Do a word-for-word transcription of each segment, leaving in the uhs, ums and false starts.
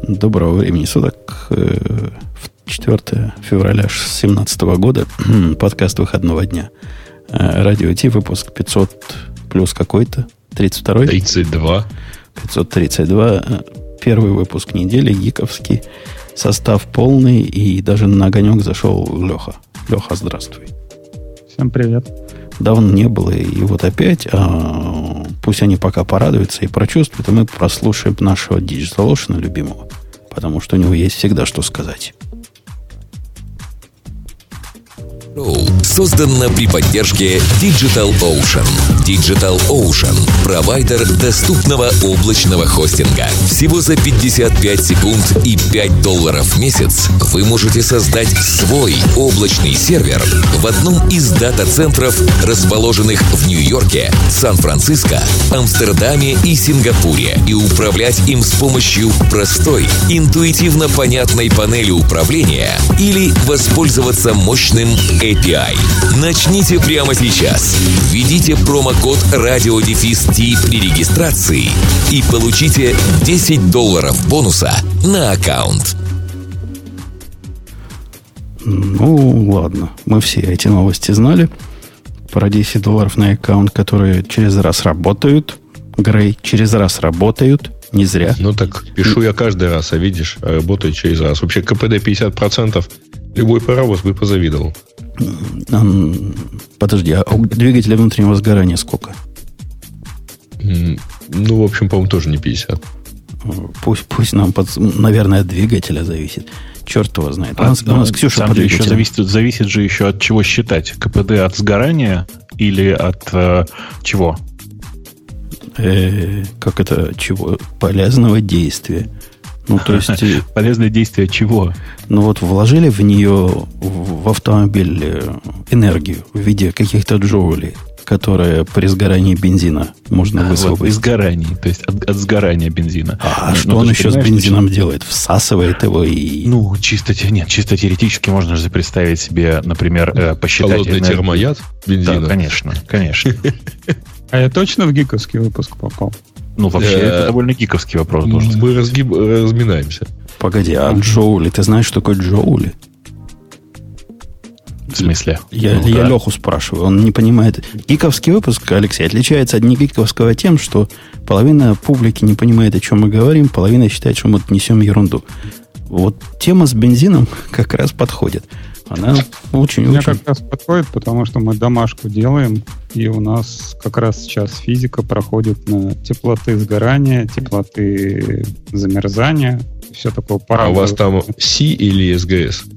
Доброго времени суток. четвёртого февраля две тысячи семнадцатого года. Подкаст выходного дня. Радио Ти, выпуск пятьсот плюс какой-то. тридцать второй? тридцать два. пятьсот тридцать два. Первый выпуск недели, гиковский. Состав полный. И даже на огонек зашел Леха. Леха, здравствуй. Всем привет. Давно не было, и вот опять. А, пусть они пока порадуются и прочувствуют, а мы прослушаем нашего DigitalOcean любимого, потому что у него есть всегда что сказать. Создано при поддержке DigitalOcean. DigitalOcean – провайдер доступного облачного хостинга. Всего за пятьдесят пять секунд и пять долларов в месяц вы можете создать свой облачный сервер в одном из дата-центров, расположенных в Нью-Йорке, Сан-Франциско, Амстердаме и Сингапуре, и управлять им с помощью простой, интуитивно понятной панели управления или воспользоваться мощным эй пи ай. Начните прямо сейчас. Введите промокод радиодефис-ти при регистрации и получите десять долларов бонуса на аккаунт. Ну, ладно. Мы все эти новости знали. Про десять долларов на аккаунт, которые через раз работают. Грей, через раз работают. Не зря. Ну так, пишу я каждый раз, а видишь, работает через раз. Вообще КПД пятьдесят процентов. Любой паровоз бы позавидовал. Подожди, а у двигателя внутреннего сгорания сколько? Ну, в общем, по-моему, тоже не пятьдесят. Пусть, пусть нам, под, наверное, от двигателя зависит. Черт его знает. У нас, а, у нас Ксюша по еще зависит, зависит же еще от чего считать. КПД от сгорания или от э, чего? Э, как это? Чего? Полезного действия. Ну, то есть... Полезное действие чего? Ну, вот вложили в нее, в автомобиль, энергию в виде каких-то джоулей, которые при сгорании бензина можно а, высвободить. Вот, при сгорании, то есть от, от сгорания бензина. А ну, что ну, он еще с бензином что... делает? Всасывает его и... Ну, чисто, нет, чисто теоретически можно же представить себе, например, посчитать... Холодный энергию. Термояд бензина? Да, конечно, конечно. А я точно в гиковский выпуск попал? Ну, вообще, это довольно гиковский вопрос должен быть. Мы разгиб... разминаемся. Погоди, а джоули? Ты знаешь, что такое джоули? В смысле? Я, ну, я да. Леху спрашиваю, он не понимает. Гиковский выпуск, Алексей, отличается от негиковского тем, что половина публики не понимает, о чем мы говорим, половина считает, что мы несем ерунду. Вот тема с бензином как раз подходит. Она очень-очень... Мне как раз подходит, потому что мы домашку делаем, и у нас как раз сейчас физика проходит на теплоты сгорания, теплоты замерзания, все такое. А у вас там Си или эс гэ эс?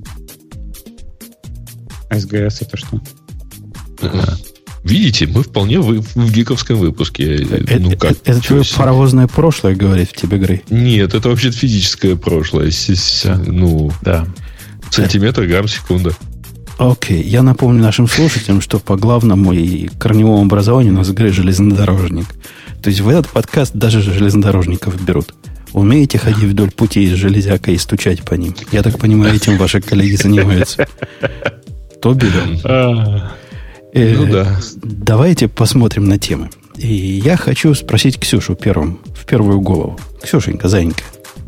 эс гэ эс это что? Ага. Видите, мы вполне в, в гиковском выпуске. Это, ну, как, это, это твое паровозное прошлое, говорит в тебе, Грей? Нет, это вообще физическое прошлое. Да. Ну, да. Сантиметр, грамм, секунда. Окей, я напомню нашим слушателям, что по главному и корневому образованию у нас Грей железнодорожник. То есть в этот подкаст даже железнодорожников берут. Умеете ходить вдоль путей с железякой и стучать по ним? Я так понимаю, этим ваши коллеги занимаются. То берем. Э, ну да. Давайте посмотрим на темы. И я хочу спросить Ксюшу первым, в первую голову. Ксюшенька, зайенька,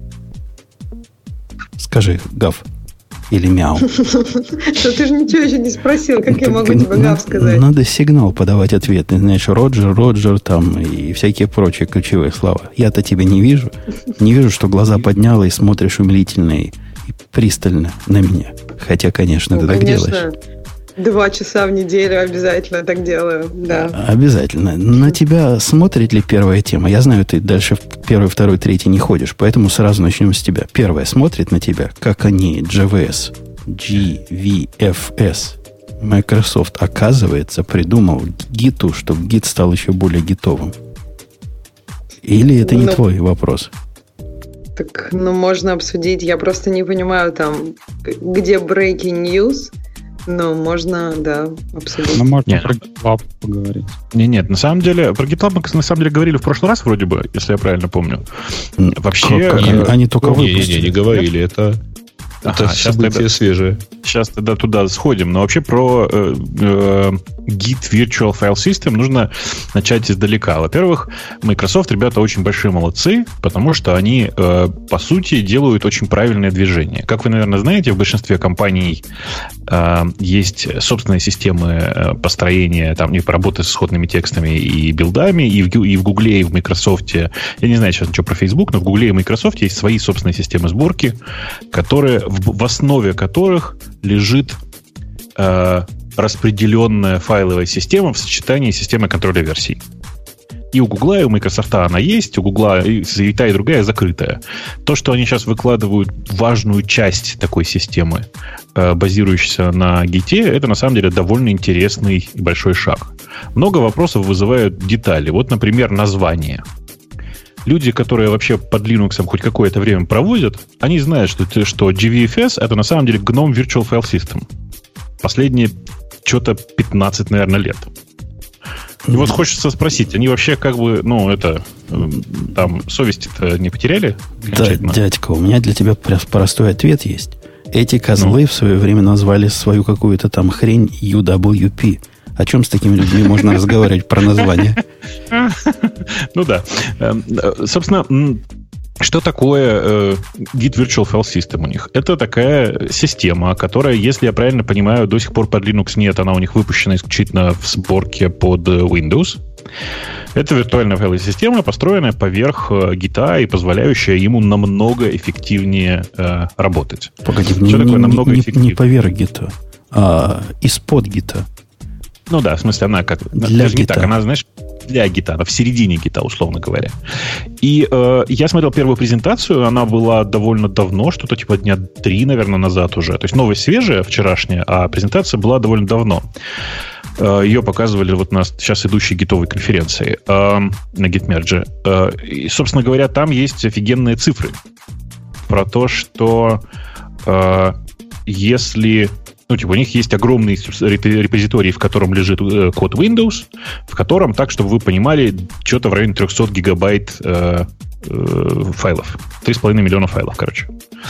скажи, гав или мяу. Что ты же ничего еще не спросил, как я могу тебе гав сказать? Надо сигнал подавать ответный. Знаешь, Роджер, Роджер там и всякие прочие ключевые слова. Я-то тебя не вижу. Не вижу, что глаза подняла и смотришь умилительно и пристально на меня. Хотя, конечно, ты так делаешь. Два часа в неделю обязательно так делаю, да. Обязательно. На тебя смотрит ли первая тема? Я знаю, ты дальше в первый, второй, третий не ходишь, поэтому сразу начнем с тебя. Первая смотрит на тебя, как они, джи ви эс, джи ви эф эс, Microsoft, оказывается, придумал гиту, чтобы гит стал еще более гитовым. Или это не ну, твой вопрос? Так, ну, можно обсудить. Я просто не понимаю, там, где breaking news. Ну, можно, да, абсолютно. Ну, можно нет. Про GitLab поговорить. Не, нет, на самом деле, про GitLab мы, на самом деле, говорили в прошлый раз, вроде бы, если я правильно помню. Вообще... Как, как, э, они только не, выпустили. Не, не, не говорили, это... Это ага, событие тогда, свежее. Сейчас тогда туда сходим. Но вообще про э, э, Git Virtual File System нужно начать издалека. Во-первых, Microsoft, ребята, очень большие молодцы, потому что они, э, по сути, делают очень правильное движение. Как вы, наверное, знаете, в большинстве компаний э, есть собственные системы построения, там, и работы с исходными текстами и билдами, и в, и в Гугле, и в Microsoft. Я не знаю сейчас ничего про Facebook, но в Гугле и Microsoft есть свои собственные системы сборки, которые В, в основе которых лежит э, распределенная файловая система в сочетании с системой контроля версий. И у Гугла, и у Microsoft она есть, у Гугла и, и та, и другая закрытая. То, что они сейчас выкладывают важную часть такой системы, э, базирующейся на Git, это на самом деле довольно интересный и большой шаг. Много вопросов вызывают детали. Вот, например, название. Люди, которые вообще под Linux хоть какое-то время проводят, они знают, что, что джи ви эф эс это на самом деле Gnome Virtual File System. Последние что-то пятнадцать, наверное, лет. И вот хочется спросить, они вообще как бы, ну, это, там, совести-то не потеряли? Да, дядька, у меня для тебя простой ответ есть. Эти козлы ну. в свое время назвали свою какую-то там хрень ю дабл ю пи. О чем с такими людьми можно разговаривать про название? Ну да. Собственно, что такое Git Virtual File System у них? Это такая система, которая, если я правильно понимаю, до сих пор под Linux нет, она у них выпущена исключительно в сборке под Windows. Это виртуальная файловая система, построенная поверх Git и позволяющая ему намного эффективнее э, работать. Погоди, не, не, намного не, не поверх Git, а из-под Git. Ну да, в смысле, она как... Для даже не так, она, знаешь, для гита, она в середине гита, условно говоря. И э, я смотрел первую презентацию, она была довольно давно, что-то типа дня три, наверное, назад уже. То есть новость свежая, вчерашняя, а презентация была довольно давно. Э, ее показывали вот на сейчас идущей гитовой конференции э, на GitMerge. Э, и, собственно говоря, там есть офигенные цифры про то, что э, если... Ну, типа, у них есть огромный репозиторий, в котором лежит э, код Windows, в котором, так, чтобы вы понимали, что-то в районе триста гигабайт э, э, файлов. три с половиной миллиона файлов, короче.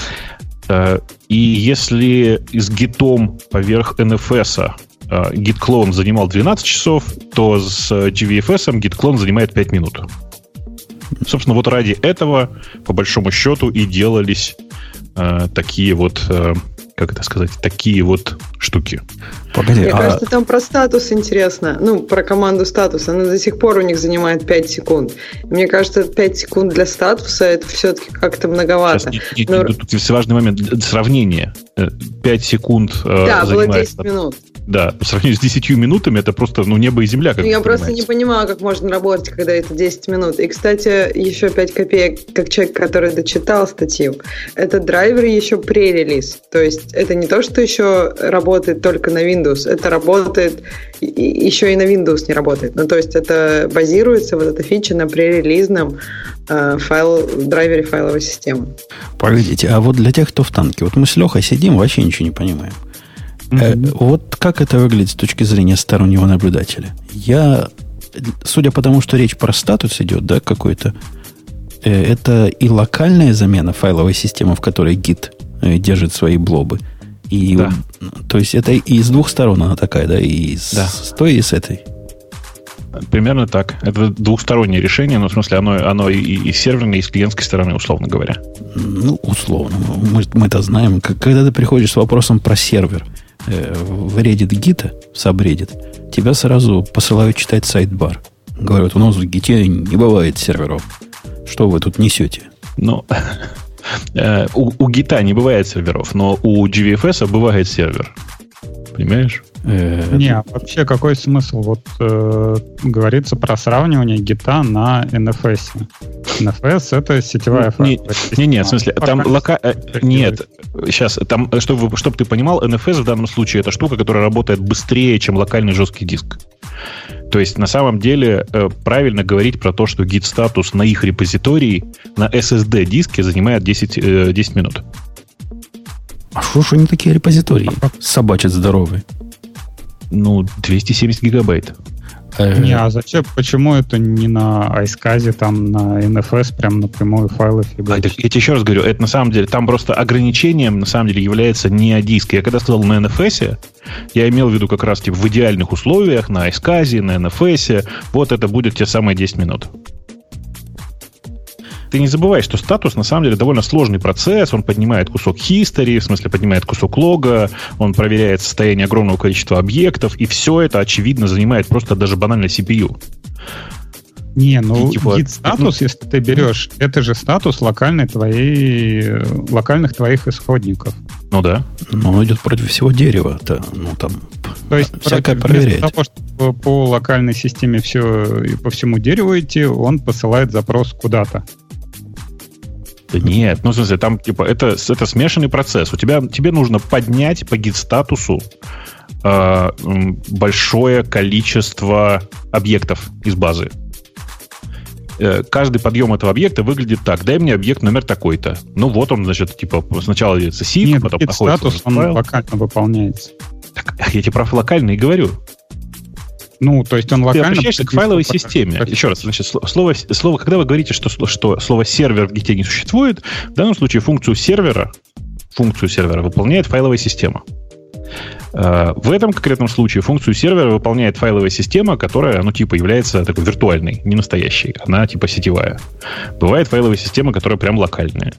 Э, и если с гитом поверх эн эф эс э, git-клон занимал двенадцать часов, то с джи ви эф эс git-клон занимает пять минут. Собственно, вот ради этого, по большому счету, и делались э, такие вот... Э, как это сказать, такие вот штуки. Погоди, Мне а... кажется, там про статус интересно. Ну, про команду статуса. Она до сих пор у них занимает пять секунд. Мне кажется, пять секунд для статуса это все-таки как-то многовато. Сейчас, не, не, Но... Тут важный момент. Сравнение. пять секунд да, занимает... было десять минут. Да, по сравнению с десятью минутами это просто ну, небо и земля. Как я просто не понимаю, как можно работать, когда это десять минут. И, кстати, еще пять копеек, как человек, который дочитал статью. Это драйвер еще пререлиз. То есть это не то, что еще работает только на Windows. Это работает еще и на Windows не работает. Ну, то есть это базируется, вот эта фича, на пререлизном э, файл, драйвере файловой системы. Погодите, а вот для тех, кто в танке, вот мы с Лехой сидим, вообще ничего не понимаем. Mm-hmm. Вот как это выглядит с точки зрения стороннего наблюдателя? Я, судя по тому, что речь про статус идет, да, какой-то, это и локальная замена файловой системы, в которой Git держит свои блобы. И, да. То есть это и с двух сторон она такая, да, и с, да. с той, и с этой. Примерно так. Это двухстороннее решение, но в смысле оно, оно и, и с серверной, и с клиентской стороны, условно говоря. Ну, условно. Мы, мы это знаем. Когда ты приходишь с вопросом про сервер в Reddit Git, в subreddit, тебя сразу посылают читать сайдбар. Говорят, у нас в Git не бывает серверов. Что вы тут несете? Ну, у, у Git не бывает серверов, но у джи ви эф эс бывает сервер. Понимаешь? Не, а вообще какой смысл? Вот э, говорится про сравнивание гита на эн эф эс. эн эф эс это сетевая файловая система. Не, не, в смысле, там лока... Нет, сейчас, там, чтобы, чтобы ты понимал, эн эф эс в данном случае это штука, которая работает быстрее, чем локальный жесткий диск. То есть, на самом деле, правильно говорить про то, что git-статус на их репозитории на эс эс ди-диске занимает десять, десять минут. А что ж они такие репозитории собачат здоровые? Ну, двести семьдесят гигабайт. Не, а зачем? Почему это не на iSCSI, там на эн эф эс прям напрямую файлы фигачат? Я тебе еще раз говорю, это на самом деле, там просто ограничением на самом деле является не диск. Я когда сказал на эн эф эс, я имел в виду как раз типа в идеальных условиях, на iSCSI, на эн эф эс, вот это будет те самые десять минут. Ты не забывай, что статус на самом деле довольно сложный процесс. Он поднимает кусок history, в смысле поднимает кусок лога, он проверяет состояние огромного количества объектов, и все это, очевидно, занимает просто даже банально си пи ю. Не, ну типа, гид статус, ну, если ты берешь, это же статус локальной твоей, локальных твоих исходников. Ну да. Но он идет против всего дерева. -то, ну, там То есть всякое проверяет. Вместо того, чтобы по локальной системе все и по всему дереву идти, он посылает запрос куда-то. Да нет, ну, в смысле, там, типа, это, это смешанный процесс. У тебя, тебе нужно поднять по гид-статусу э, большое количество объектов из базы. Э, каждый подъем этого объекта выглядит так. Дай мне объект номер такой-то. Ну, вот он, значит, типа, сначала делается сик, нет, потом находится... Нет, статус, он файл. Локально выполняется. Так, я тебе про локальный и говорю. Ну, то есть он локально... Ты обращаешься к файловой системе. Как... Еще раз, значит, слово, слово, когда вы говорите, что, что слово сервер в гите не существует, в данном случае функцию сервера, функцию сервера выполняет файловая система. В этом конкретном случае функцию сервера выполняет файловая система, которая, ну, типа, является такой виртуальной, не настоящей. Она, типа, сетевая. Бывает файловая система, которая прям локальная.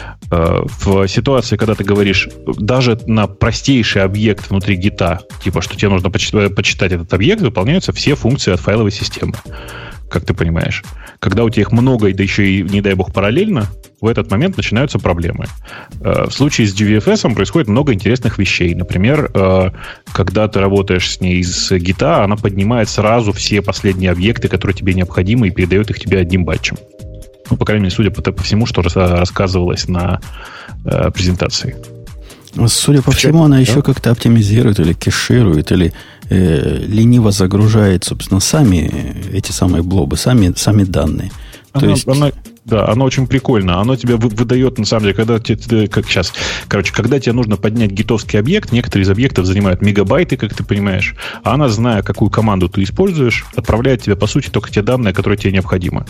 В ситуации, когда ты говоришь даже на простейший объект внутри гита, типа, что тебе нужно почитать, почитать этот объект, выполняются все функции от файловой системы. Как ты понимаешь. Когда у тебя их много, и да еще и, не дай бог, параллельно, в этот момент начинаются проблемы. В случае с джи ви эф эс происходит много интересных вещей. Например, когда ты работаешь с ней из гита, она поднимает сразу все последние объекты, которые тебе необходимы, и передает их тебе одним батчем. Ну, по крайней мере, судя по, по всему, что рассказывалось на э, презентации. Судя по всему, она еще как-то оптимизирует или кеширует, или э, лениво загружает, собственно, сами эти самые блобы, сами, сами данные. Она, То есть... она, да, оно очень прикольно. Оно тебе выдает, на самом деле, когда тебе, как сейчас, короче, когда тебе нужно поднять гитовский объект, некоторые из объектов занимают мегабайты, как ты понимаешь, а она, зная, какую команду ты используешь, отправляет тебе, по сути, только те данные, которые тебе необходимы.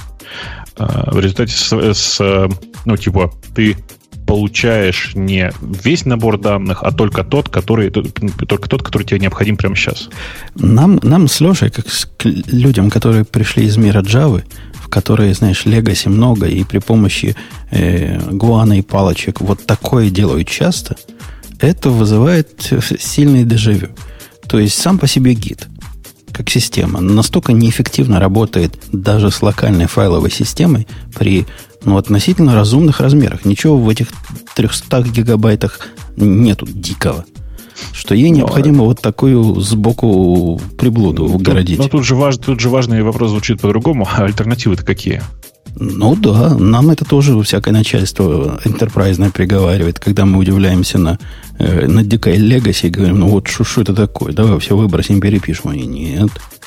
В результате, с, с, ну, типа, ты получаешь не весь набор данных, а только тот, который, только тот, который тебе необходим прямо сейчас. Нам, нам с Лешей, как с людям, которые пришли из мира Java, в которые, знаешь, легаси много, и при помощи э, гуана и палочек вот такое делают часто, это вызывает сильный дежавю. То есть сам по себе гид, как система, настолько неэффективно работает даже с локальной файловой системой при, ну, относительно разумных размерах. Ничего в этих трехстах гигабайтах нету дикого. Что ей необходимо но, вот такую сбоку приблуду тут, вгородить. Но тут же, важ, тут же важный вопрос звучит по-другому. А альтернативы-то какие? Ну да, нам это тоже всякое начальство энтерпрайзное приговаривает, когда мы удивляемся на, э, на дикой легаси и говорим, ну вот что это такое, давай все выбросим, перепишем. Они, нет,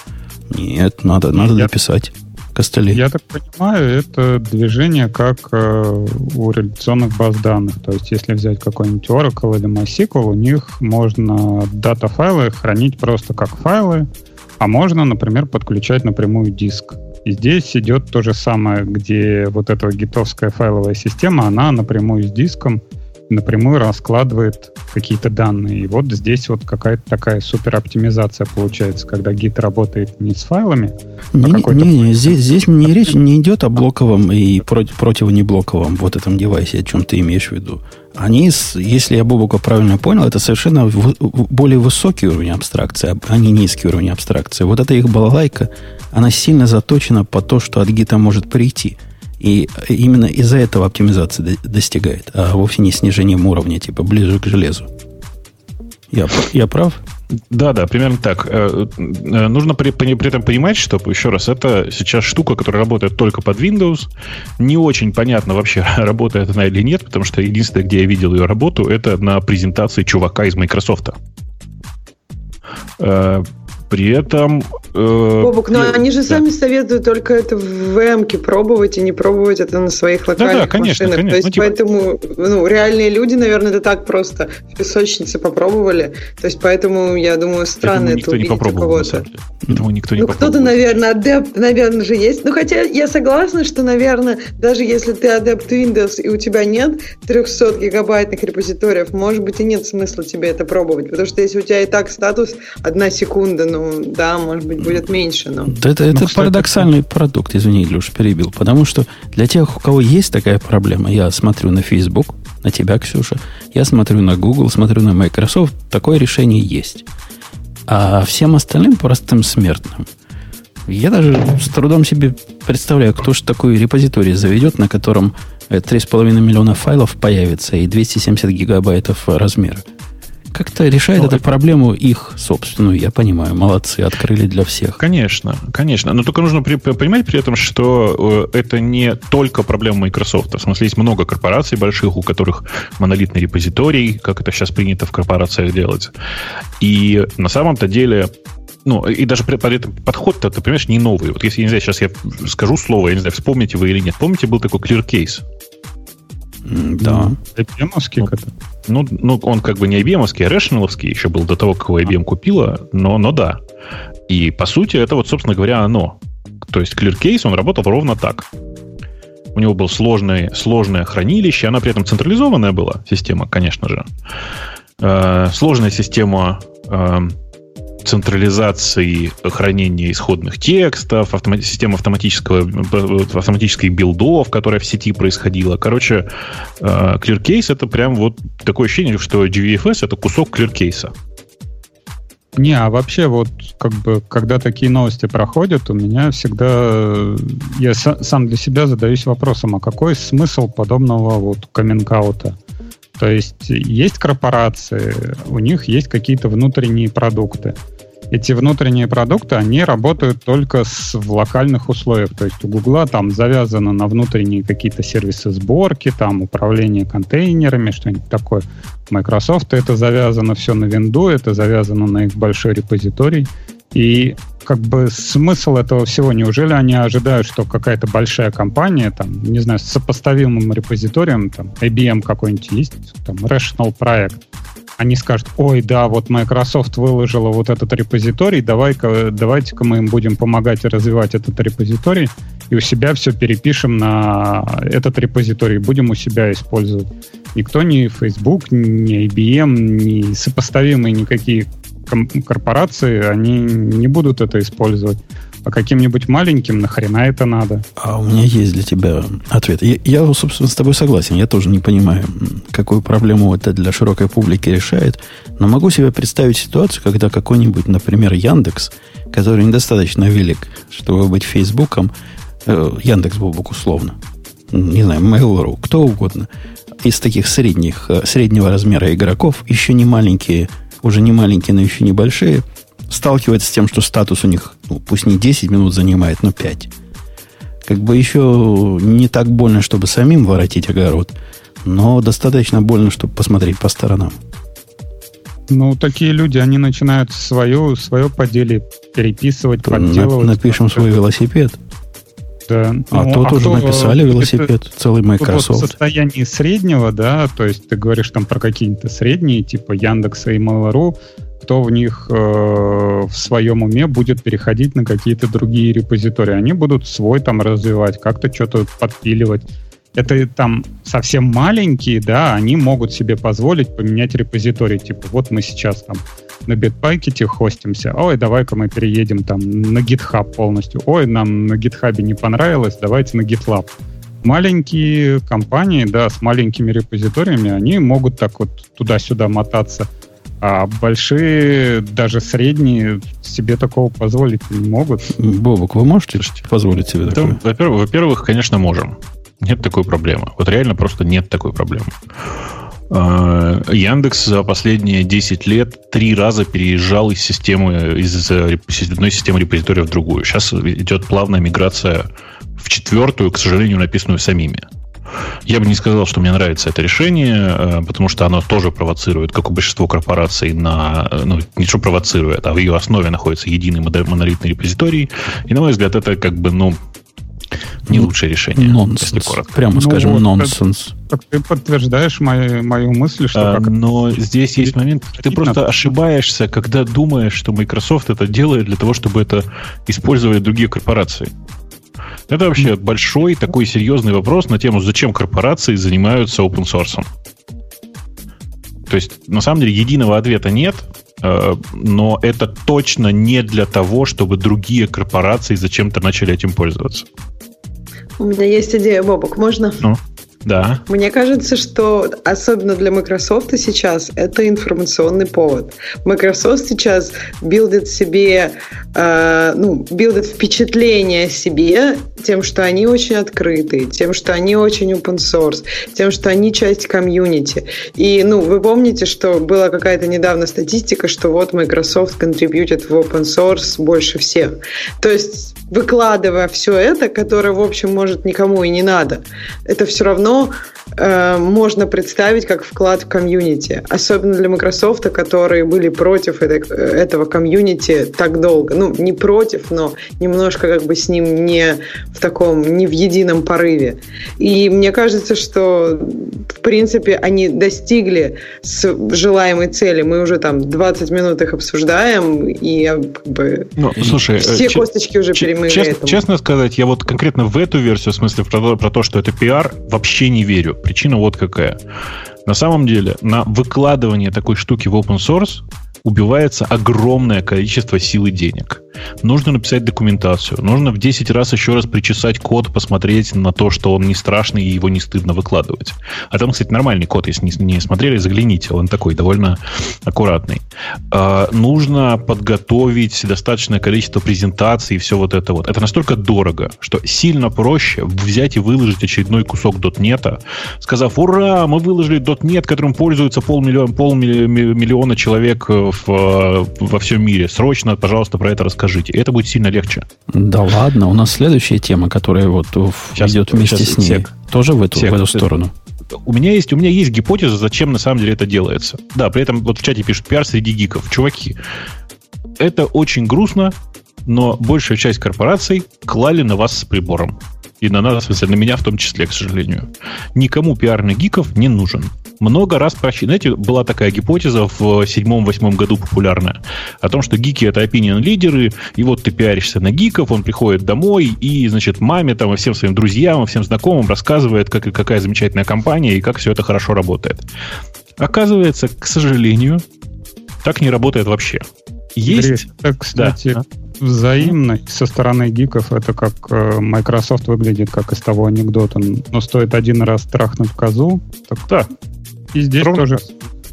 нет, надо, надо я, дописать костыли. Я так понимаю, это движение как э, у реляционных баз данных. То есть если взять какой-нибудь Oracle или MySQL, у них можно дата-файлы хранить просто как файлы, а можно, например, подключать напрямую диск. И здесь идет то же самое, где вот эта гитовская файловая система, она напрямую с диском напрямую раскладывает какие-то данные. И вот здесь вот какая-то такая супероптимизация получается, когда гит работает не с файлами, не, а какой-то... Не, не, здесь, здесь не речь не идет о блоковом и против, противонеблоковом вот этом девайсе, о чем ты имеешь в виду. Они, если я Бобука правильно понял, это совершенно в, более высокий уровень абстракции, а не низкий уровень абстракции. Вот эта их балалайка, она сильно заточена по то, что от гита может прийти. И именно из-за этого оптимизация достигает, а вовсе не снижением уровня, типа ближе к железу. Я, я прав? Да, да, примерно так. Нужно при, при этом понимать, что, еще раз, это сейчас штука, которая работает только под Windows. Не очень понятно вообще, работает она или нет, потому что единственное, где я видел ее работу, это на презентации чувака из Microsoft. При этом... Э, Бобук, но они же да. сами советуют только это в вэ эм-ке пробовать и не пробовать это на своих локальных да, да, конечно, машинах. Конечно. То есть, ну, типа... поэтому ну, реальные люди, наверное, это так просто в песочнице попробовали. То есть, поэтому, я думаю, странно это увидеть у кого-то. Поэтому никто не ну, попробовал. Кто-то, наверное, адепт, наверное, же есть. Ну, хотя я согласна, что, наверное, даже если ты адепт Windows и у тебя нет триста гигабайтных репозиториев, может быть, и нет смысла тебе это пробовать. Потому что если у тебя и так статус одна секунда, ну, да, может быть, будет меньше. Но... Да это, это ну, парадоксальный это... продукт, извини, Илюш, перебил. Потому что для тех, у кого есть такая проблема, я смотрю на Facebook, на тебя, Ксюша, я смотрю на Google, смотрю на Microsoft, такое решение есть. А всем остальным простым смертным я даже с трудом себе представляю, кто же такой репозиторий заведет, на котором три с половиной миллиона файлов появится и двести семьдесят гигабайтов размера. Как-то решает ну, эту это... проблему их собственную, я понимаю. Молодцы, открыли для всех. Конечно, конечно. Но только нужно при, понимать при этом, что э, это не только проблема Microsoft. В смысле, есть много корпораций больших, у которых монолитный репозиторий, как это сейчас принято в корпорациях делать. И на самом-то деле... Ну, и даже при, при этом подход-то, ты понимаешь, не новый. Вот если, я не знаю, сейчас я скажу слово, я не знаю, вспомните вы или нет. Помните, был такой ClearCase? Да. ай би эм-овский ну, ну, ну, он как бы не ай би эм-овский, а Rational-овский еще был до того, как его ай би эм купила, но, но да. И, по сути, это вот, собственно говоря, оно. То есть ClearCase, он работал ровно так. У него было сложное, сложное хранилище, она при этом централизованная была, система, конечно же. Э, сложная система... Э, централизации хранения исходных текстов, автомати- система автоматического, автоматических билдов, которая в сети происходила. Короче, ClearCase — это прям вот такое ощущение, что джи ви эф эс — это кусок ClearCase. Не, а вообще вот как бы, когда такие новости проходят, у меня всегда... Я сам для себя задаюсь вопросом, а какой смысл подобного вот каминг-аута? То есть есть корпорации, у них есть какие-то внутренние продукты. Эти внутренние продукты, они работают только с, в локальных условиях. То есть у Гугла там завязано на внутренние какие-то сервисы сборки, там управление контейнерами, что-нибудь такое. У Microsoft это завязано все на винду, это завязано на их большой репозиторий. И как бы смысл этого всего, неужели они ожидают, что какая-то большая компания, там, не знаю, с сопоставимым репозиторием, там, ай би эм какой-нибудь есть, там, Rational проект, они скажут, ой, да, вот Microsoft выложила вот этот репозиторий, давай-ка, давайте-ка мы им будем помогать развивать этот репозиторий, и у себя все перепишем на этот репозиторий, будем у себя использовать. Никто, ни Facebook, ни ай би эм, ни сопоставимые никакие корпорации, они не будут это использовать. А каким-нибудь маленьким нахрена это надо? А у меня есть для тебя ответ. Я, я, собственно, с тобой согласен. Я тоже не понимаю, какую проблему это для широкой публики решает. Но могу себе представить ситуацию, когда какой-нибудь, например, Яндекс, который недостаточно велик, чтобы быть Фейсбуком, э, Яндекс Бобук условно, не знаю, Mail.ru, кто угодно, из таких средних, среднего размера игроков, еще не маленькие, уже не маленькие, но еще небольшие, сталкивается с тем, что статус у них, ну, пусть не десять минут занимает, но пять. Как бы еще не так больно, чтобы самим воротить огород, но достаточно больно, чтобы посмотреть по сторонам. Ну, такие люди, они начинают свое, свое по деле переписывать, То подделывать. Напишем свой велосипед. Да. А ну, то а тоже написали велосипед, это, целый Microsoft. Вот в состоянии среднего, да, то есть ты говоришь там про какие-то средние, типа Яндекса и Mail.ru, кто в них э, в своем уме будет переходить на какие-то другие репозитории. Они будут свой там развивать, как-то что-то подпиливать. Это там совсем маленькие, да, они могут себе позволить поменять репозиторий. Типа вот мы сейчас там на Bitbucket хостимся, ой, давай-ка мы переедем там на GitHub полностью. Ой, нам на GitHub не понравилось, давайте на GitLab. Маленькие компании, да, с маленькими репозиториями, они могут так вот туда-сюда мотаться. А большие, даже средние, себе такого позволить не могут. Бобок, вы можете позволить себе такое? Да, во-первых, во-первых, конечно, можем. Нет такой проблемы. Вот реально просто нет такой проблемы. Яндекс за последние десять лет три раза переезжал из системы, из одной системы репозитория в другую. Сейчас идет плавная миграция в четвертую, к сожалению, написанную самими. Я бы не сказал, что мне нравится это решение, потому что оно тоже провоцирует, как у большинства корпораций, на, ну, не что провоцирует, а в ее основе находится единый монолитный репозиторий. И, на мой взгляд, это как бы, ну, не лучшее решение. Нонсенс. Прямо скажем, ну, вот, нонсенс. Как ты подтверждаешь мою, мою мысль, что... А, как но это... здесь есть момент, ты просто надо. ошибаешься, когда думаешь, что Microsoft это делает для того, чтобы это использовали другие корпорации. Это вообще mm. большой такой серьезный вопрос на тему, зачем корпорации занимаются open source. То есть, на самом деле, единого ответа нет, но это точно не для того, чтобы другие корпорации зачем-то начали этим пользоваться. У меня есть идея, Бобок, можно? Ну, да. Мне кажется, что особенно для Microsoft сейчас это информационный повод. Microsoft сейчас билдит себе, э, ну, билдит впечатление о себе тем, что они очень открытые, тем, что они очень open source, тем, что они часть комьюнити. И, ну, вы помните, что была какая-то недавно статистика, что вот Microsoft контрибьютит в open source больше всех. То есть, выкладывая все это, которое, в общем, может, никому и не надо, это все равно э, можно представить как вклад в комьюнити. Особенно для Microsoft, которые были против это, этого комьюнити так долго. Ну, не против, но немножко как бы с ним не в таком, не в едином порыве. И мне кажется, что в принципе они достигли желаемой цели. Мы уже там двадцать минут их обсуждаем, и как бы ну, слушай, все ч- косточки уже ч- перемыли честно, этому. Честно сказать, я вот конкретно в эту версию, в смысле про, про то, что это пиар, вообще не верю. Причина вот какая. На самом деле, на выкладывание такой штуки в open source убивается огромное количество сил и денег. Нужно написать документацию, нужно в десять раз еще раз причесать код, посмотреть на то, что он не страшный и его не стыдно выкладывать. А там, кстати, нормальный код, если не смотрели, загляните, он такой довольно аккуратный. А, нужно подготовить достаточное количество презентаций и все вот это вот. Это настолько дорого, что сильно проще взять и выложить очередной кусок .нет, сказав: ура, мы выложили .нет, которым пользуется полмиллиона, полмиллиона человек в, во всем мире. Срочно, пожалуйста, про это расскажите. И это будет сильно легче. Да ладно, у нас следующая тема, которая вот сейчас, идет вместе с ней, сек. тоже в эту, в эту сторону. У меня, есть, у меня есть гипотеза, зачем на самом деле это делается. Да, при этом вот в чате пишут: пиар среди гиков. Чуваки, это очень грустно, но большая часть корпораций клали на вас с прибором. И на нас, в смысле, на меня в том числе, к сожалению. Никому пиарных гиков не нужен. Много раз прощи. Знаете, была такая гипотеза в седьмом-восьмом году популярная о том, что гики — это opinion-лидеры, и вот ты пиаришься на гиков, он приходит домой и, значит, маме там, и всем своим друзьям, и всем знакомым рассказывает, как, какая замечательная компания и как все это хорошо работает. Оказывается, к сожалению, так не работает вообще. Есть... Это, кстати, да. взаимно со стороны гиков. Это как Microsoft выглядит, как из того анекдота. Но стоит один раз трахнуть козу. Так, да. И здесь Ровно. тоже.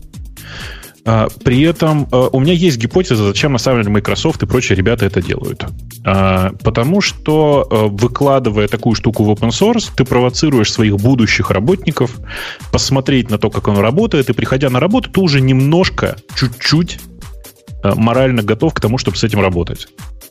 А, при этом а, у меня есть гипотеза, зачем на самом деле Microsoft и прочие ребята это делают. А, потому что, а, выкладывая такую штуку в open source, ты провоцируешь своих будущих работников посмотреть на то, как он работает, и приходя на работу, ты уже немножко, чуть-чуть морально готов к тому, чтобы с этим работать.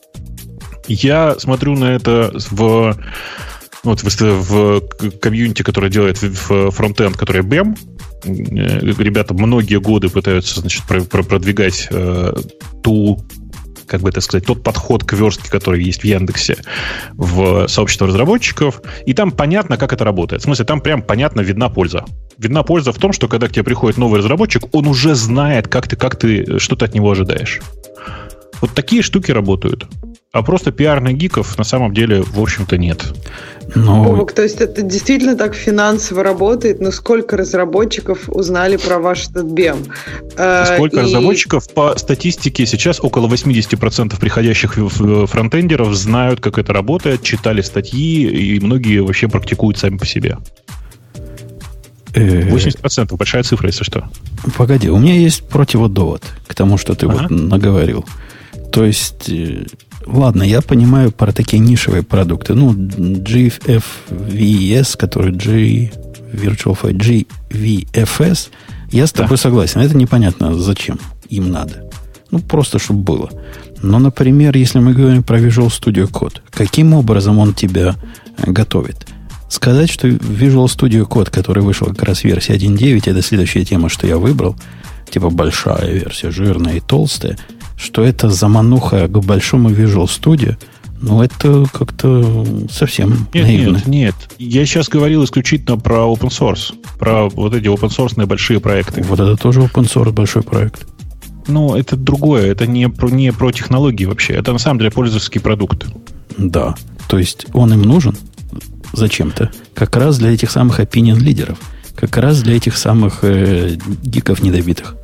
Я смотрю на это в, вот, в, в комьюнити, которое делает в фронтенд, который би и эм. Ребята многие годы пытаются, значит, продвигать э, ту, как бы это сказать, тот подход к верстке, который есть в Яндексе, в сообщество разработчиков. И там понятно, как это работает. В смысле, там прям понятно видна польза. Видна польза в том, что когда к тебе приходит новый разработчик, он уже знает, как ты, как ты, что ты от него ожидаешь. Вот такие штуки работают. А просто пиарных гиков на самом деле, в общем-то, нет. Но... Бобок, то есть это действительно так финансово работает, но сколько разработчиков узнали про ваш этот би и эм? Сколько и... разработчиков? По статистике сейчас около восемьдесят процентов приходящих фронтендеров знают, как это работает, читали статьи, и многие вообще практикуют сами по себе. восемьдесят процентов, большая цифра, если что. Погоди, у меня есть противодовод к тому, что ты ага. вот наговорил. То есть, ладно, я понимаю про такие нишевые продукты. Ну, джи эф ви эс, который G, Virtual Fight, джи ви эф эс, я с тобой да. согласен. Это непонятно, зачем им надо. Ну, просто, чтобы было. Но, например, если мы говорим про Visual Studio Code, каким образом он тебя готовит? Сказать, что Visual Studio Code, который вышел как раз в версии один точка девять, это следующая тема, что я выбрал, типа большая версия, жирная и толстая, что это замануха к большому Visual Studio, ну, это как-то совсем нет, наивно. Нет, нет. Я сейчас говорил исключительно про open source, про вот эти open source большие проекты. Вот это тоже open source большой проект. Ну, это другое, это не про, не про технологии вообще, это на самом деле пользовательский продукт. Да, то есть он им нужен зачем-то, как раз для этих самых opinion-лидеров, как раз для этих самых э, гиков недобитых.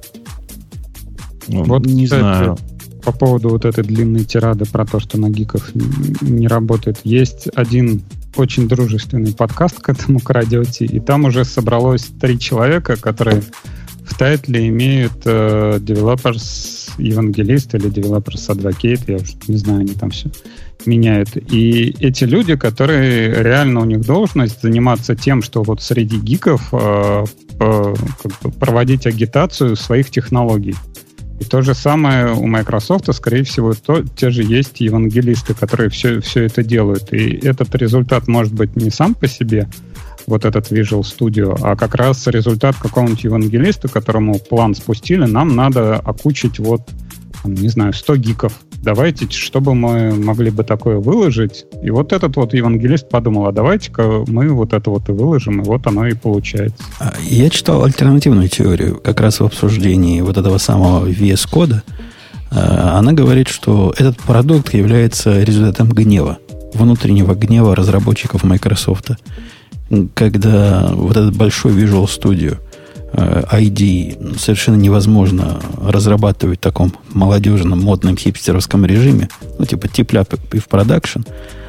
Ну, вот, не кстати, знаю. По поводу вот этой длинной тирады про то, что на гиков не работает, есть один очень дружественный подкаст к этому, к Радио Ти, и там уже собралось три человека, которые в тайтле имеют э, Developers Evangelist или Developers Advocate, я уже не знаю, они там все меняют. И эти люди, которые реально у них должность заниматься тем, что вот среди гиков э, э, как бы проводить агитацию своих технологий. И то же самое у Microsoft, скорее всего, то, те же есть евангелисты, которые все, все это делают. И этот результат может быть не сам по себе, вот этот Visual Studio, а как раз результат какого-нибудь евангелиста, которому план спустили, нам надо окучить вот, не знаю, сто гиков. Давайте, чтобы мы могли бы такое выложить. И вот этот вот евангелист подумал, а давайте-ка мы вот это вот и выложим, и вот оно и получается. Я читал альтернативную теорию, как раз в обсуждении вот этого самого ви эс Code. Она говорит, что этот продукт является результатом гнева, внутреннего гнева разработчиков Microsoft. Когда вот этот большой Visual Studio ай ди совершенно невозможно разрабатывать в таком молодежном, модном, хипстеровском режиме, ну, типа тип-ляп и в продакшн,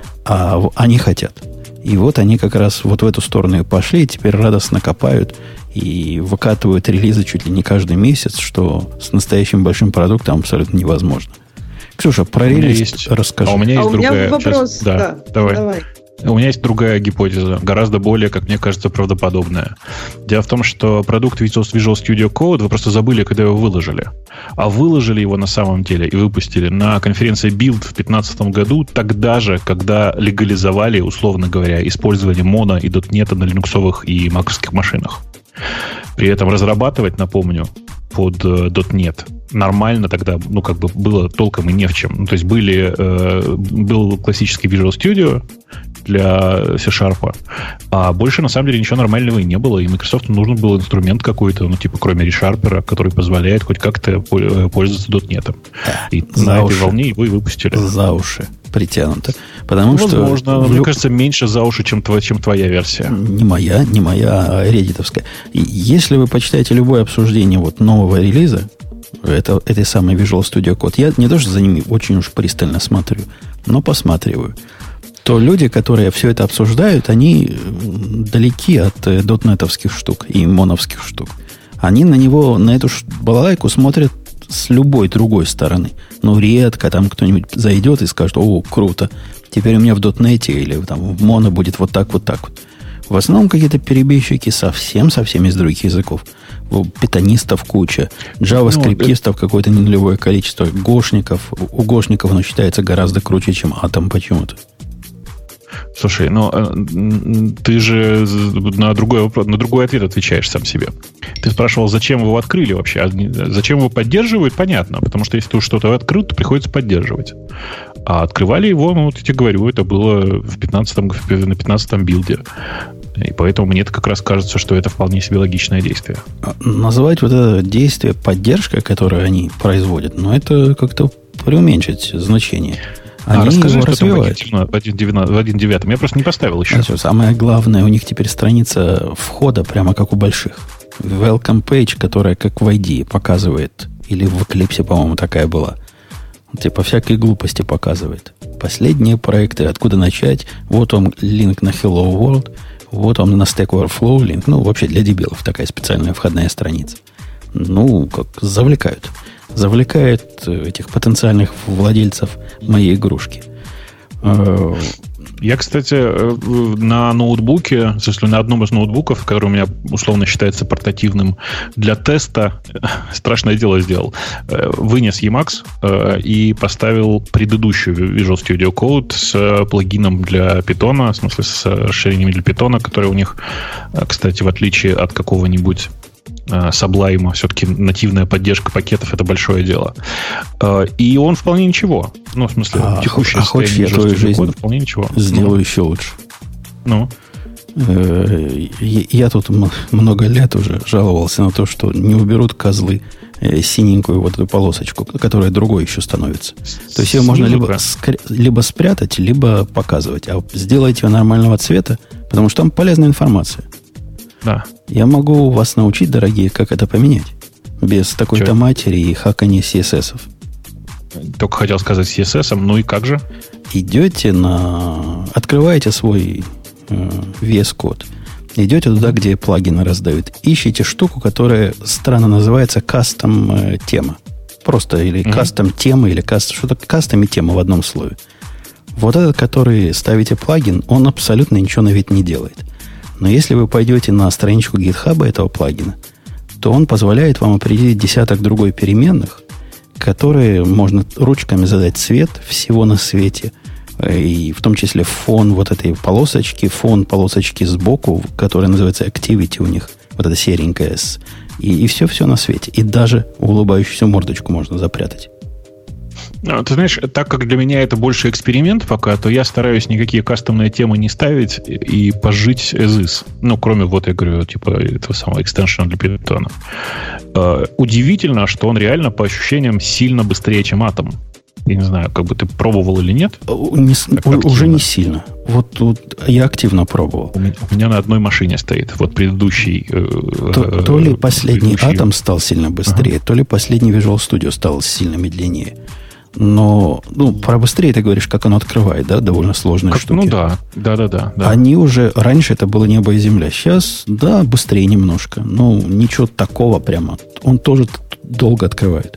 а они хотят. И вот они как раз вот в эту сторону и пошли, и теперь радостно копают и выкатывают релизы чуть ли не каждый месяц, что с настоящим большим продуктом абсолютно невозможно. Ксюша, про релиз есть... расскажи. А у меня есть а у другая... меня вопрос. Сейчас... Да, да, давай. давай. У меня есть другая гипотеза, гораздо более, как мне кажется, правдоподобная. Дело в том, что продукт Visual Studio Code вы просто забыли, когда его выложили. А выложили его на самом деле и выпустили на конференции Build в две тысячи пятнадцатом году, тогда же, когда легализовали, условно говоря, использование моно и .NET на линуксовых и маковских машинах. При этом разрабатывать, напомню, под .NET нормально тогда, ну, как бы было толком и не в чем. Ну, то есть были, э, был классический Visual Studio для C-Sharp, а больше, на самом деле, ничего нормального и не было, и Microsoft нужен был инструмент какой-то, ну, типа, кроме ReSharper, который позволяет хоть как-то пользоваться .NET. И За на уши. этой волне его и выпустили. За уши притянуто. Потому Возможно, что... Возможно, мне кажется, меньше за уши, чем, твоя, чем твоя версия. Не моя, не моя, а реддитовская. И если вы почитаете любое обсуждение вот нового релиза, это, этой самой Visual Studio Code, я не то, что за ними очень уж пристально смотрю, но посматриваю, то люди, которые все это обсуждают, они далеки от дотнетовских штук и моновских штук. Они на него, на эту балалайку смотрят с любой другой стороны. Ну, редко там кто-нибудь зайдет и скажет: о, круто, теперь у меня в .NET или там в моно будет вот так, вот так вот. В основном какие-то перебежчики совсем-совсем из других языков. Питонистов куча, джаваскриптистов ну, какое-то ненулевое количество, гошников. У гошников оно считается гораздо круче, чем Atom почему-то. Слушай, ну ты же на другой вопрос, на другой ответ отвечаешь сам себе. Ты спрашивал, зачем его открыли вообще? А зачем его поддерживают? Понятно, потому что если ты что-то открыл, то приходится поддерживать. А открывали его, ну, вот я тебе говорю, это было в пятнадцатом, на пятнадцатом билде. И поэтому мне как раз кажется, что это вполне себе логичное действие. Называть вот это действие поддержкой, которое они производят, ну, это как-то преуменьшить значение. Они а, расскажи, его что там развивают. в один точка девять. Я просто не поставил еще. А, самое главное, у них теперь страница входа прямо как у больших. Welcome page, которая как в ай ди показывает, или в Eclipse, по-моему, такая была. Типа всякие глупости показывает. Последние проекты, откуда начать. Вот он линк на Hello World, вот он на Stack Overflow линк. Ну, вообще для дебилов такая специальная входная страница. Ну, как завлекают. Завлекает этих потенциальных владельцев моей игрушки. Я, кстати, на ноутбуке, в смысле, на одном из ноутбуков, который у меня условно считается портативным, для теста страшное дело сделал. Вынес Emacs и поставил предыдущую Visual Studio Code с плагином для Python, в смысле, с расширениями для Python, которые у них, кстати, в отличие от какого-нибудь Sublime, все-таки нативная поддержка пакетов — это большое дело. И он вполне ничего. Ну, в смысле, а, текущее а состояние я твою жизнь кода вполне ничего. Сделаю ну. еще лучше. Ну? Я тут много лет уже жаловался на то, что не уберут козлы синенькую вот эту полосочку, которая другой еще становится. То есть ее можно либо, скр- либо спрятать, либо показывать. А сделать ее нормального цвета, потому что там полезная информация. Да. Я могу вас научить, дорогие, как это поменять. Без такой-то Че? матери и хакания си эс эс-ов. Только хотел сказать си эс эс, ну и как же? Идете на... Открываете свой э, ви эс Code. Идете туда, где плагины раздают. Ищите штуку, которая странно называется кастом э, тема. Просто или mm-hmm. кастом темы, или кастом... Что-то кастом и тема в одном слове. Вот этот, который ставите плагин, он абсолютно ничего на вид не делает. Но если вы пойдете на страничку GitHub этого плагина, то он позволяет вам определить десяток другой переменных, которые можно ручками задать цвет всего на свете, и в том числе фон вот этой полосочки, фон полосочки сбоку, которая называется Activity у них, вот эта серенькая S, и, и все-все на свете. И даже улыбающуюся мордочку можно запрятать. Ты знаешь, так как для меня это больше эксперимент пока, то я стараюсь никакие кастомные темы не ставить и пожить as is. Ну, кроме, вот я говорю, типа этого самого экстеншена для Python. Uh, удивительно, что он реально по ощущениям сильно быстрее, чем Atom. Я не знаю, как бы ты пробовал или нет. Не, уже не сильно. Вот тут я активно пробовал. У меня, у меня на одной машине стоит. Вот предыдущий... Э, то, то ли последний предыдущий... Atom стал сильно быстрее, ага. то ли последний Visual Studio стал сильно медленнее. Но, ну, про быстрее ты говоришь, как оно открывает, да, довольно сложные как, штуки. Ну да, да, да, да, да. Они уже, раньше это было небо и земля. Сейчас, да, быстрее немножко. Ну, ничего такого прямо. Он тоже долго открывает.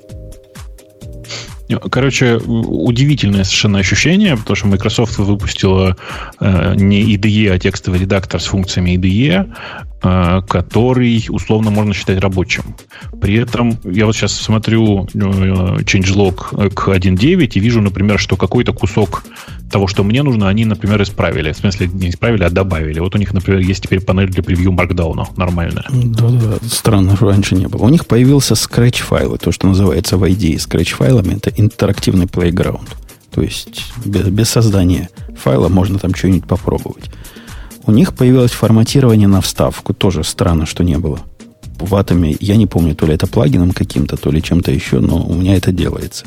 Короче, удивительное совершенно ощущение, потому что Microsoft выпустила э, не ай ди и, а текстовый редактор с функциями ай ди и, э, который условно можно считать рабочим. При этом я вот сейчас смотрю э, changelog к один точка девять и вижу, например, что какой-то кусок того, что мне нужно, они, например, исправили. В смысле, не исправили, а добавили. Вот у них, например, есть теперь панель для превью Markdown нормальная. Да-да, странно, что раньше не было. У них появился scratch-файлы, то, что называется в ай ди и scratch-файлами, это интерактивный playground. То есть без, без создания файла можно там что-нибудь попробовать. У них появилось форматирование на вставку. Тоже странно, что не было. В Atom, я не помню, то ли это плагином каким-то, то ли чем-то еще, но у меня это делается.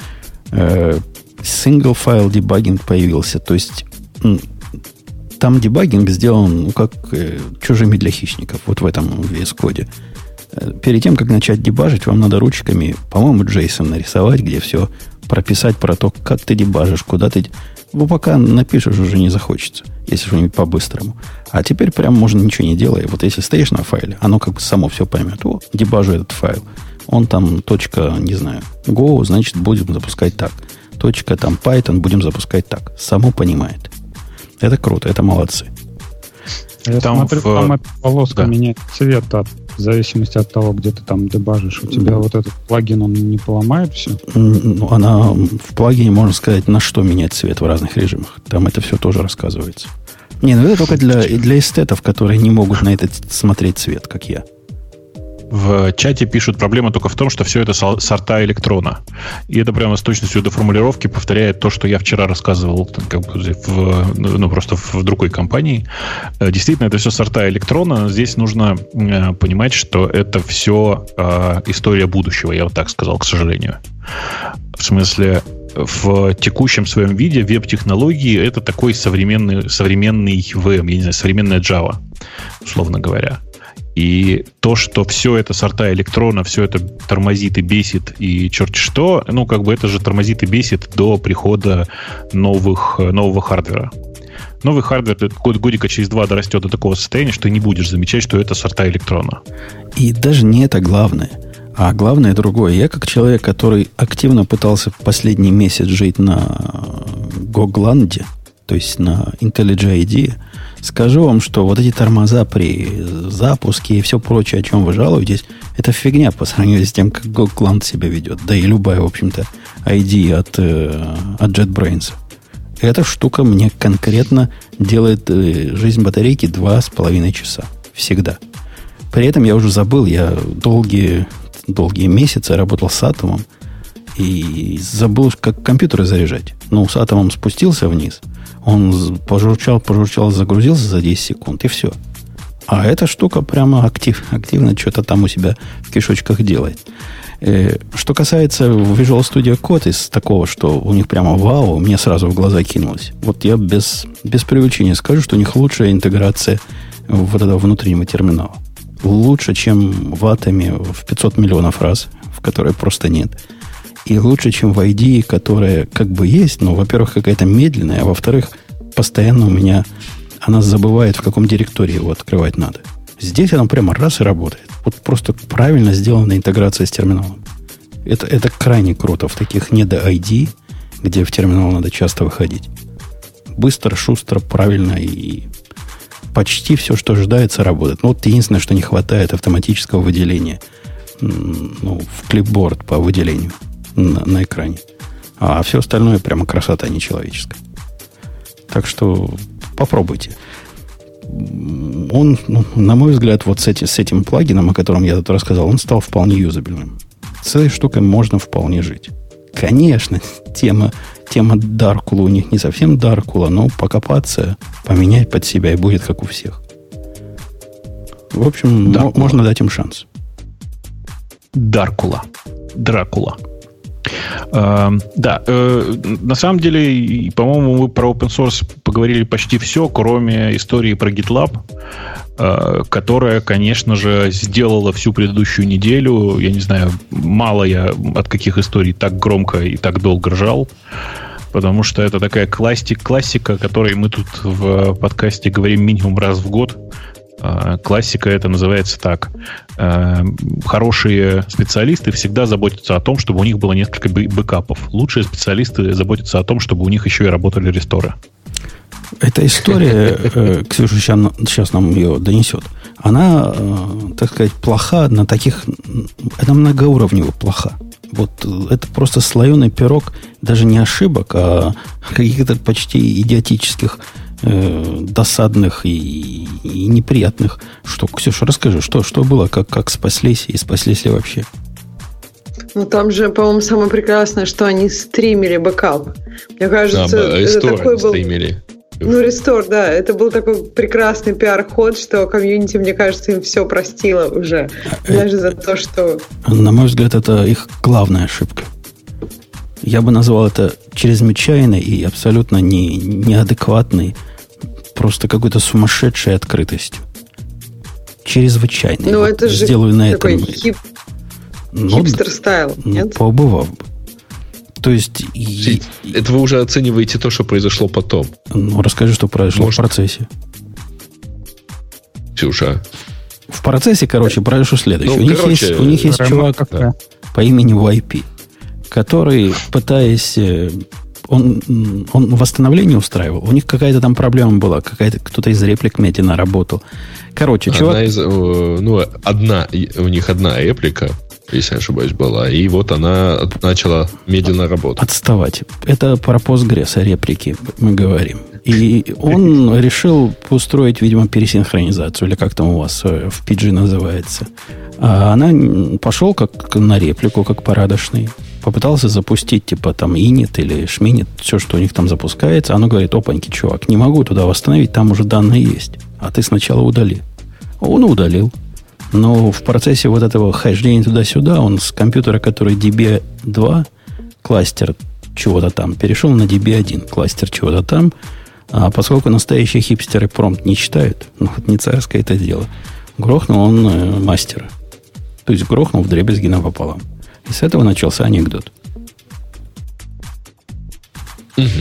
Single file debugging появился. То есть там дебагинг сделан, ну, как э, чужими для хищников. Вот в этом ви эс Code. Перед тем, как начать дебажить, вам надо ручками, по-моему, JSON нарисовать, где все прописать про то, как ты дебажишь, куда ты... Ну, пока напишешь, уже не захочется, если что-нибудь по-быстрому. А теперь прям можно ничего не делая. Вот если стоишь на файле, оно как бы само все поймет. О, дебажу этот файл. Он там точка, не знаю, Go, значит, будем запускать так. Точка там Python, будем запускать так. Само понимает. Это круто, это молодцы. Я там смотрю, в... там эта полоска да. меняет цвет от, в зависимости от того, где ты там дебажишь. У тебя вот этот плагин, он не поломает все? Ну, она в плагине, можно сказать, на что менять цвет в разных режимах. Там это все тоже рассказывается. Не, ну это только для, для эстетов, которые не могут на это смотреть цвет, как я. В чате пишут, проблема только в том, что все это сорта электрона. И это прямо с точностью до формулировки повторяет то, что я вчера рассказывал как бы в, ну, просто в другой компании. Действительно, это все сорта электрона. Здесь нужно понимать, что это все э, история будущего, я вот так сказал, к сожалению. В смысле, в текущем своем виде веб-технологии это такой современный, современный ви эм, я не знаю, современная Java, условно говоря. И то, что все это сорта электрона, все это тормозит и бесит, и черт что, ну, как бы это же тормозит и бесит до прихода новых, нового хардвера. Новый хардвер год, годика через два дорастет до такого состояния, что ты не будешь замечать, что это сорта электрона. И даже не это главное. А главное другое. Я как человек, который активно пытался последний месяц жить на Гогланде, то есть на IntelliJ ай ди, скажу вам, что вот эти тормоза при запуске и все прочее, о чем вы жалуетесь, это фигня по сравнению с тем, как Googleland себя ведет. Да и любая, в общем-то, ай ди от, э, от JetBrains. Эта штука мне конкретно делает э, жизнь батарейки два с половиной часа. Всегда. При этом я уже забыл, я долгие, долгие месяцы работал с Атомом и забыл, как компьютеры заряжать. Ну, с Атомом спустился вниз, он пожурчал, пожурчал, загрузился за десять секунд, и все. А эта штука прямо актив, активно что-то там у себя в кишочках делает. Э, что касается Visual Studio Code, из такого, что у них прямо вау, мне сразу в глаза кинулось. Вот я без, без преувеличения скажу, что у них лучшая интеграция вот этого внутреннего терминала. Лучше, чем в Атоме в пятьсот миллионов раз, в которой просто нет. И лучше, чем в ай ди и, которая как бы есть, но, во-первых, какая-то медленная, а во-вторых, постоянно у меня она забывает, в каком директории его открывать надо. Здесь она прямо раз и работает. Вот просто правильно сделана интеграция с терминалом. Это, это крайне круто в таких не до ай ди, где в терминал надо часто выходить. Быстро, шустро, правильно и почти все, что ожидается, работает. Ну, вот единственное, что не хватает автоматического выделения ну, в клипборд по выделению на, на экране. А все остальное прямо красота нечеловеческая. Так что попробуйте. Он, ну, на мой взгляд, вот с, эти, с этим плагином, о котором я тут рассказал, он стал вполне юзабельным. С этой штукой можно вполне жить. Конечно, тема, тема Даркула у них не совсем Даркула, но покопаться, поменять под себя и будет как у всех. В общем, м- можно дать им шанс. Даркула. Дракула. Э, да, э, на самом деле, по-моему, мы про open source поговорили почти все, кроме истории про GitLab, э, которая, конечно же, сделала всю предыдущую неделю. Я не знаю, мало я от каких историй так громко и так долго ржал, потому что это такая классик, классика, о которой мы тут в подкасте говорим минимум раз в год. Классика это называется так. Хорошие специалисты всегда заботятся о том, чтобы у них было несколько бэкапов. Лучшие специалисты заботятся о том, чтобы у них еще и работали ресторы. Эта история, Ксюша сейчас нам ее донесет, она, так сказать, плоха на таких... Это многоуровнево плоха. Вот это просто слоеный пирог даже не ошибок, а каких-то почти идиотических досадных и, и неприятных штук. Ксюша, расскажи, что, что было, как, как спаслись и спаслись ли вообще? Ну, там же, по-моему, самое прекрасное, что они стримили бэкап. Мне кажется, а, это такой был... стримили. Ну, рестор, да. Это был такой прекрасный пиар-ход, что комьюнити, мне кажется, им все простило уже. А даже это, за то, что... На мой взгляд, это их главная ошибка. Я бы назвал это чрезвычайной и абсолютно не, неадекватной, просто какой-то сумасшедшей открытостью. Чрезвычайной. Ну, вот это же сделаю на такой этом... хип... ну, хипстер-стайл, ну, нет? Побывал бы. То есть... И... Это вы уже оцениваете то, что произошло потом. Ну, расскажи, что произошло Может... в процессе. Ксюша. В процессе, короче, произошло следующее. Ну, у, них короче, есть, у них есть чувак да. по имени вай пи, который, пытаясь... Он, он восстановление устраивал. У них какая-то там проблема была. Какая-то, кто-то из реплик медленно работал. Короче, одна чувак... Из, ну, одна, у них одна реплика, если я ошибаюсь, была. И вот она начала медленно работать. Отставать. Это про Postgres, о реплике мы говорим. И он решил устроить, видимо, пересинхронизацию, или как там у вас в пи джи называется. А она пошел как на реплику, как порядочный. Попытался запустить, типа, там, инит или шминит, все, что у них там запускается. Оно говорит, опаньки, чувак, не могу туда восстановить, там уже данные есть. А ты сначала удали. Он удалил. Но в процессе вот этого хождения туда-сюда он с компьютера, который ди би два, кластер чего-то там, перешел на ди би один, кластер чего-то там. А поскольку настоящие хипстеры промпт не читают, ну, вот не царское это дело, грохнул он э, мастера. То есть грохнул вдребезги напополам. И с этого начался анекдот. Угу.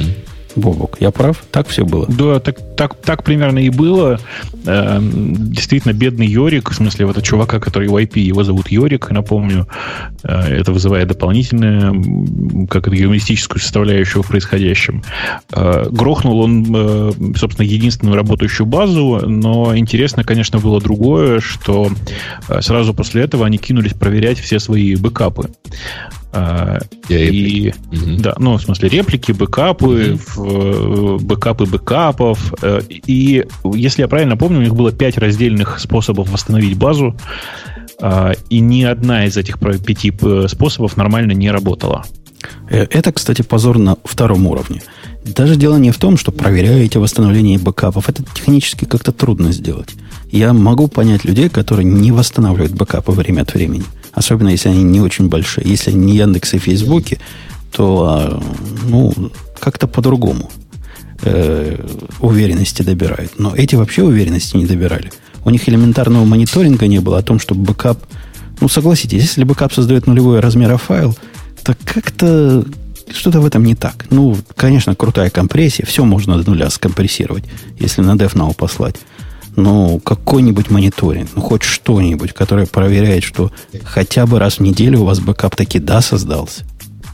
Бобок, я прав? Так все было? Да, так, так, так примерно и было. Э, действительно, бедный Йорик, в смысле, вот этого чувака, который в ай пи, его зовут Йорик, напомню. Э, это вызывает дополнительную, как это, юмористическую составляющую в происходящем. Э, грохнул он, э, собственно, единственную работающую базу, но интересно, конечно, было другое, что э, сразу после этого они кинулись проверять все свои бэкапы. Uh, и, угу. да, ну, в смысле, реплики, бэкапы, угу. бэкапы бэкапов. И, если я правильно помню, у них было пять раздельных способов восстановить базу, и ни одна из этих пяти способов нормально не работала. Это, кстати, позор на втором уровне. Даже дело не в том, что проверяете восстановление бэкапов. Это технически как-то трудно сделать. Я могу понять людей, которые не восстанавливают бэкапы время от времени. Особенно, если они не очень большие. Если не Яндекс и Фейсбуке, то ну, как-то по-другому э, уверенности добирают. Но эти вообще уверенности не добирали. У них элементарного мониторинга не было о том, что бэкап... Ну, согласитесь, если бэкап создает нулевой размера файл, то как-то что-то в этом не так. Ну, конечно, крутая компрессия, все можно до нуля скомпрессировать, если на DevNow послать. Ну, какой-нибудь мониторинг, ну, хоть что-нибудь, которое проверяет, что хотя бы раз в неделю у вас бэкап таки да создался.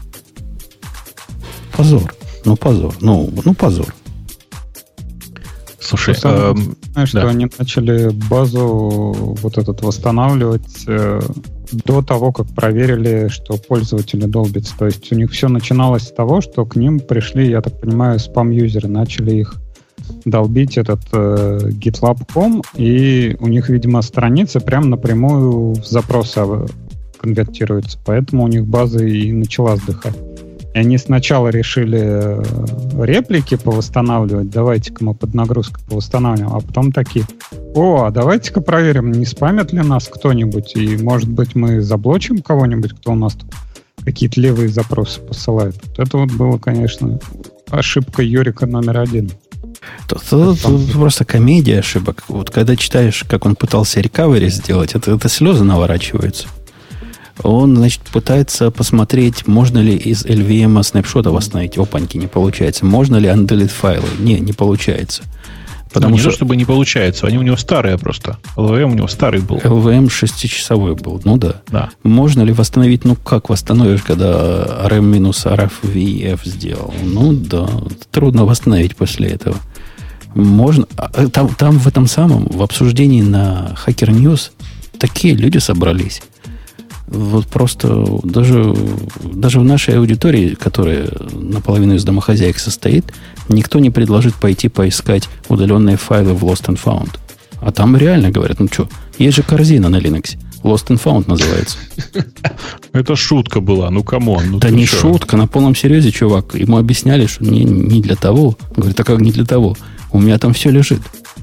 Позор. Ну, позор. Ну, ну позор. Слушай, э, знаешь, да. что они начали базу вот этот восстанавливать э, до того, как проверили, что пользователи долбятся. То есть у них все начиналось с того, что к ним пришли, я так понимаю, спам-юзеры, начали их долбить этот э, GitLab точка ком, и у них, видимо, страница прям напрямую в запросы конвертируется. Поэтому у них база и начала сдыхать. И они сначала решили э, реплики повосстанавливать, давайте-ка мы под нагрузкой повосстанавливаем, а потом такие, о, а давайте-ка проверим, не спамят ли нас кто-нибудь, и, может быть, мы заблочим кого-нибудь, кто у нас тут какие-то левые запросы посылает. Вот это вот было, конечно, ошибка Йорика номер один. Тут, тут, тут просто комедия ошибок. Вот когда читаешь, как он пытался рекавери сделать, это, это слезы наворачиваются. Он, значит, пытается посмотреть, можно ли из эл ви эм снапшота восстановить. Опаньки, не получается. Можно ли undelete файлы? Не, не получается. Потому ну, что... Не то, чтобы не получается. Они у него старые просто. эл ви эм у него старый был. эл ви эм шестичасовой был. Ну да. да. Можно ли восстановить? Ну, как восстановишь, когда ар эм-ар эф ви эф сделал? Ну да. Трудно восстановить после этого. Можно. Там, там в этом самом, в обсуждении на Hacker News такие люди собрались. Вот просто даже, даже в нашей аудитории, которая наполовину из домохозяек состоит, никто не предложит пойти поискать удаленные файлы в Lost and Found. А там реально говорят, ну что, есть же корзина на Linux. Lost and Found называется. Это шутка была, ну камон. Ну да не что? Шутка, на полном серьезе, чувак. Ему объясняли, что не, не для того. Он говорит, а как не для того? У меня там все лежит.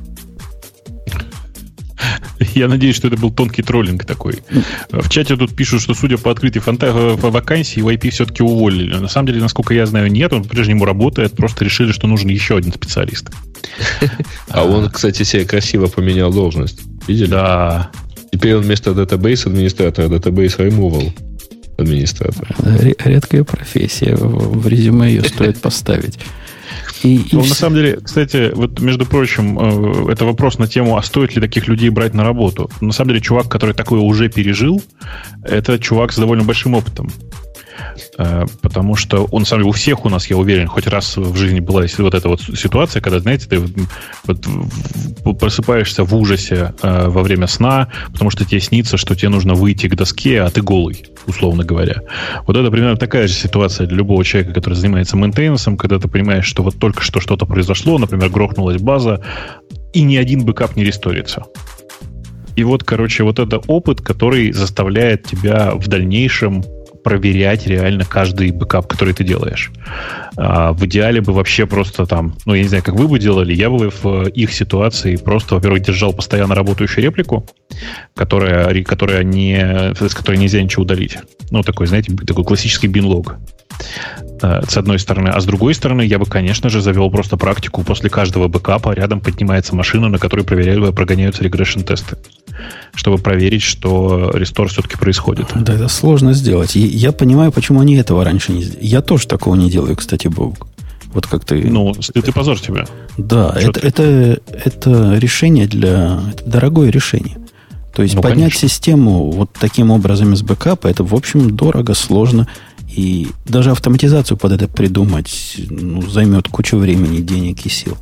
Я надеюсь, что это был тонкий троллинг такой. В чате тут пишут, что, судя по открытой фанта- вакансии, в ай пи все-таки уволили. На самом деле, насколько я знаю, нет. Он по-прежнему работает. Просто решили, что нужен еще один специалист. А он, кстати, себе красиво поменял должность. Видели? Да. Теперь он вместо database администратора database removal администратора. Редкая профессия. В резюме ее стоит поставить. И, и ну, все... на самом деле, кстати, вот, между прочим, э, это вопрос на тему, а стоит ли таких людей брать на работу. На самом деле, чувак, который такое уже пережил, это чувак с довольно большим опытом. Э, потому что, он, на самом деле, у всех у нас, я уверен, хоть раз в жизни была вот эта вот ситуация, когда, знаете, ты вот, вот, просыпаешься в ужасе э, во время сна, потому что тебе снится, что тебе нужно выйти к доске, а ты голый, условно говоря. Вот это примерно такая же ситуация для любого человека, который занимается мейнтейнансом, когда ты понимаешь, что вот только что что-то произошло, например, грохнулась база, и ни один бэкап не ресторится. И вот, короче, вот это опыт, который заставляет тебя в дальнейшем проверять реально каждый бэкап, который ты делаешь. А в идеале бы вообще просто там, ну, я не знаю, как вы бы делали, я бы в их ситуации просто, во-первых, держал постоянно работающую реплику, которая, которая не, с которой нельзя ничего удалить. Ну, такой, знаете, такой классический бинлог. С одной стороны. А с другой стороны, я бы, конечно же, завел просто практику. После каждого бэкапа рядом поднимается машина, на которой проверяют, прогоняются регрессион-тесты, чтобы проверить, что рестор все-таки происходит. Да, это сложно сделать. И я понимаю, почему они этого раньше не сделали. Я тоже такого не делаю, кстати, Бог. Вот как ты... Ну, стыд и позор тебе. Да, это, это, это решение для... Это дорогое решение. То есть ну, поднять конечно. Систему вот таким образом из бэкапа, это, в общем, дорого, сложно. И даже автоматизацию под это придумать ну, займет кучу времени, денег и сил.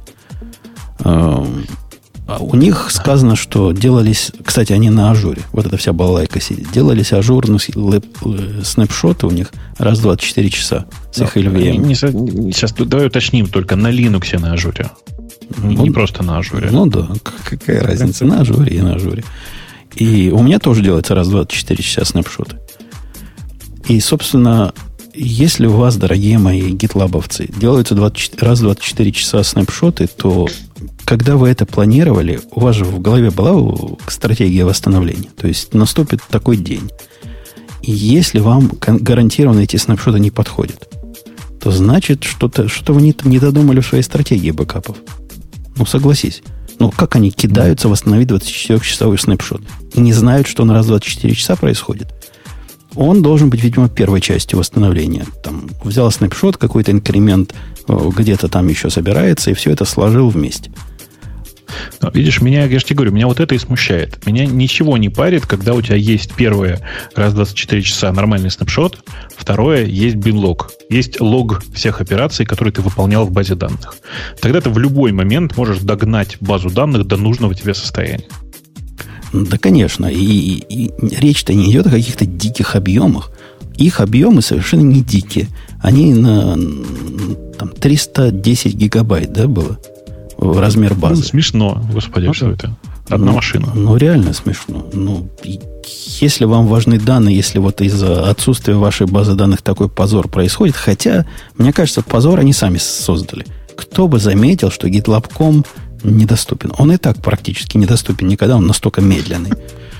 А у них сказано, что делались... Кстати, они на ажуре. Вот эта вся балалайка сидит. Делались ажурные снапшоты у них раз в двадцать четыре часа с их эл ви эм. Не, не, сейчас давай уточним только на Linux на ажуре. Ну, не просто на ажуре. Ну да, какая разница, на ажуре и на ажуре. И у меня тоже делается раз в двадцать четыре часа снапшоты. И, собственно, если у вас, дорогие мои гитлабовцы, делаются двадцать, раз в двадцать четыре часа снапшоты, то когда вы это планировали, у вас же в голове была стратегия восстановления. То есть наступит такой день. И если вам гарантированно эти снапшоты не подходят, то значит, что-то, что вы не, не додумали в своей стратегии бэкапов. Ну, согласись. Ну, как они кидаются восстановить двадцатичетырёхчасовой снапшот и не знают, что он раз в двадцать четыре часа происходит? Он должен быть, видимо, первой частью восстановления. Там взял снапшот, какой-то инкремент где-то там еще собирается, и все это сложил вместе. Но, видишь, меня, я же тебе говорю, меня вот это и смущает. Меня ничего не парит, когда у тебя есть первое, раз в двадцать четыре часа нормальный снапшот, второе, есть бинлог. Есть лог всех операций, которые ты выполнял в базе данных. Тогда ты в любой момент можешь догнать базу данных до нужного тебе состояния. Да, конечно. И, и, и речь-то не идет о каких-то диких объемах. Их объемы совершенно не дикие. Они на там, триста десять гигабайт, да, было? Размер базы. Ну, смешно, господи, ну, что это? Одна ну, машина. Ну, реально смешно. Ну, если вам важны данные, если вот из-за отсутствия вашей базы данных такой позор происходит, хотя, мне кажется, позор они сами создали. Кто бы заметил, что GitLab точка ком недоступен? Он и так практически недоступен никогда, он настолько медленный.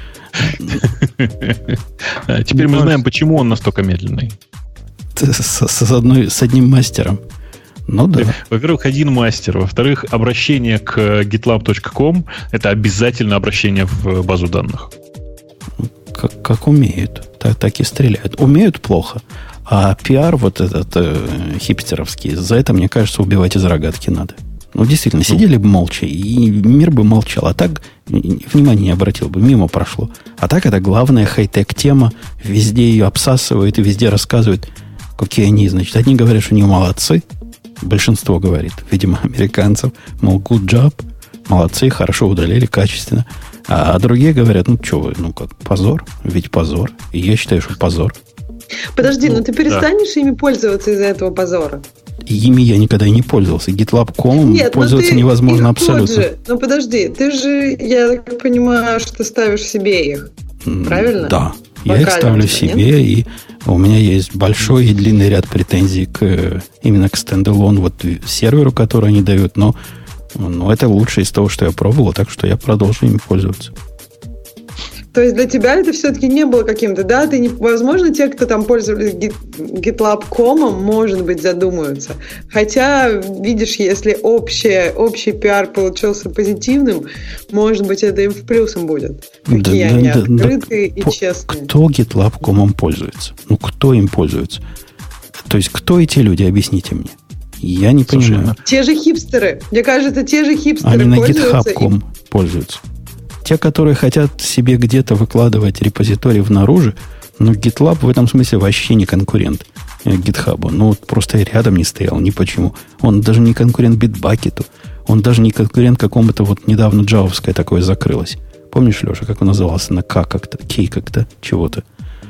Теперь мы знаем, почему он настолько медленный. С одним мастером. Ну да. Во-первых, один мастер. Во-вторых, обращение к GitLab точка ком это обязательно обращение в базу данных. Как, как умеют. Так, так и стреляют. Умеют плохо. А пиар вот этот э, хипстеровский, за это, мне кажется, убивать из рогатки надо. Ну, действительно, сидели бы молча, и мир бы молчал. А так внимания не обратил бы, мимо прошло. А так это главная хай-тек тема. Везде ее обсасывают и везде рассказывают, какие они, значит. Одни говорят, что они молодцы. Большинство говорит, видимо, американцев, мол, good job, молодцы, хорошо удалили, качественно. А другие говорят, ну, что вы, ну, как, позор, ведь позор. И я считаю, что позор. Подожди, ну, ну ты перестанешь да. ими пользоваться из-за этого позора? Ими я никогда и не пользовался. GitLab точка ком пользоваться ты, невозможно абсолютно. Же. Ну, подожди, ты же, я так понимаю, что ставишь себе их, правильно? Да, я их ставлю себе, нет? И у меня есть большой и длинный ряд претензий к, именно к стендалон, вот серверу, который они дают, но, но это лучшее из того, что я пробовал, так что я продолжу ими пользоваться. То есть для тебя это все-таки не было каким-то, да? Ты не, возможно, те, кто там пользовались GitLab точка ком, может быть, задумаются. Хотя, видишь, если общее, общий пиар получился позитивным, может быть, это им в плюсом будет. Какие да, они да, открытые да, и по, честные. Кто GitLab точка ком пользуется? Ну, кто им пользуется? То есть, кто эти люди? Объясните мне. Я не Слушай, понимаю. Те же хипстеры. Мне кажется, те же хипстеры они пользуются. Они на GitHub точка ком и... пользуются. Те, которые хотят себе где-то выкладывать репозиторий внаружи, ну, GitLab в этом смысле вообще не конкурент GitHub. Ну, просто рядом не стоял, ни почему. Он даже не конкурент Bitbucket. Он даже не конкурент какому-то вот недавно джавовское такое закрылось. Помнишь, Леша, как он назывался? На К как-то, Кей как-то, чего-то.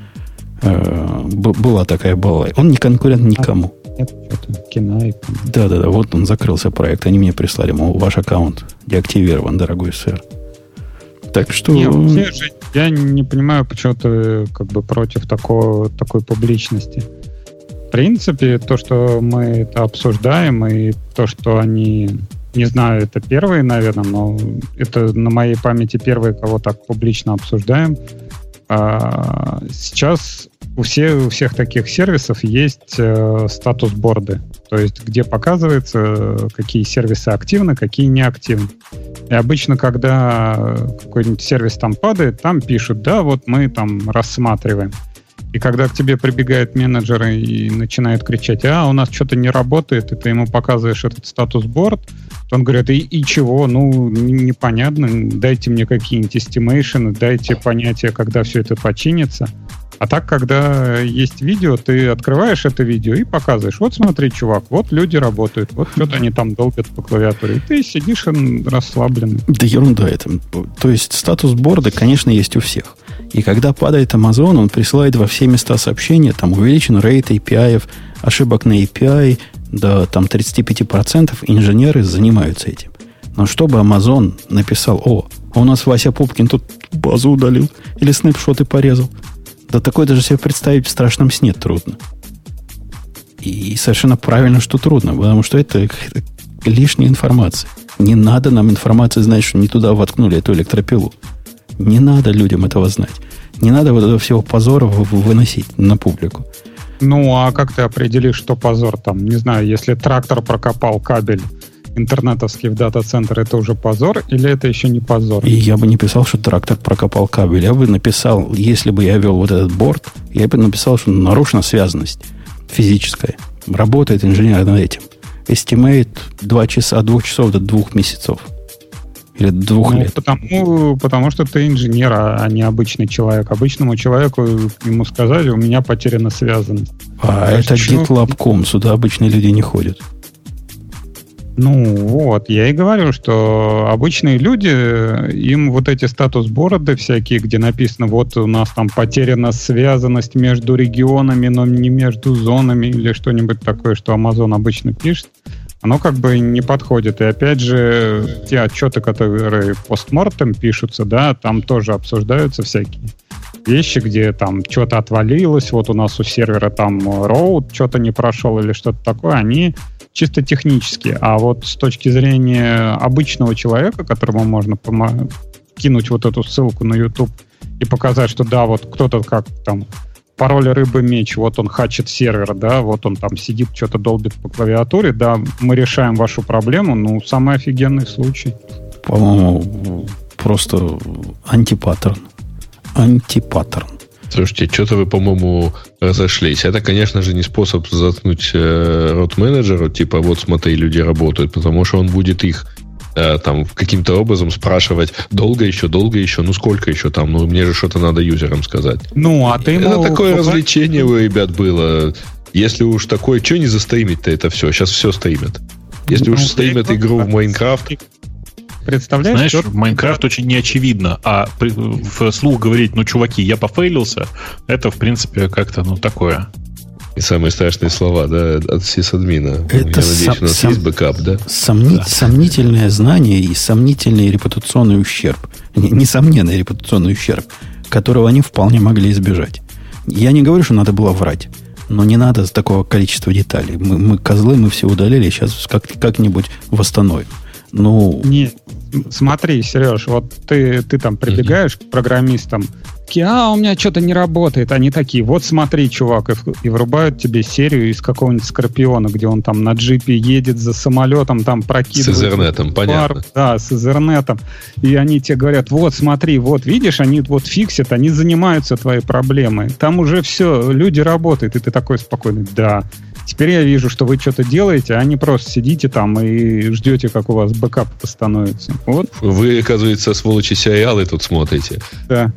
Была такая балай. Он не конкурент никому. Да-да-да, вот он закрылся проект. Они мне прислали, мол, ваш аккаунт деактивирован, дорогой сэр. Так что... Не, вообще же я не понимаю, почему ты как бы против такого, такой публичности. В принципе, то, что мы это обсуждаем, и то, что они, не знаю, это первые, наверное, но это на моей памяти первые, кого так публично обсуждаем. А сейчас у всех, у всех таких сервисов есть э, статус-борды, то есть где показывается, какие сервисы активны, какие не активны. И обычно, когда какой-нибудь сервис там падает, там пишут, да, вот мы там рассматриваем. И когда к тебе прибегают менеджеры и начинают кричать, а, у нас что-то не работает, и ты ему показываешь этот статус-борд, то он говорит, и, и чего? Ну, непонятно, дайте мне какие-нибудь эстимейшены, дайте понятие, когда все это починится. А так, когда есть видео, ты открываешь это видео и показываешь, вот смотри, чувак, вот люди работают, вот что-то они там долбят по клавиатуре, и ты сидишь расслабленный. Да ерунда это. То есть статус-борды, конечно, есть у всех. И когда падает Amazon, он присылает во все места сообщения, там увеличен рейт эй пи ай, ошибок на эй пи ай до там, тридцать пять процентов, инженеры занимаются этим. Но чтобы Amazon написал, о, а у нас Вася Пупкин тут базу удалил или снапшоты порезал, да такое даже себе представить в страшном сне трудно. И совершенно правильно, что трудно, потому что это лишняя информация. Не надо нам информации знать, что не туда воткнули эту электропилу. Не надо людям этого знать. Не надо вот этого всего позора выносить на публику. Ну, а как ты определишь, что позор там? Не знаю, если трактор прокопал кабель интернетовский в дата-центр, это уже позор или это еще не позор? И я бы не писал, что трактор прокопал кабель. Я бы написал, если бы я вел вот этот борд, я бы написал, что нарушена связанность физическая. Работает инженер над этим. Estimate два часа, от двух часов до двух месяцев. Или двух ну, лет. Потому, потому что ты инженер, а не обычный человек. Обычному человеку ему сказали, у меня потеряна связанность. А так это что... GitLab точка ком, сюда обычные люди не ходят. Ну вот, я и говорю, что обычные люди, им вот эти статус-борды всякие, где написано, вот у нас там потеряна связанность между регионами, но не между зонами или что-нибудь такое, что Amazon обычно пишет, оно как бы не подходит. И опять же, те отчеты, которые постмортем пишутся, да, там тоже обсуждаются всякие вещи, где там что-то отвалилось, вот у нас у сервера там роут что-то не прошел или что-то такое, они чисто технически. А вот с точки зрения обычного человека, которому можно пом- кинуть вот эту ссылку на YouTube и показать, что да, вот кто-то как там пароль рыба-меч, вот он хачит сервер, да, вот он там сидит, что-то долбит по клавиатуре, да, мы решаем вашу проблему, ну, самый офигенный случай. По-моему, просто антипаттерн. Антипаттерн. Слушайте, что-то вы, по-моему, разошлись. Это, конечно же, не способ заткнуть э, рот менеджеру, типа, вот смотри, люди работают, потому что он будет их э, там каким-то образом спрашивать, долго еще, долго еще, ну сколько еще там, ну мне же что-то надо юзерам сказать. Ну, а ты ему... Это такое развлечение у ребят было. Если уж такое, что не застримить-то это все? Сейчас все стримят. Если ну, уж стримят игру в Майнкрафт... Представляешь? Знаешь, что... в Майнкрафт очень неочевидно, а вслух говорить, ну, чуваки, я пофейлился, это, в принципе, как-то, ну, такое. И самые страшные слова, да, от сисадмина. Это Я надеюсь, сом... у нас сом... есть бэкап, да? Сомни... Да. Сомнительное знание и сомнительный репутационный ущерб. Несомненный репутационный ущерб, которого они вполне могли избежать. Я не говорю, что надо было врать, но не надо такого количества деталей. Мы, мы козлы, мы все удалили, сейчас как- как-нибудь восстановим. Ну... Не, смотри, Сереж, вот ты, ты там прибегаешь mm-hmm. к программистам, такие, а, у меня что-то не работает. Они такие, вот смотри, чувак, и, и врубают тебе серию из какого-нибудь Скорпиона, где он там на джипе едет за самолетом, там прокидывает. С Ethernet, понятно. Да, с Ethernet. И они тебе говорят, вот смотри, вот видишь, они вот фиксят, они занимаются твоей проблемой. Там уже все, люди работают. И ты такой спокойный, да. Теперь я вижу, что вы что-то делаете, а не просто сидите там и ждете, как у вас бэкап становится. Вот. Вы, оказывается, сволочи сериалы тут смотрите. Да.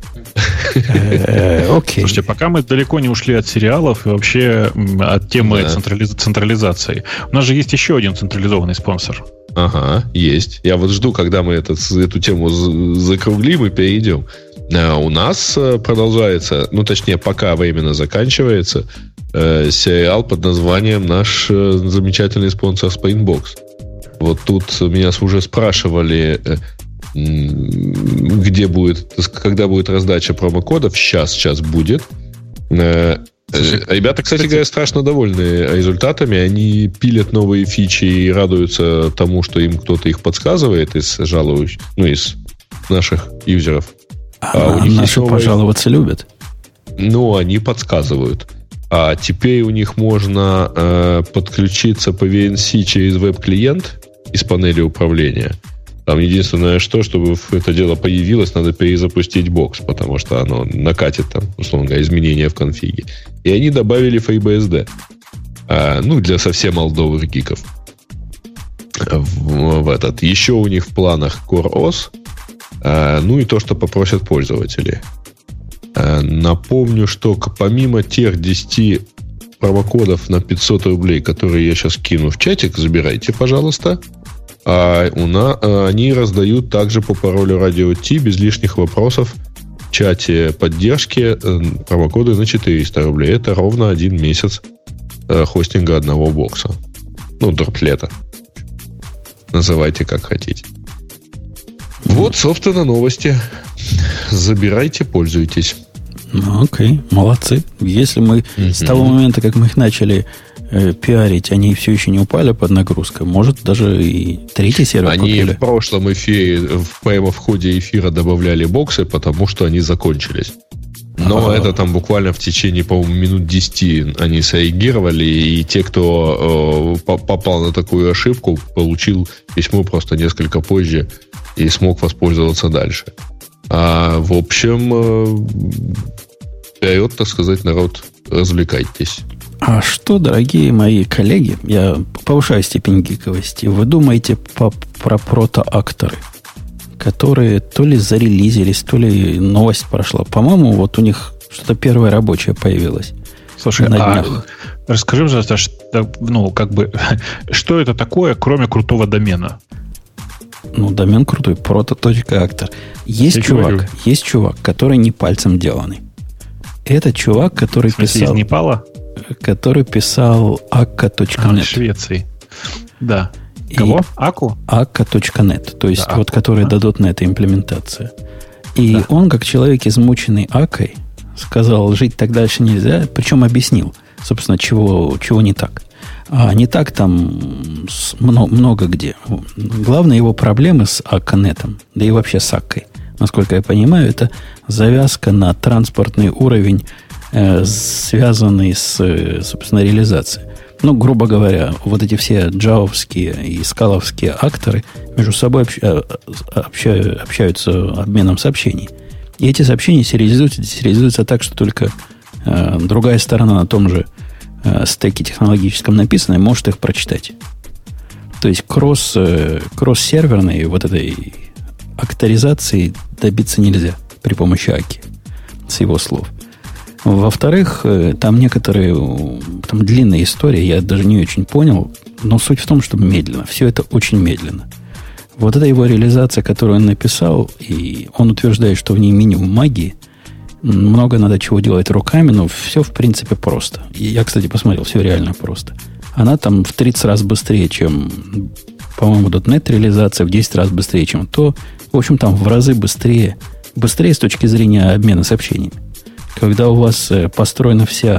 Окей. Слушайте, пока мы далеко не ушли от сериалов и вообще от темы централизации, у нас же есть еще один централизованный спонсор. Ага, есть. Я вот жду, когда мы этот, эту тему закруглим и перейдем. А у нас продолжается, ну, точнее, пока временно заканчивается э, сериал под названием наш э, замечательный спонсор Springbox. Вот тут меня уже спрашивали, э, где будет, когда будет раздача промокодов. Сейчас, сейчас будет. Э, Ребята, кстати говоря, страшно довольны результатами. Они пилят новые фичи и радуются тому, что им кто-то их подсказывает из жалующих, ну, из наших юзеров. А, а у них наши новые... пожаловаться любят? Ну, они подсказывают. А теперь у них можно э, подключиться по ви эн си через веб-клиент из панели управления Там единственное, что, чтобы это дело появилось, надо перезапустить бокс, потому что оно накатит там, условно говоря, изменения в конфиге. И они добавили FreeBSD. А, ну, для совсем олдовых гиков. В, в этот. Еще у них в планах CoreOS. А, ну и то, что попросят пользователи. А, напомню, что помимо тех десяти промокодов на пятьсот рублей, которые я сейчас кину в чатик, забирайте, пожалуйста. А у нас, они раздают также по паролю радио Ти без лишних вопросов в чате поддержки промокоды на четыреста рублей. Это ровно один месяц хостинга одного бокса. Ну, дротлета. Называйте как хотите. Вот, собственно, новости. Забирайте, пользуйтесь. Ну, окей, молодцы. Если мы mm-hmm. с того момента, как мы их начали э, пиарить, они все еще не упали под нагрузкой, может, даже и третий сервер они купили. В прошлом эфире, в, прямо в ходе эфира добавляли боксы, потому что они закончились. Но А-а-а. это там буквально в течение, по-моему, минут десяти они среагировали, и те, кто э, попал на такую ошибку, получил письмо просто несколько позже и смог воспользоваться дальше. А, в общем, вперед, так сказать, народ, развлекайтесь. А что, дорогие мои коллеги, я повышаю степень гиковости, вы думаете по, про протоакторы, которые то ли зарелизились, то ли новость прошла? По-моему, вот у них что-то первое рабочее появилось. Слушай, а расскажи, пожалуйста, что, ну, как бы, что это такое, кроме крутого домена? Ну, домен крутой, прото.актор. Есть чувак, говорю. есть чувак, который не пальцем деланный. Это чувак, который в смысле, писал... из Непала? Который писал акка точка нет. А, Швеции. Да. Кого? Аку? акка точка нет. То есть, да, вот Аку, который да. дадут на это имплементация. И да. он, как человек, измученный акой, сказал, жить так дальше нельзя. Причем объяснил, собственно, чего, чего не так. А не так там много, много где. Главная его проблемы с Аконетом, да и вообще с Аккой, насколько я понимаю, это завязка на транспортный уровень, э, связанный с, собственно, реализацией. Ну, грубо говоря, вот эти все джавовские и скаловские акторы между собой обща, обща, общаются обменом сообщений. И эти сообщения сериализуются, сериализуются так, что только э, другая сторона на том же стеке технологическом написано, может их прочитать. То есть кросс, кросс-серверной вот этой акторизации добиться нельзя при помощи Аки, с его слов. Во-вторых, там некоторые, там длинная история, я даже не очень понял, но суть в том, что медленно. Все это очень медленно. Вот эта его реализация, которую он написал, и он утверждает, что в ней минимум магии, много надо чего делать руками, но все, в принципе, просто. И я, кстати, посмотрел, все реально просто. Она там в тридцать раз быстрее, чем, по-моему, .дот нет реализация, в десять раз быстрее, чем то. В общем, там в разы быстрее. Быстрее с точки зрения обмена сообщениями. Когда у вас построена вся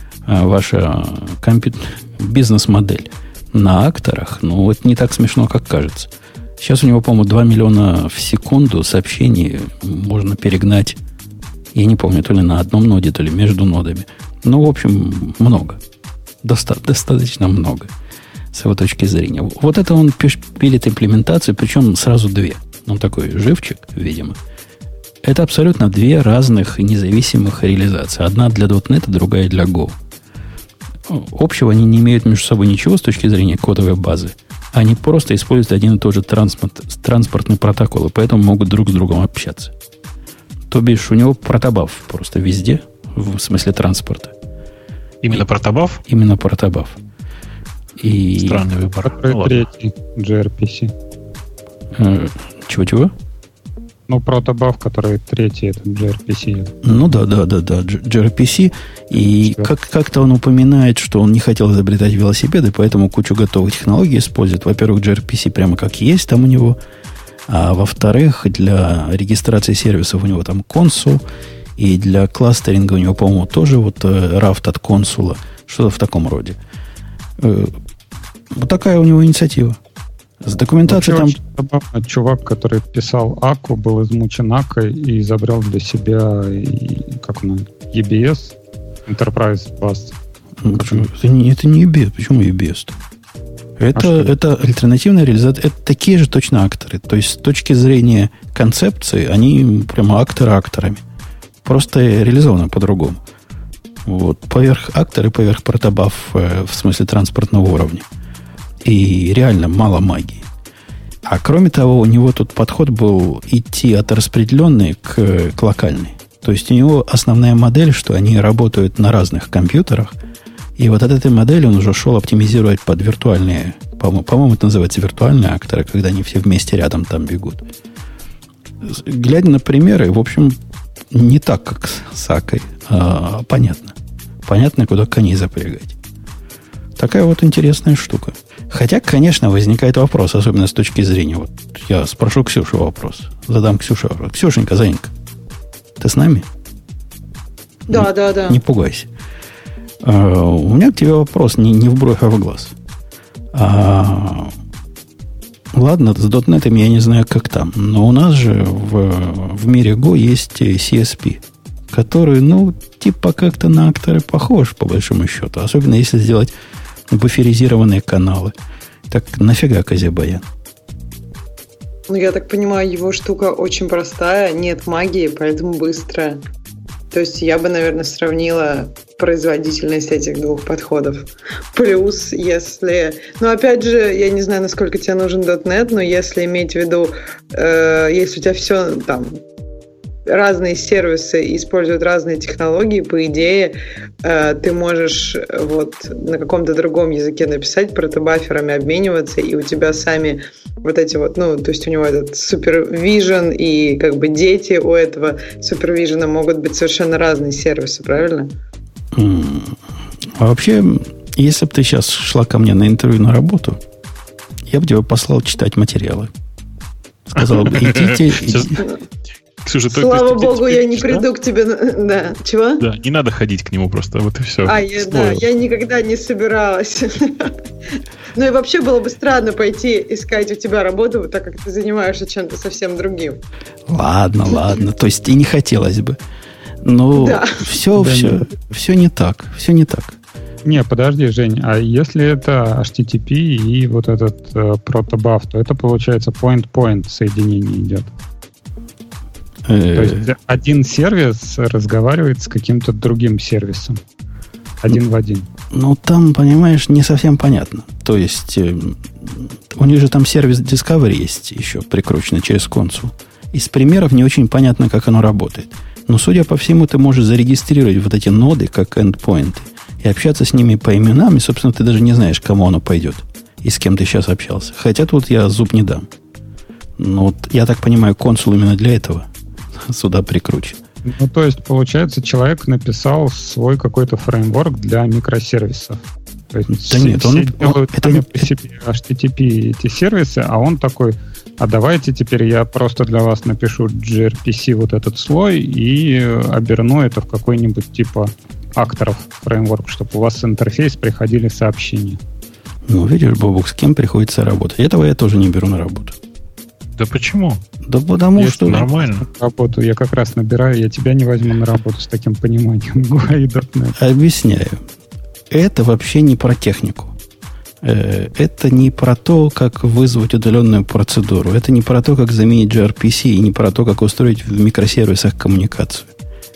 ваша компьютер... бизнес-модель на акторах, ну, это не так смешно, как кажется. Сейчас у него, по-моему, два миллиона в секунду сообщений можно перегнать. Я не помню, то ли на одном ноде, то ли между нодами. Ну, в общем, много. Доста- достаточно много с его точки зрения. Вот это он пилит имплементацию, причем сразу две. Он такой живчик, видимо. Это абсолютно две разных независимых реализации. Одна для .дот нет, другая для Go. Общего они не имеют между собой ничего с точки зрения кодовой базы. Они просто используют один и тот же транспорт, транспортный протокол, и поэтому могут друг с другом общаться. То бишь, у него протобаф просто везде, в смысле транспорта. Именно и, протобаф? Именно протобаф. И... Странный выбор. Ну, третий джи ар пи си. Э, чего-чего? Ну, протобаф, который третий, это джи ар пи си. Ну да, да, да, да, джи ар пи си. И как, как-то он упоминает, что он не хотел изобретать велосипеды, поэтому кучу готовых технологий использует. Во-первых, джи ар пи си прямо как есть там у него. А во-вторых, для регистрации сервисов у него там консул, и для кластеринга у него, по-моему, тоже вот рафт от консула, что-то в таком роде. Вот такая у него инициатива. С документацией там... Забавно, чувак, который писал Аку, был измучен Акой и изобрел для себя, и, как он, и би эс, Enterprise Bus. Ну, это, не, это не и би эс. Почему и би эс-то? Это, а это альтернативная реализация. Это такие же точно акторы. То есть с точки зрения концепции, они прямо акторы акторами. Просто реализовано по-другому. Вот. Поверх актора и поверх протобаф в смысле транспортного уровня. И реально мало магии. А кроме того, у него тут подход был идти от распределенной к, к локальной. То есть у него основная модель, что они работают на разных компьютерах. И вот от этой модели он уже шел оптимизировать под виртуальные, по-моему, по-моему, это называется виртуальные акторы, когда они все вместе рядом там бегут. Глядя на примеры, в общем, не так, как с Акой, а понятно. Понятно, куда коней запрягать. Такая вот интересная штука. Хотя, конечно, возникает вопрос, особенно с точки зрения. Вот я спрошу Ксюшу вопрос. Задам Ксюше вопрос. Ксюшенька, Занька, ты с нами? Да, не, да, да. Не пугайся. Uh, у меня к тебе вопрос не, не в бровь, а в глаз. Uh, ладно, с дотнетами я не знаю, как там. Но у нас же в, в мире Go есть си эс пи, который, ну, типа как-то на акторы похож, по большому счету. Особенно если сделать буферизированные каналы. Так нафига Казебаян? Ну, я так понимаю, его штука очень простая, нет магии, поэтому быстрая. То есть я бы, наверное, сравнила производительность этих двух подходов. Плюс, если... Ну, опять же, я не знаю, насколько тебе нужен .NET, но если иметь в виду, э, если у тебя все там... разные сервисы используют разные технологии, по идее, э, ты можешь вот на каком-то другом языке написать, протобаферами обмениваться, и у тебя сами вот эти вот, ну, то есть у него этот супервижен, и как бы дети у этого супервижена могут быть совершенно разные сервисы, правильно? А вообще, если бы ты сейчас шла ко мне на интервью на работу, я бы тебя послал читать материалы. Сказал бы, идите... Ксюша, слава ты, богу, ты, я не приду да? к тебе. Да, чего? Да, не надо ходить к нему просто, вот и все. А, я, да, я никогда не собиралась. Ну и вообще было бы странно пойти искать у тебя работу, так как ты занимаешься чем-то совсем другим. Ладно, ладно, то есть и не хотелось бы. Но да. все, да, все, нет. все не так, все не так. Не, подожди, Жень, а если это эйч ти ти пи и вот этот э, протобаф, то это получается point-point соединение идет. То есть один сервис разговаривает с каким-то другим сервисом. Один в один. Ну, там, понимаешь, не совсем понятно. То есть, э, у них же там сервис Discovery есть еще прикрученный через консул. Из примеров не очень понятно, как оно работает. Но, судя по всему, ты можешь зарегистрировать вот эти ноды как эндпоинты и общаться с ними по именам, и, собственно, ты даже не знаешь, кому оно пойдет и с кем ты сейчас общался. Хотя тут я зуб не дам. Но вот, я так понимаю, консул именно для этого сюда прикручен. Ну, то есть, получается, человек написал свой какой-то фреймворк для микросервисов. То есть, да нет, он, делают он, это не по себе эйч ти ти пи эти сервисы, а он такой, а давайте теперь я просто для вас напишу джи ар пи си вот этот слой и оберну это в какой-нибудь типа акторов фреймворк, чтобы у вас с интерфейс приходили сообщения. Ну, видишь, Бобук, с кем приходится работать. Этого я тоже не беру на работу. Да почему? Да потому Есть что... Нормально. Работу я как раз набираю, я тебя не возьму на работу с таким пониманием. Объясняю. Это вообще не про технику. Это не про то, как вызвать удаленную процедуру. Это не про то, как заменить джи ар пи си, и не про то, как устроить в микросервисах коммуникацию.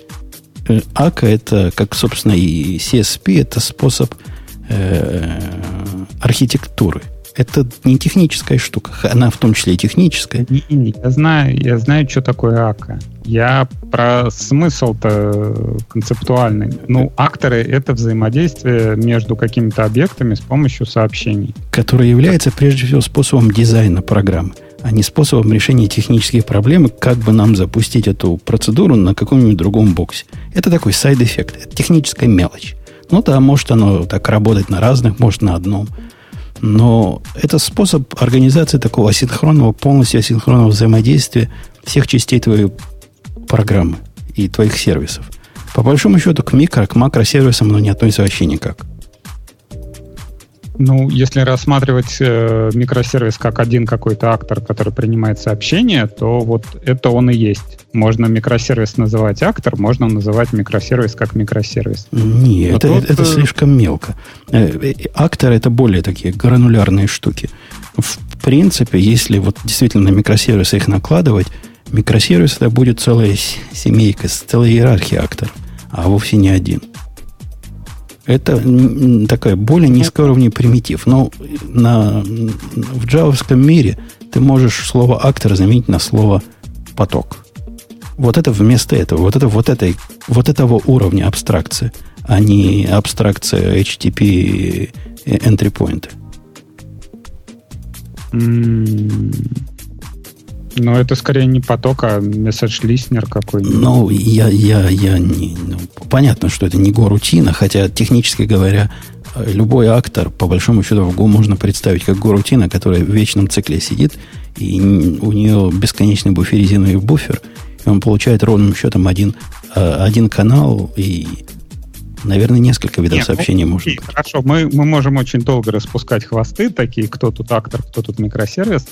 Ака это, как, собственно, и си эс пи, это способ э, архитектуры. Это не техническая штука. Она в том числе и техническая. Не, не, я знаю, я знаю, что такое Ака. Я про смысл-то концептуальный. Ну, акторы — это взаимодействие между какими-то объектами с помощью сообщений. Которое является, прежде всего, способом дизайна программы, а не способом решения технических проблем, как бы нам запустить эту процедуру на каком-нибудь другом боксе. Это такой сайд-эффект. Это техническая мелочь. Ну да, может оно так работать на разных, может на одном. Но это способ организации такого асинхронного, полностью асинхронного взаимодействия всех частей твоей программы и твоих сервисов. По большому счету, к микро, к макросервисам оно не относится вообще никак. Ну, если рассматривать э, микросервис как один какой-то актор, который принимает сообщение, то вот это он и есть. Можно микросервис называть актор, можно называть микросервис как микросервис. Нет, это, тут... это слишком мелко. Акторы — это более такие гранулярные штуки. В принципе, если вот действительно на микросервисы их накладывать, микросервис — это будет целая семейка, целая иерархия акторов, а вовсе не один. Это такая более низкоуровневый примитив. Но на, в джавовском мире ты можешь слово «актор» заменить на слово «поток». Вот это вместо этого, вот это вот этой, вот этого уровня абстракции, а не абстракция эйч ти ти пи entry point. Mm. Но это скорее не поток, а месседж-листнер какой-нибудь. Ну, я, я, я не... Ну, понятно, что это не горутина, хотя, технически говоря, любой актор, по большому счету, в Go можно представить как горутина, которая в вечном цикле сидит, и у нее бесконечный буферизиновый буфер, и он получает ровным счетом один, один канал и, наверное, несколько видов Нет, сообщений ну, может быть. Хорошо, мы, мы можем очень долго распускать хвосты, такие, кто тут актор, кто тут микросервис.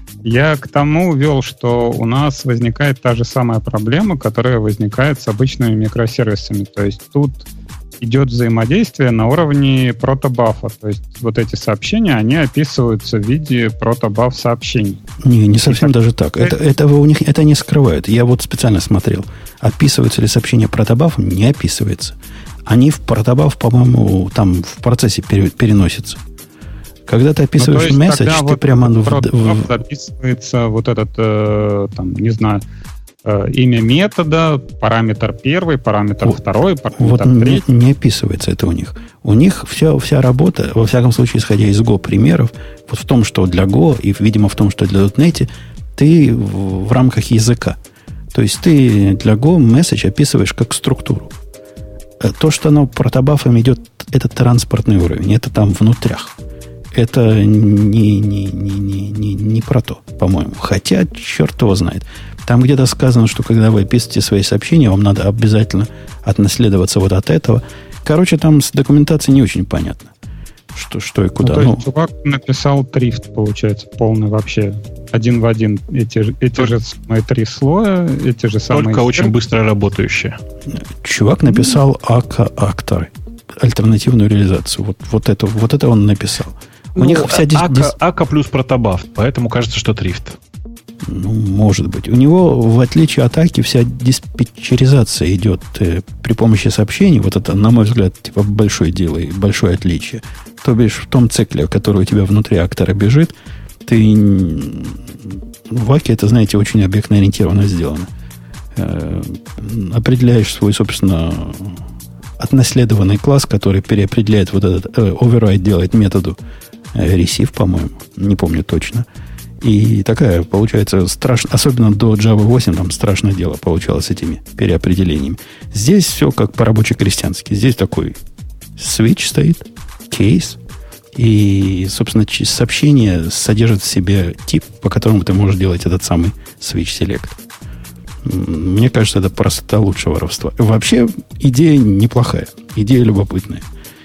Я к тому вел, что у нас возникает та же самая проблема, которая возникает с обычными микросервисами. То есть тут идет взаимодействие на уровне протобафа. То есть вот эти сообщения, они описываются в виде протобаф сообщений. Не, не совсем так, даже так. Это, этого у них это не скрывают. Я вот специально смотрел. Описываются ли сообщения протобафом? Не описывается. Они в протобаф, по-моему, там в процессе пере, переносятся. Когда ты описываешь ну, месседж, ты вот прямо... В, в... записывается вот этот, э, там, не знаю, э, имя метода, параметр первый, параметр вот, второй, параметр вот третий. Не, не описывается это у них. У них вся, вся работа, во всяком случае, исходя из Go примеров, вот в том, что для Go, и, видимо, в том, что для .дот нет, ты в, в рамках языка. То есть ты для Go месседж описываешь как структуру. То, что оно протобафом идет, это транспортный уровень, это там внутрях. Это не, не, не, не, не, не про то, по-моему. Хотя, черт его знает. Там где-то сказано, что когда вы пишете свои сообщения, вам надо обязательно отнаследоваться вот от этого. Короче, там с документацией не очень понятно, что, что и куда. Ну, то есть, ну, чувак написал трифт, получается, полный вообще. Один в один. Эти, эти же самые три слоя, эти же самые... Только очень быстро работающие. Чувак написал ака-акторы. Альтернативную реализацию. Вот, вот, это, вот это он написал. У ну, них вся ака, дис... ака плюс протобаф, поэтому кажется, что трифт. Ну, может быть. У него, в отличие от Аки, вся диспетчеризация идет э, при помощи сообщений. Вот это, на мой взгляд, типа большое дело и большое отличие. То бишь, в том цикле, который у тебя внутри актора бежит, ты в Аке это, знаете, очень объектно ориентированно сделано. Э, определяешь свой, собственно, отнаследованный класс, который переопределяет вот этот э, override, делает методу receive, по-моему, не помню точно. И такая, получается, страшно, особенно до Java восемь, там страшное дело получалось с этими переопределениями. Здесь все как по-рабоче-крестьянски. Здесь такой switch стоит, кейс, и, собственно, сообщение содержит в себе тип, по которому ты можешь делать этот самый switch select. Мне кажется, это простота лучшего воровства. Вообще, идея неплохая, идея любопытная.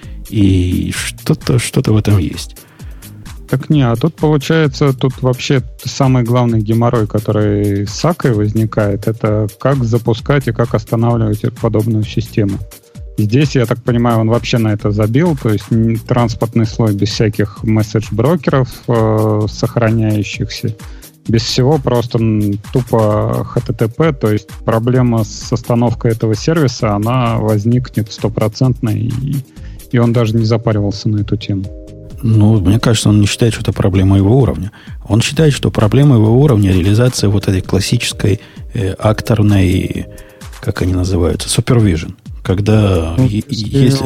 И что-то, что-то в этом есть. Так не, а тут получается, тут вообще самый главный геморрой, который с Акой возникает, это как запускать и как останавливать подобную систему. Здесь, я так понимаю, он вообще на это забил, то есть транспортный слой без всяких месседж-брокеров э, сохраняющихся, без всего, просто тупо эйч ти ти пи, то есть проблема с остановкой этого сервиса, она возникнет стопроцентно, и, и он даже не запаривался на эту тему. Ну, мне кажется, он не считает, что это проблема его уровня. Он считает, что проблема его уровня реализация вот этой классической э, акторной, как они называются, supervision. Когда ну, е- если...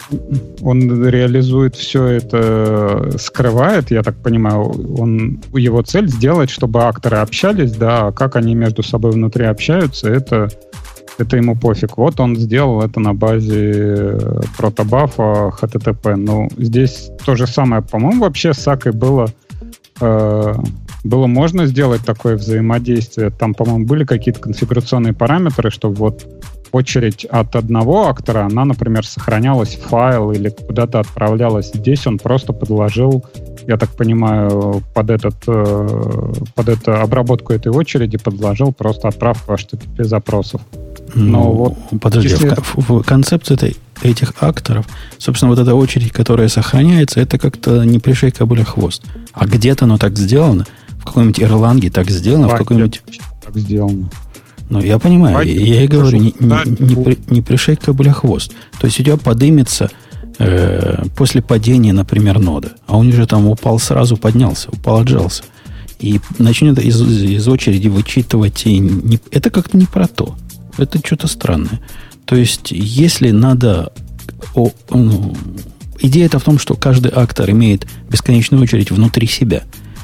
он реализует все это, скрывает, я так понимаю, он, его цель сделать, чтобы акторы общались, да, а как они между собой внутри общаются, это, это ему пофиг. Вот он сделал это на базе протобафа эйч ти ти пи. Ну, здесь то же самое, по-моему, вообще с Акой было. Э, было можно сделать такое взаимодействие. Там, по-моему, были какие-то конфигурационные параметры, чтобы вот очередь от одного актора, она, например, сохранялась в файл или куда-то отправлялась. Здесь он просто подложил, я так понимаю, под, этот, под эту обработку этой очереди подложил просто отправку эйч ти ти пи запросов. Но ну, вот подожди, если... в, в концепции этой, этих акторов, собственно, вот эта очередь, которая сохраняется, это как-то не пришей кобыле хвост. А где-то оно так сделано, в какой-нибудь Erlang так сделано, Ваки в какой-нибудь... так сделано. Ну, я понимаю, Ваки, я и говорю, не, не, да, не, при, не пришей кобыле хвост. То есть у тебя подымется э, после падения, например, нода, а он уже там упал сразу, поднялся, упал, отжался. И начнет из, из очереди вычитывать. И не, это как-то не про то. Это что-то странное. То есть, если надо... О, ну, идея-то в том, что каждый актор имеет бесконечную очередь внутри себя.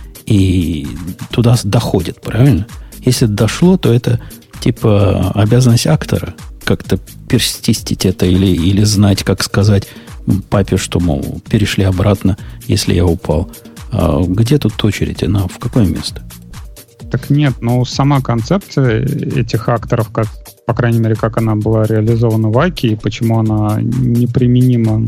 И туда доходит, правильно? Если дошло, то это типа обязанность актора как-то перстистить это или, или знать, как сказать папе, что, мол, перешли обратно, если я упал. А где тут очередь? Она в какое место? Так нет, ну сама концепция этих акторов, как, по крайней мере, как она была реализована в Аки, и почему она неприменима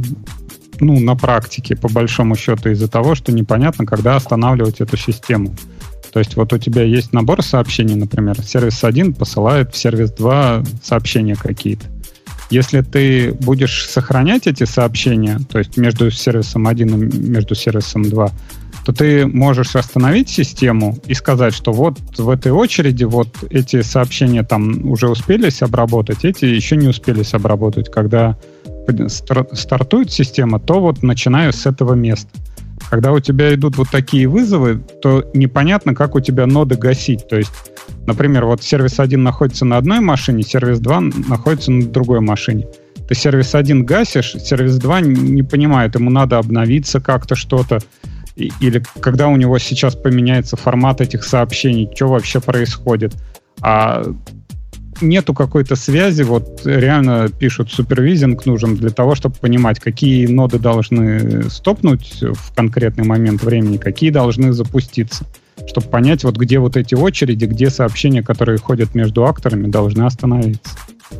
ну, на практике, по большому счету, из-за того, что непонятно, когда останавливать эту систему. То есть вот у тебя есть набор сообщений, например, сервис один посылает в сервис два сообщения какие-то. Если ты будешь сохранять эти сообщения, то есть между сервисом один и между сервисом два, то ты можешь остановить систему и сказать, что вот в этой очереди вот эти сообщения там уже успелись обработать, эти еще не успелись обработать. Когда стартует система, то вот начинаю с этого места. Когда у тебя идут вот такие вызовы, то непонятно, как у тебя ноды гасить. То есть, например, вот сервис один находится на одной машине, сервис два находится на другой машине. Ты сервис один гасишь, сервис два не понимает, ему надо обновиться как-то что-то. Или когда у него сейчас поменяется формат этих сообщений, что вообще происходит. А нету какой-то связи, вот реально пишут, супервизинг нужен для того, чтобы понимать, какие ноды должны стопнуть в конкретный момент времени, какие должны запуститься, чтобы понять, вот где вот эти очереди, где сообщения, которые ходят между акторами, должны остановиться.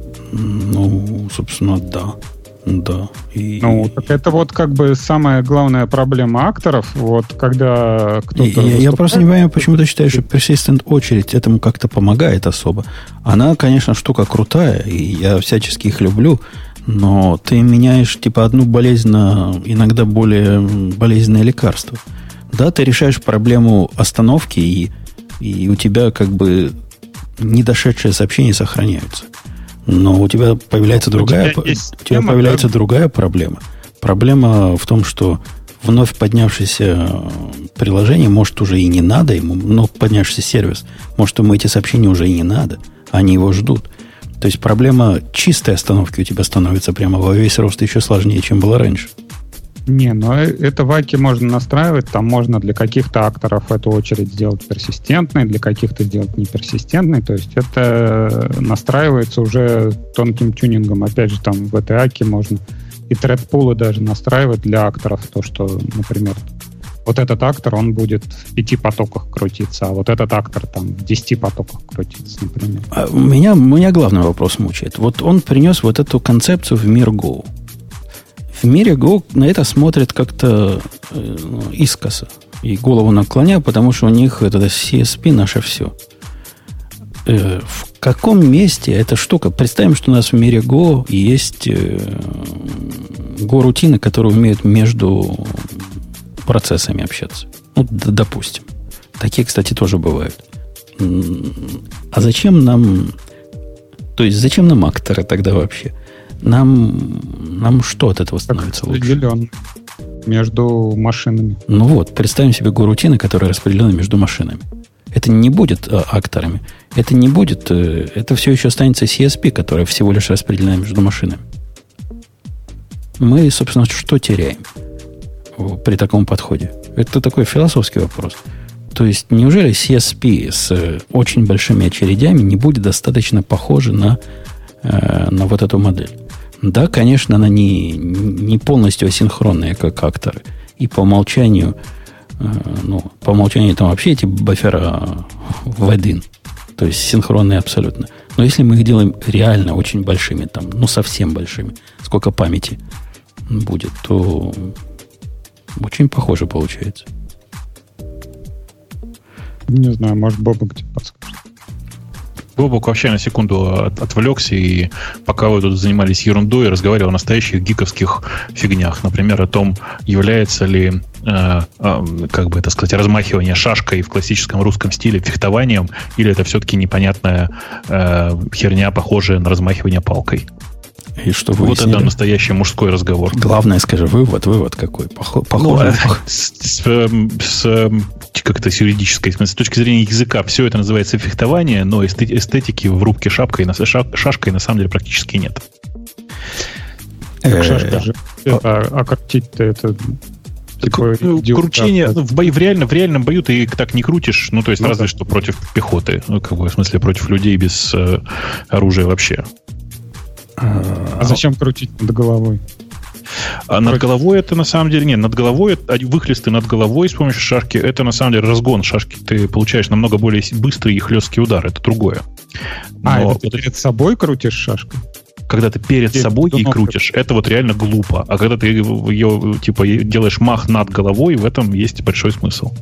Ну, собственно, да. Да. И... Ну, так это вот как бы самая главная проблема акторов, вот когда кто-то... Я, выступает... я просто не понимаю, почему ты считаешь, что persistent очередь этому как-то помогает особо. Она, конечно, штука крутая, и я всячески их люблю, но ты меняешь типа одну болезнь на иногда более болезненное лекарство. Да, ты решаешь проблему остановки, и, и у тебя как бы недошедшие сообщения сохраняются. Но у тебя появляется ну, другая, у тебя, у тебя появляется да? другая проблема. Проблема в том, что вновь поднявшееся приложение, может, уже и не надо ему, но поднявшийся сервис, может, ему эти сообщения уже и не надо, они его ждут. То есть проблема чистой остановки у тебя становится прямо во весь рост еще сложнее, чем было раньше. Не, ну это в Аки можно настраивать, там можно для каких-то акторов эту очередь сделать персистентной, для каких-то сделать неперсистентной, то есть это настраивается уже тонким тюнингом. Опять же, там в этой Аки можно и thread-пулы даже настраивать для акторов, то, что, например, вот этот актор, он будет в пяти потоках крутиться, а вот этот актор там в десяти потоках крутиться, например. А меня, меня главный вопрос мучает. Вот он принес вот эту концепцию в мир Go. В мире Go на это смотрят как-то э, искоса и голову наклоняя, потому что у них это си эс пи наше все. Э, в каком месте эта штука? Представим, что у нас в мире Go есть э, Go-рутины, которые умеют между процессами общаться. Ну, д- допустим. Такие, кстати, тоже бывают. А зачем нам... То есть, зачем нам акторы тогда вообще? Нам, нам что от этого становится лучше? Распределен между машинами. Ну вот, представим себе Go-рутины, которые распределены между машинами. Это не будет а, акторами. Это не будет... Э, это все еще останется си эс пи, которая всего лишь распределена между машинами. Мы, собственно, что теряем при таком подходе? Это такой философский вопрос. То есть, неужели си эс пи с очень большими очередями не будет достаточно похожа на, э, на вот эту модель? Да, конечно, она не, не полностью асинхронная, как акторы. И по умолчанию Ну, по умолчанию там вообще эти буфера в один. То есть синхронные абсолютно. Но если мы их делаем реально очень большими, там, ну совсем большими, сколько памяти будет, то очень похоже получается. Не знаю, может, Бобок тебе подскажет. Бобок вообще на секунду от, отвлекся, и пока вы тут занимались ерундой, разговаривал о настоящих гиковских фигнях. Например, о том, является ли, э, э, как бы это сказать, размахивание шашкой в классическом русском стиле фехтованием, или это все-таки непонятная э, херня, похожая на размахивание палкой. И что вот это настоящий мужской разговор. Главное, скажи, вывод, вывод какой? Похоже. Ну, с, с, с, как-то с юридической, с точки зрения языка, все это называется фехтование, но эстетики в рубке шапкой, шашкой на самом деле практически нет. А крутить-то это... Кручение в, бою, в, реально, в реальном бою ты так не крутишь, ну, то есть, ну, разве да. что против пехоты, ну, как бы, в смысле, против людей без э, оружия вообще. А зачем крутить над головой? А над головой это на самом деле... Нет, над головой, выхлесты над головой с помощью шашки, это на самом деле разгон шашки. Ты получаешь намного более быстрый и хлесткий удар. Это другое. Но а, это ты вот перед собой крутишь шашкой? Когда ты перед Здесь собой и крутишь, это вот реально глупо. А когда ты ее, типа, делаешь мах над головой, в этом есть большой смысл.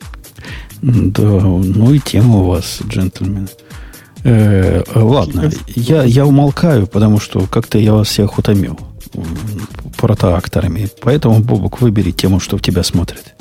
Да, ну и тема у вас, джентльмены. Э, ладно, я, я умолкаю, потому что как-то я вас всех утомил протоакторами. Поэтому, Бобок, выбери тему, что в тебя смотрит.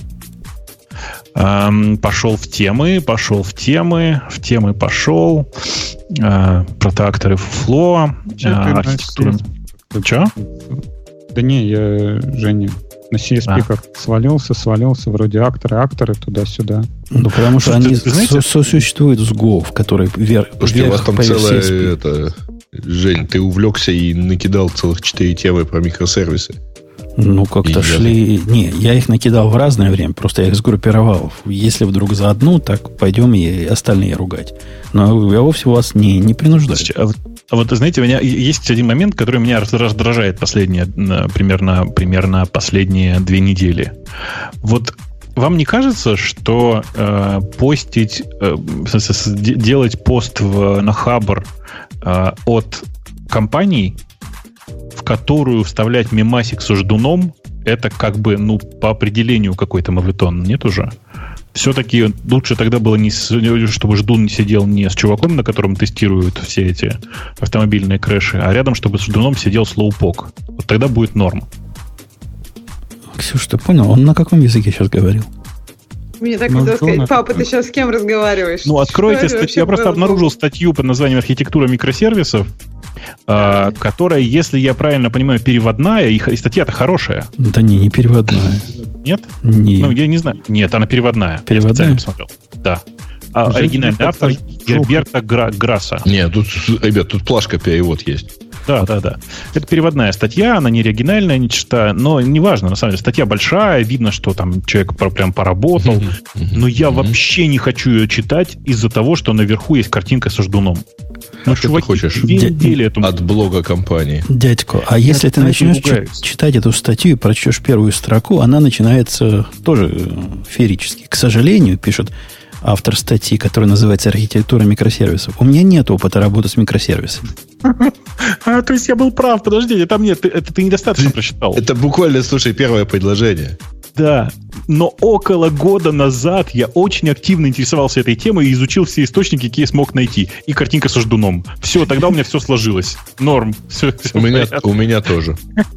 Эм, пошел в темы, пошел в темы, в темы пошел. Э, протоакторы Фло. Э, архитектура. Че? Да не, я, Женя, на си эс пи а. как свалился, свалился, вроде акторы, акторы, туда-сюда. Ну, потому что, что они со- сосуществуют с Go, в которой вверх, Слушайте, вверх у вас там целая... Это, Жень, ты увлекся и накидал целых четыре темы про микросервисы. Ну, как-то и шли... Я... Не, я их накидал в разное время, просто я их сгруппировал. Если вдруг за одну, так пойдем и остальные ругать. Но я вовсе вас не, не принуждаю. А вот, а вот, знаете, у меня есть один момент, который меня раздражает последние, примерно, примерно последние две недели. Вот вам не кажется, что э, постить, э, делать пост в, на Хабр э, от компаний, в которую вставлять мемасик со ждуном, это как бы, ну, по определению какой-то мавитон, нет уже? Все-таки лучше тогда было, не с, чтобы ждун не сидел не с чуваком, на котором тестируют все эти автомобильные крэши, а рядом, чтобы с ждуном сидел слоупок. Вот тогда будет норм. Ксюш, ты понял? Он на каком языке сейчас говорил? Мне так хотелось сказать, папа, ты сейчас с кем разговариваешь? Ну, откройте статью. Я просто обнаружил статью под названием «Архитектура микросервисов», а, которая, если я правильно понимаю, переводная, и, и статья-то хорошая. Да не, не переводная. Нет? Нет. Ну, я не знаю. Нет, она переводная. Переводная? Я посмотрел. Да. А, оригинальный автор Герберто Гра- Грасса. Нет, тут, ребят, тут плашка перевод есть. Да, да, да. Это переводная статья, она не оригинальная, не читаю, но неважно, на самом деле. Статья большая, видно, что там человек прям поработал, но я вообще не хочу ее читать из-за того, что наверху есть картинка со ждуном. Ну, что ты хочешь? Эту... От блога компании. Дядько, а если я, ты начнешь ч- читать эту статью и прочтешь первую строку, она начинается тоже феерически. К сожалению, пишет автор статьи, которая называется «Архитектура микросервисов». У меня нет опыта работы с микросервисами. А, то есть я был прав, подожди, там нет, это ты недостаточно прочитал. Это буквально, слушай, первое предложение. Да, но около года назад я очень активно интересовался этой темой и изучил все источники, какие смог найти. И картинка со ждуном. Все, тогда у меня все сложилось. Норм. Все, все у, меня, у меня тоже.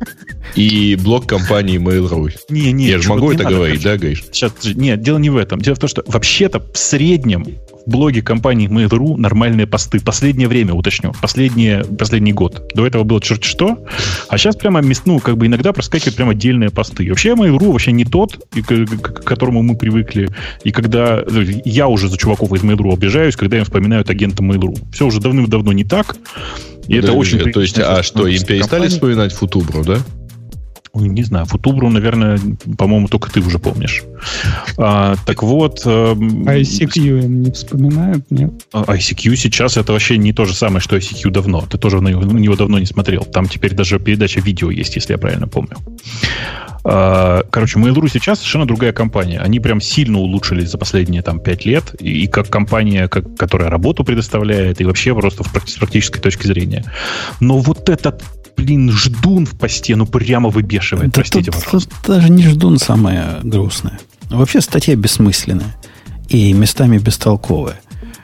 И блог компании Mail.ru. Не, не, я же могу это говорить, да, Гриш? Сейчас, нет, дело не в этом. Дело в том, что вообще-то в среднем в блоге компании Mail.ru нормальные посты. Последнее время, уточню. Последнее, последний год. До этого было черт что. А сейчас прямо, ну, как бы иногда проскакивают прямо отдельные посты. И вообще Mail.ru вообще не тот, к, к которому мы привыкли. И когда... Я уже за чуваков из Mail.ru обижаюсь, когда им вспоминают агента Mail.ru. Все уже давным-давно не так. И да, это очень... То есть, а что, им перестали вспоминать Футубру, да? Не знаю, Футубру, наверное, по-моему, только ты уже помнишь. А, так вот... Э, ай си кью им не вспоминают, нет? ай си кью сейчас это вообще не то же самое, что ай си кью давно. Ты тоже на него, на него давно не смотрел. Там теперь даже передача видео есть, если я правильно помню. А, короче, Mail.ru сейчас совершенно другая компания. Они прям сильно улучшились за последние там, пять лет. И, и как компания, как, которая работу предоставляет, и вообще просто в, с практической точки зрения. Но вот этот, блин, ждун в посте, ну прямо выбешивает. Да простите, тут, пожалуйста. Тут даже не ждун самое грустное. Вообще статья бессмысленная и местами бестолковая.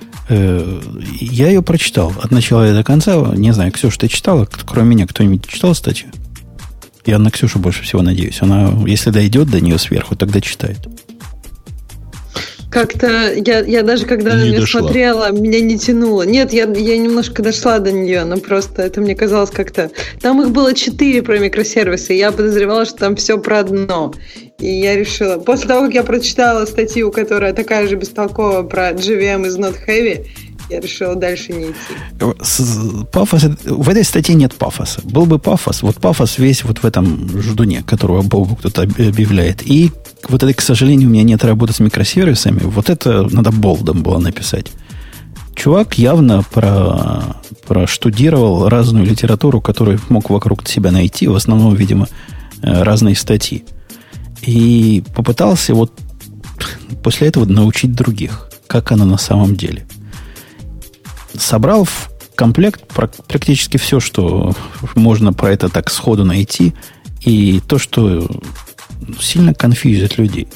Я ее прочитал от начала и до конца. Не знаю, Ксюша, ты читала? Кроме меня, кто-нибудь читал статью? Я на Ксюшу больше всего надеюсь. Она, если дойдет до нее сверху, тогда читает. Как-то я, я даже когда на нее смотрела, меня не тянуло. Нет, я, я немножко дошла до нее, но просто это мне казалось как-то... Там их было четыре про микросервисы, и я подозревала, что там все про одно. И я решила... После того, как я прочитала статью, которая такая же бестолковая про джи ви эм is not heavy, я решила дальше не идти. Пафос, в этой статье нет пафоса. Был бы пафос, вот пафос весь вот в этом ждуне, которого Богу кто-то объявляет. И вот это, к сожалению, у меня нет работы с микросервисами. Вот это надо болдом было написать. Чувак явно про, проштудировал разную литературу, которую мог вокруг себя найти. В основном, видимо, разные статьи. И попытался вот после этого научить других, как оно на самом деле. Собрал в комплект практически все, что можно про это так сходу найти, и то, что сильно конфьюзит людей.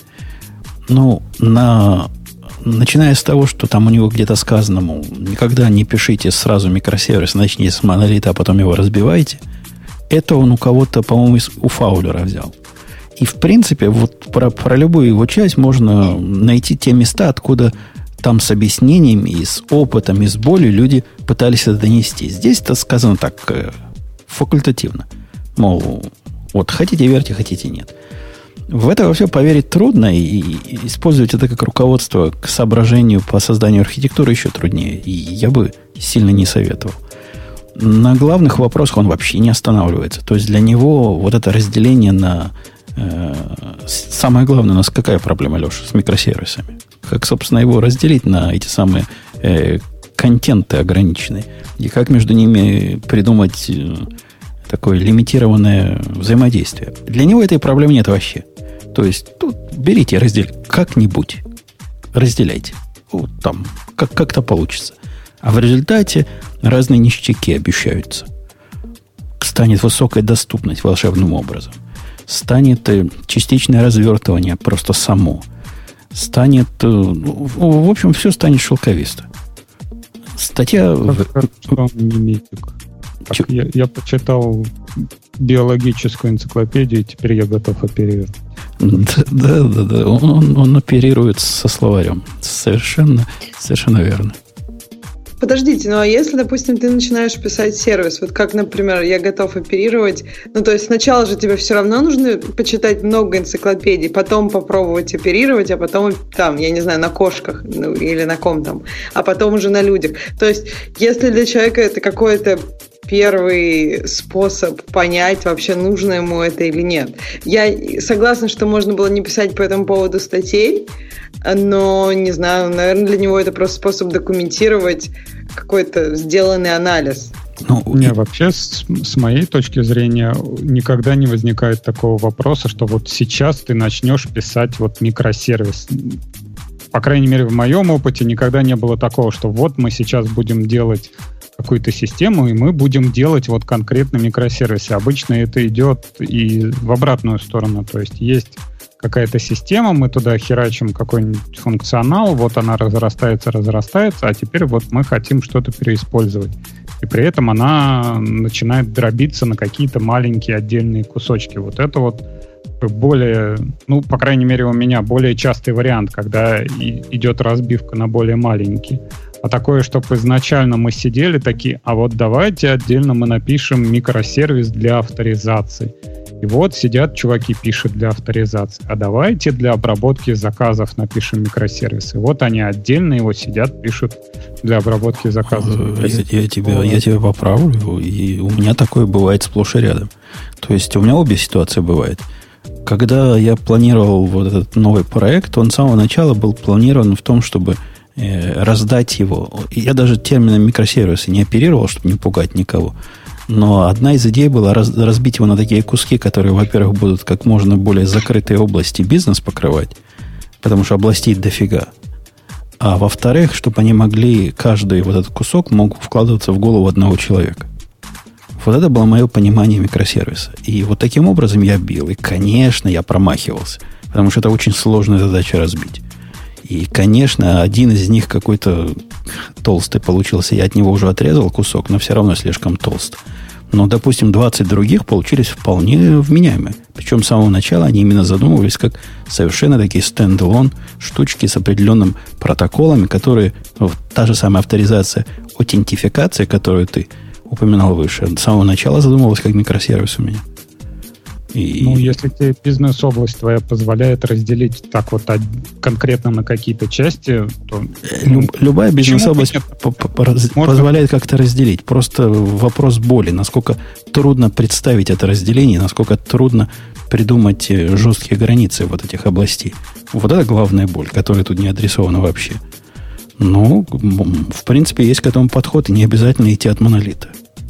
Ну, на, начиная с того, что там у него где-то сказано, мол, никогда не пишите сразу микросервис, начните с монолита, а потом его разбивайте. Это он у кого-то, по-моему, у Фаулера взял. И, в принципе, вот про, про любую его часть можно найти те места, откуда там с объяснениями, и с опытом, и с болью люди пытались это донести. Здесь это сказано так э, факультативно. Мол, вот хотите верьте, хотите нет. В это вообще поверить трудно, и, и использовать это как руководство к соображению по созданию архитектуры еще труднее. И я бы сильно не советовал. На главных вопросах он вообще не останавливается. То есть для него вот это разделение на... Э, самое главное, у нас какая проблема, Леша, с микросервисами? Как, собственно, его разделить на эти самые э, контенты ограниченные? И как между ними придумать э, такое лимитированное взаимодействие? Для него этой проблемы нет вообще. То есть, тут берите и разделите. Как-нибудь разделяйте. Вот там, как- как-то получится. А в результате разные ништяки обещаются. Станет высокая доступность волшебным образом. Станет э, частичное развертывание просто само. Станет... Э, в общем, все станет шелковисто. Статья... Как, как он миметик. Так, я, я почитал биологическую энциклопедию, и теперь я готов оперировать. Да, да, да. да. Он, он оперирует со словарем. Совершенно, совершенно верно. Подождите, ну а если, допустим, ты начинаешь писать сервис, вот как, например, я готов оперировать, ну то есть сначала же тебе все равно нужно почитать много энциклопедий, потом попробовать оперировать, а потом там, я не знаю, на кошках ну, или на ком там, а потом уже на людях. То есть если для человека это какой-то первый способ понять, вообще нужно ему это или нет. Я согласна, что можно было не писать по этому поводу статей, но, не знаю, наверное, для него это просто способ документировать какой-то сделанный анализ. Ну, не, вообще, с, с моей точки зрения, никогда не возникает такого вопроса, что вот сейчас ты начнешь писать вот микросервис. По крайней мере, в моем опыте никогда не было такого, что вот мы сейчас будем делать какую-то систему, и мы будем делать вот конкретно микросервисы. Обычно это идет и в обратную сторону. То есть есть какая-то система, мы туда херачим какой-нибудь функционал, вот она разрастается, разрастается, а теперь вот мы хотим что-то переиспользовать. И при этом она начинает дробиться на какие-то маленькие отдельные кусочки. Вот это вот более, ну, по крайней мере, у меня более частый вариант, когда и идет разбивка на более маленькие. А такое, чтобы изначально мы сидели такие, а вот давайте отдельно мы напишем микросервис для авторизации. И вот сидят чуваки, пишут для авторизации. А давайте для обработки заказов напишем микросервис. И вот они отдельно его сидят, пишут для обработки заказов. Я, я, тебя, я тебя поправлю. И у меня такое бывает сплошь и рядом. То есть у меня обе ситуации бывают. когда я планировал вот этот новый проект, он с самого начала был планирован в том, чтобы э, раздать его. Я даже термином микросервисы не оперировал, чтобы не пугать никого. Но одна из идей была раз, разбить его на такие куски, которые, во-первых, будут как можно более закрытые области бизнес покрывать, потому что областей дофига. А во-вторых, чтобы они могли, каждый вот этот кусок мог вкладываться в голову одного человека. Вот это было мое понимание микросервиса. И вот таким образом я бил. И, конечно, я промахивался. Потому что это очень сложная задача разбить. И, конечно, один из них какой-то толстый получился. Я от него уже отрезал кусок, но все равно слишком толстый. Но, допустим, двадцать других получились вполне вменяемые. Причем с самого начала они именно задумывались как совершенно такие стендалон штучки с определенным протоколами, которые, вот, та же самая авторизация, аутентификация, которую ты упоминал выше, с самого начала задумывалась как микросервис у меня. И... Ну, если тебе бизнес-область твоя позволяет разделить так вот конкретно на какие-то части, то... Люб, любая бизнес-область позволяет как-то разделить. Просто вопрос боли. Насколько трудно представить это разделение, насколько трудно придумать жесткие границы вот этих областей. Вот это главная боль, которая тут не адресована вообще. Ну, в принципе, есть к этому подход, и не обязательно идти от монолита.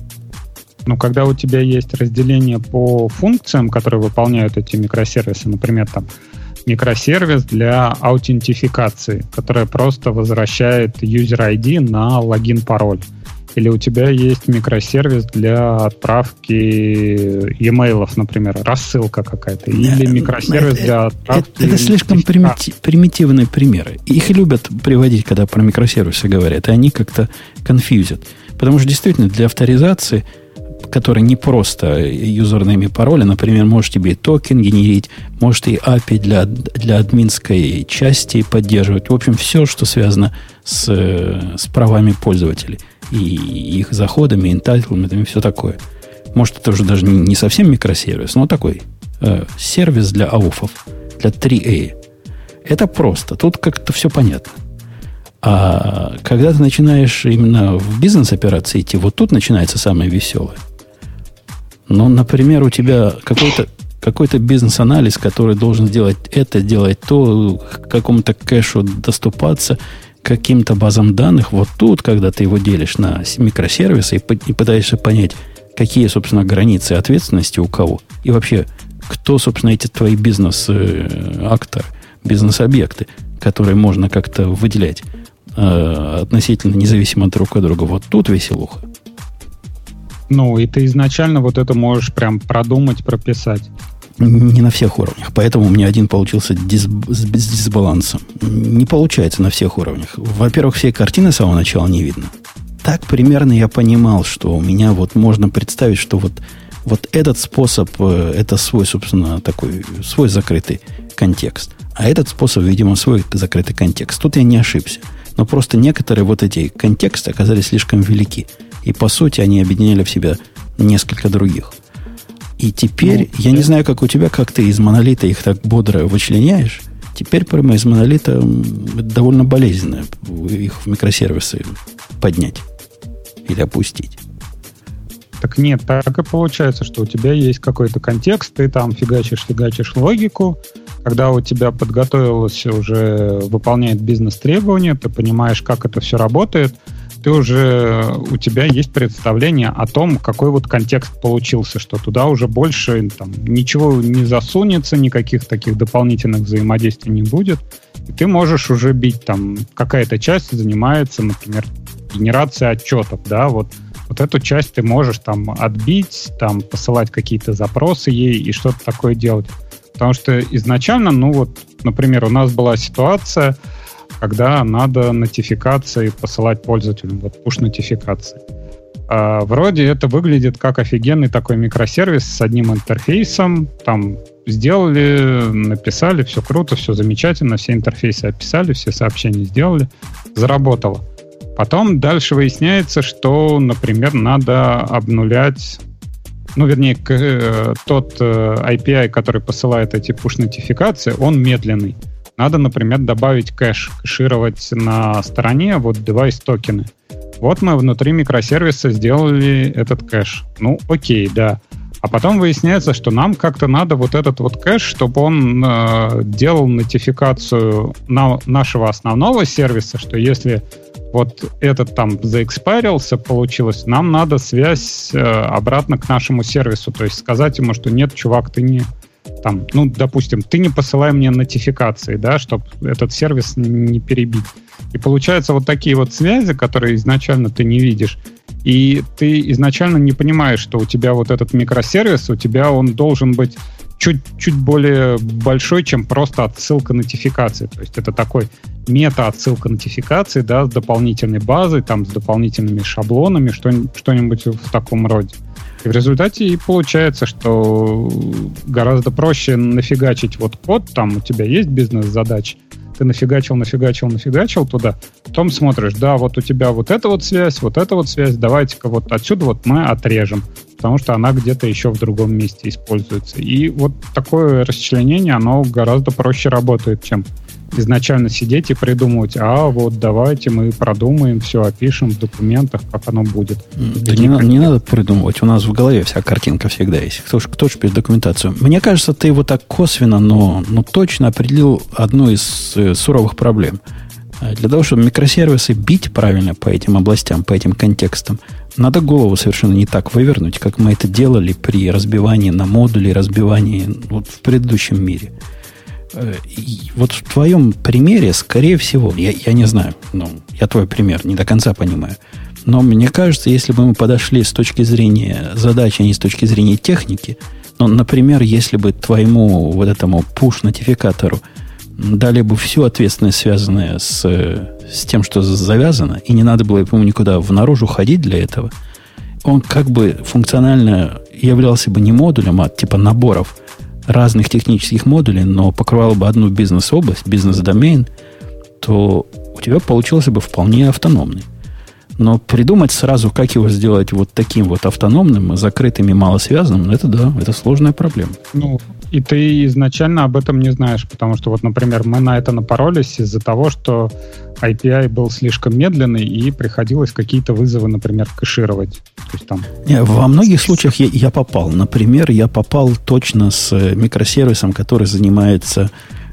Ну, когда у тебя есть разделение по функциям, которые выполняют эти микросервисы, например, там микросервис для аутентификации, которая просто возвращает user ай ди на логин-пароль. Или у тебя есть микросервис для отправки e-mail, например, рассылка какая-то. Или микросервис это, для отправки... Это, это слишком примити, примитивные примеры. Их любят приводить, когда про микросервисы говорят, и они как-то конфьюзят. Потому что действительно для авторизации, которая не просто юзерными пароля, например, может тебе и токен генерить, может и эй пи ай для, для админской части поддерживать. В общем, все, что связано с, с правами пользователей. И их заходами, энтайтлментами, все такое. Может, это уже даже не совсем микросервис, но такой э, сервис для ауфов, для три эй. Это просто. Тут как-то все понятно. А когда ты начинаешь именно в бизнес-операции идти, вот тут начинается самое веселое. Ну, например, у тебя какой-то, какой-то бизнес-анализ, который должен сделать это, делать то, к какому-то кэшу доступаться, к каким-то базам данных. Вот тут, когда ты его делишь на микросервисы и, и пытаешься понять, какие, собственно, границы ответственности у кого, и вообще, кто, собственно, эти твои бизнес-акторы, бизнес-объекты, которые можно как-то выделять э, относительно независимо друг от друга. Вот тут веселуха. Ну, и ты изначально вот это можешь прям продумать, прописать. Не на всех уровнях. Поэтому у меня один получился дис, с дисбалансом. Не получается на всех уровнях. Во-первых, всей картины с самого начала не видно. Так примерно я понимал, что у меня вот можно представить, что вот, вот этот способ, это свой, собственно, такой, свой закрытый контекст. А этот способ, видимо, свой закрытый контекст. Тут я не ошибся. Но просто некоторые вот эти контексты оказались слишком велики. И, по сути, они объединяли в себя несколько других. И теперь, ну, я да. не знаю, как у тебя, как ты из монолита их так бодро вычленяешь. Теперь прямо из монолита довольно болезненно их в микросервисы поднять или опустить. Так нет, так и получается, что у тебя есть какой-то контекст, ты там фигачишь-фигачишь логику. Когда у тебя подготовилось, уже выполняет бизнес-требования, ты понимаешь, как это все работает, ты уже, у тебя есть представление о том, какой вот контекст получился, что туда уже больше там, ничего не засунется, никаких таких дополнительных взаимодействий не будет. И ты можешь уже бить, там, какая-то часть занимается, например, генерацией отчетов, да, вот, вот эту часть ты можешь там отбить, там, посылать какие-то запросы ей и что-то такое делать. Потому что изначально, ну вот, например, у нас была ситуация, когда надо нотификации посылать пользователям, вот push-нотификации. А, вроде это выглядит как офигенный такой микросервис с одним интерфейсом. Там сделали, написали, все круто, все замечательно, все интерфейсы описали, все сообщения сделали, заработало. Потом дальше выясняется, что, например, надо обнулять, ну, вернее, к, тот эй пи ай, который посылает эти push-нотификации, он медленный. Надо, например, добавить кэш, кэшировать на стороне вот девайс-токены. Вот мы внутри микросервиса сделали этот кэш. Ну, окей, да. А потом выясняется, что нам как-то надо вот этот вот кэш, чтобы он э, делал нотификацию на нашего основного сервиса, что если вот этот там заэкспарился, получилось, нам надо связь э, обратно к нашему сервису. То есть сказать ему, что нет, чувак, ты не... Там, ну, допустим, ты не посылай мне нотификации, да, чтобы этот сервис не перебить. И получаются вот такие вот связи, которые изначально ты не видишь. И ты изначально не понимаешь, что у тебя вот этот микросервис, у тебя он должен быть чуть-чуть более большой, чем просто отсылка нотификации. То есть это такой мета-отсылка нотификации, да, с дополнительной базой, там, с дополнительными шаблонами, что-нибудь в таком роде. И в результате и получается, что гораздо проще нафигачить вот код, там у тебя есть бизнес-задачи, ты нафигачил, нафигачил, нафигачил туда, потом смотришь, да, вот у тебя вот эта вот связь, вот эта вот связь, давайте-ка вот отсюда вот мы отрежем, потому что она где-то еще в другом месте используется. И вот такое расчленение, оно гораздо проще работает, чем изначально сидеть и придумывать, а вот давайте мы продумаем, все опишем в документах, как оно будет. Да не, не надо придумывать, у нас в голове вся картинка всегда есть. Кто ж, кто ж пишет документацию? Мне кажется, ты его так косвенно, но, но точно определил одну из э, суровых проблем. Для того, чтобы микросервисы бить правильно по этим областям, по этим контекстам, надо голову совершенно не так вывернуть, как мы это делали при разбивании на модули, разбивании вот в предыдущем мире. И вот в твоем примере, скорее всего, я, я не знаю, ну, я твой пример не до конца понимаю, но мне кажется, если бы мы подошли с точки зрения задачи, а не с точки зрения техники, ну, например, если бы твоему вот этому push-нотификатору дали бы всю ответственность, связанную с, с тем, что завязано, и не надо было ему никуда внаружи ходить для этого, он как бы функционально являлся бы не модулем, а типа наборов разных технических модулей, но покрывал бы одну бизнес-область, бизнес-домен, то у тебя получился бы вполне автономный. Но придумать сразу, как его сделать вот таким вот автономным, закрытым и малосвязанным, это да, это сложная проблема. Ну, и ты изначально об этом не знаешь, потому что вот, например, мы на это напоролись из-за того, что эй пи ай был слишком медленный, и приходилось какие-то вызовы, например, кэшировать. То есть там... Не, во многих случаях я, я попал. Например, я попал точно с микросервисом, который занимается,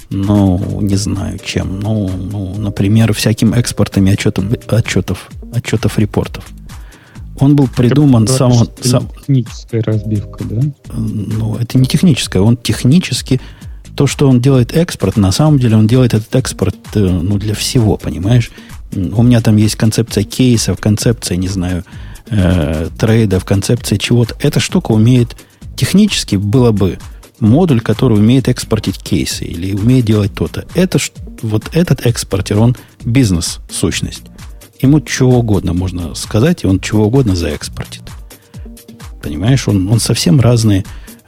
ну, не знаю чем, ну, ну например, всякими экспортами отчетов, отчетов, отчетов репортов. Он был придуман с самого... Сам... Техническая разбивка, да? Ну, это не техническая. Он технически... То, что он делает экспорт, на самом деле он делает этот экспорт ну, для всего, понимаешь? У меня там есть концепция кейсов, концепция, не знаю, э, трейдов, концепция чего-то. Эта штука умеет... Технически было бы модуль, который умеет экспортить кейсы или умеет делать то-то. Это, вот этот экспортер, он бизнес-сущность. Ему чего угодно можно сказать, и он чего угодно заэкспортит. Понимаешь, он, он совсем разные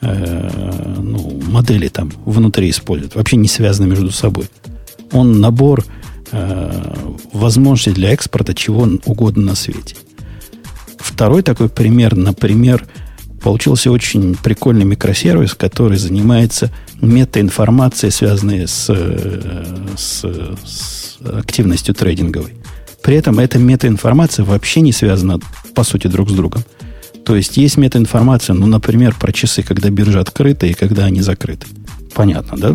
э, ну, модели там внутри использует, вообще не связаны между собой. Он набор э, возможностей для экспорта чего угодно на свете. Второй такой пример, например, получился очень прикольный микросервис, который занимается метаинформацией, связанной с, с, с активностью трейдинговой. При этом эта метаинформация вообще не связана, по сути, друг с другом. То есть есть метаинформация, ну, например, про часы, когда биржа открыта и когда они закрыты. Понятно, да?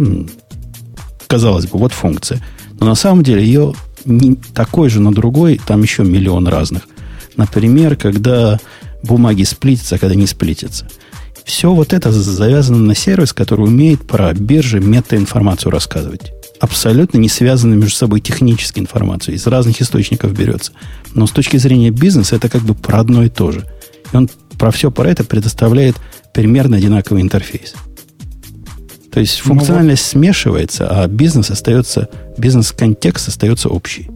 Казалось бы, вот функция. Но на самом деле ее не такой же на другой, там еще миллион разных. Например, когда бумаги сплитятся, когда не сплитятся. Все вот это завязано на сервис, который умеет про биржи метаинформацию рассказывать. Абсолютно не связаны между собой технической информацией. Из разных источников берется. Но с точки зрения бизнеса это как бы про одно и то же. И он про все про это предоставляет примерно одинаковый интерфейс. То есть функциональность ну, вот. смешивается, а бизнес остается, бизнес-контекст остается общий.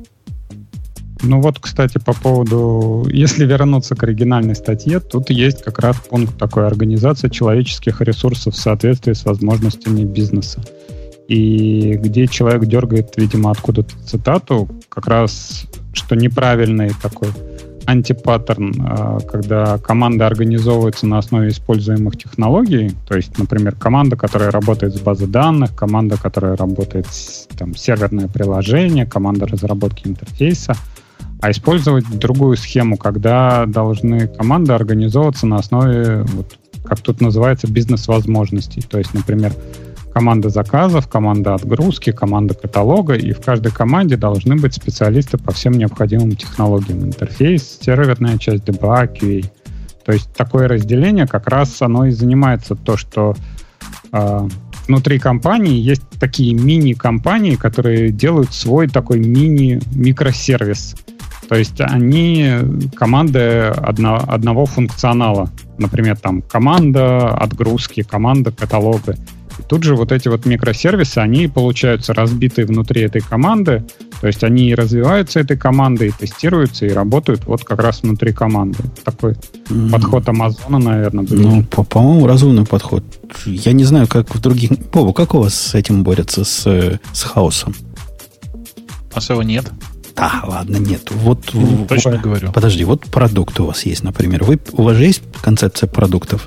Ну вот, кстати, по поводу... Если вернуться к оригинальной статье, тут есть как раз пункт такой: организация человеческих ресурсов в соответствии с возможностями бизнеса. И где человек дергает, видимо, откуда-то цитату, как раз, что неправильный такой антипаттерн, когда команда организовывается на основе используемых технологий, то есть, например, команда, которая работает с базой данных, команда, которая работает с там, серверное приложение, команда разработки интерфейса, а использовать другую схему, когда должны команды организовываться на основе вот, как тут называется, бизнес-возможностей. То есть, например, команда заказов, команда отгрузки, команда каталога, и в каждой команде должны быть специалисты по всем необходимым технологиям. Интерфейс, серверная часть, ди би эй, кью эй. То есть такое разделение как раз оно и занимается то, что э, внутри компании есть такие мини-компании, которые делают свой такой мини-микросервис. То есть они команды одно, одного функционала. Например, там команда отгрузки, команда каталога. И тут же вот эти вот микросервисы, они получаются разбитые внутри этой команды. То есть они и развиваются этой командой, и тестируются, и работают вот как раз внутри команды. Такой mm. подход Амазона, наверное, будет. Ну, по- по-моему, разумный подход. Я не знаю, как в других... Боба, как у вас с этим борются, с, с хаосом? А своего нет. Да, ладно, нет. Вот, ну, точно вот, говорю. Подожди, вот продукт у вас есть, например. Вы, у вас же есть концепция продуктов?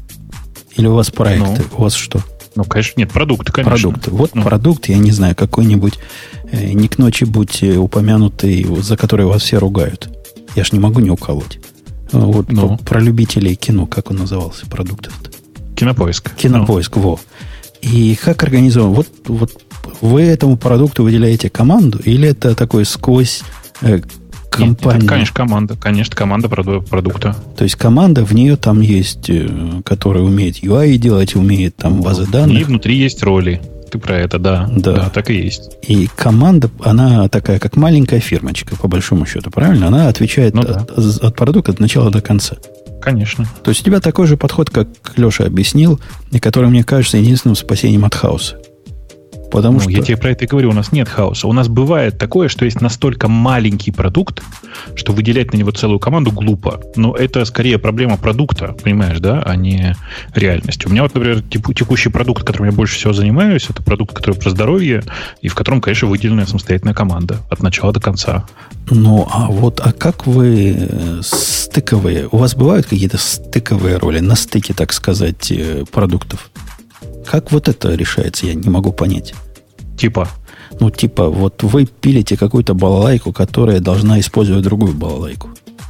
Или у вас проекты? Ну, у вас что? Ну, конечно, нет, продукты, конечно. Продукты. Вот ну. продукт, я не знаю, какой-нибудь э, не к ночи будь упомянутый, за который вас все ругают. Я ж не могу не уколоть. Вот ну. про любителей кино, как он назывался, продукт этот? Кинопоиск. Кинопоиск, ну. во. И как организован? Вот, вот вы этому продукту выделяете команду, или это такой сквозь э, компанию? Нет, это, конечно, команда. Конечно, команда продукта. То есть команда, в нее там есть, э, которая умеет ю ай делать, умеет там базы данных. И внутри есть роли. Ты про это, да. да. Да, так и есть. И команда, она такая, как маленькая фирмочка, по большому счету, правильно? Она отвечает ну, да. от, от продукта от начала до конца. Конечно. То есть у тебя такой же подход, как Леша объяснил, и который, мне кажется, единственным спасением от хаоса. Потому ну, что... Я тебе про это и говорю, у нас нет хаоса. У нас бывает такое, что есть настолько маленький продукт, что выделять на него целую команду глупо. Но это скорее проблема продукта, понимаешь, да, а не реальность. У меня вот, например, текущий продукт, которым я больше всего занимаюсь, это продукт, который про здоровье, и в котором, конечно, выделенная самостоятельная команда от начала до конца. Ну, а вот, а как вы стыковые? У вас бывают какие-то стыковые роли, на стыке, так сказать, продуктов? Как вот это решается, я не могу понять. Типа? Ну, типа, вот вы пилите какую-то балалайку, которая должна использовать другую балалайку.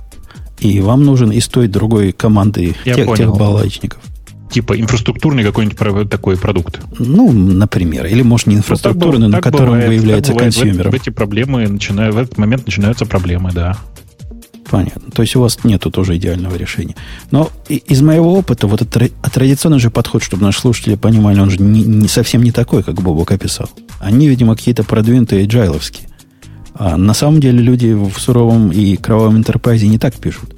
И вам нужен из той другой команды тех, тех балалайчников. Типа инфраструктурный какой-нибудь такой продукт. Ну, например. Или, может, не инфраструктурный, но которым бывает, вы являетесь консюмером. В, в эти проблемы начинают, в этот момент начинаются проблемы, да. Понятно. То есть у вас нету тоже идеального решения. Но из моего опыта, вот это, а традиционный же подход, чтобы наши слушатели понимали, он же не, не, совсем не такой, как Бобок описал. Они, видимо, какие-то продвинутые джайловские. А на самом деле люди в суровом и кровавом интерпрайзе не так пишут.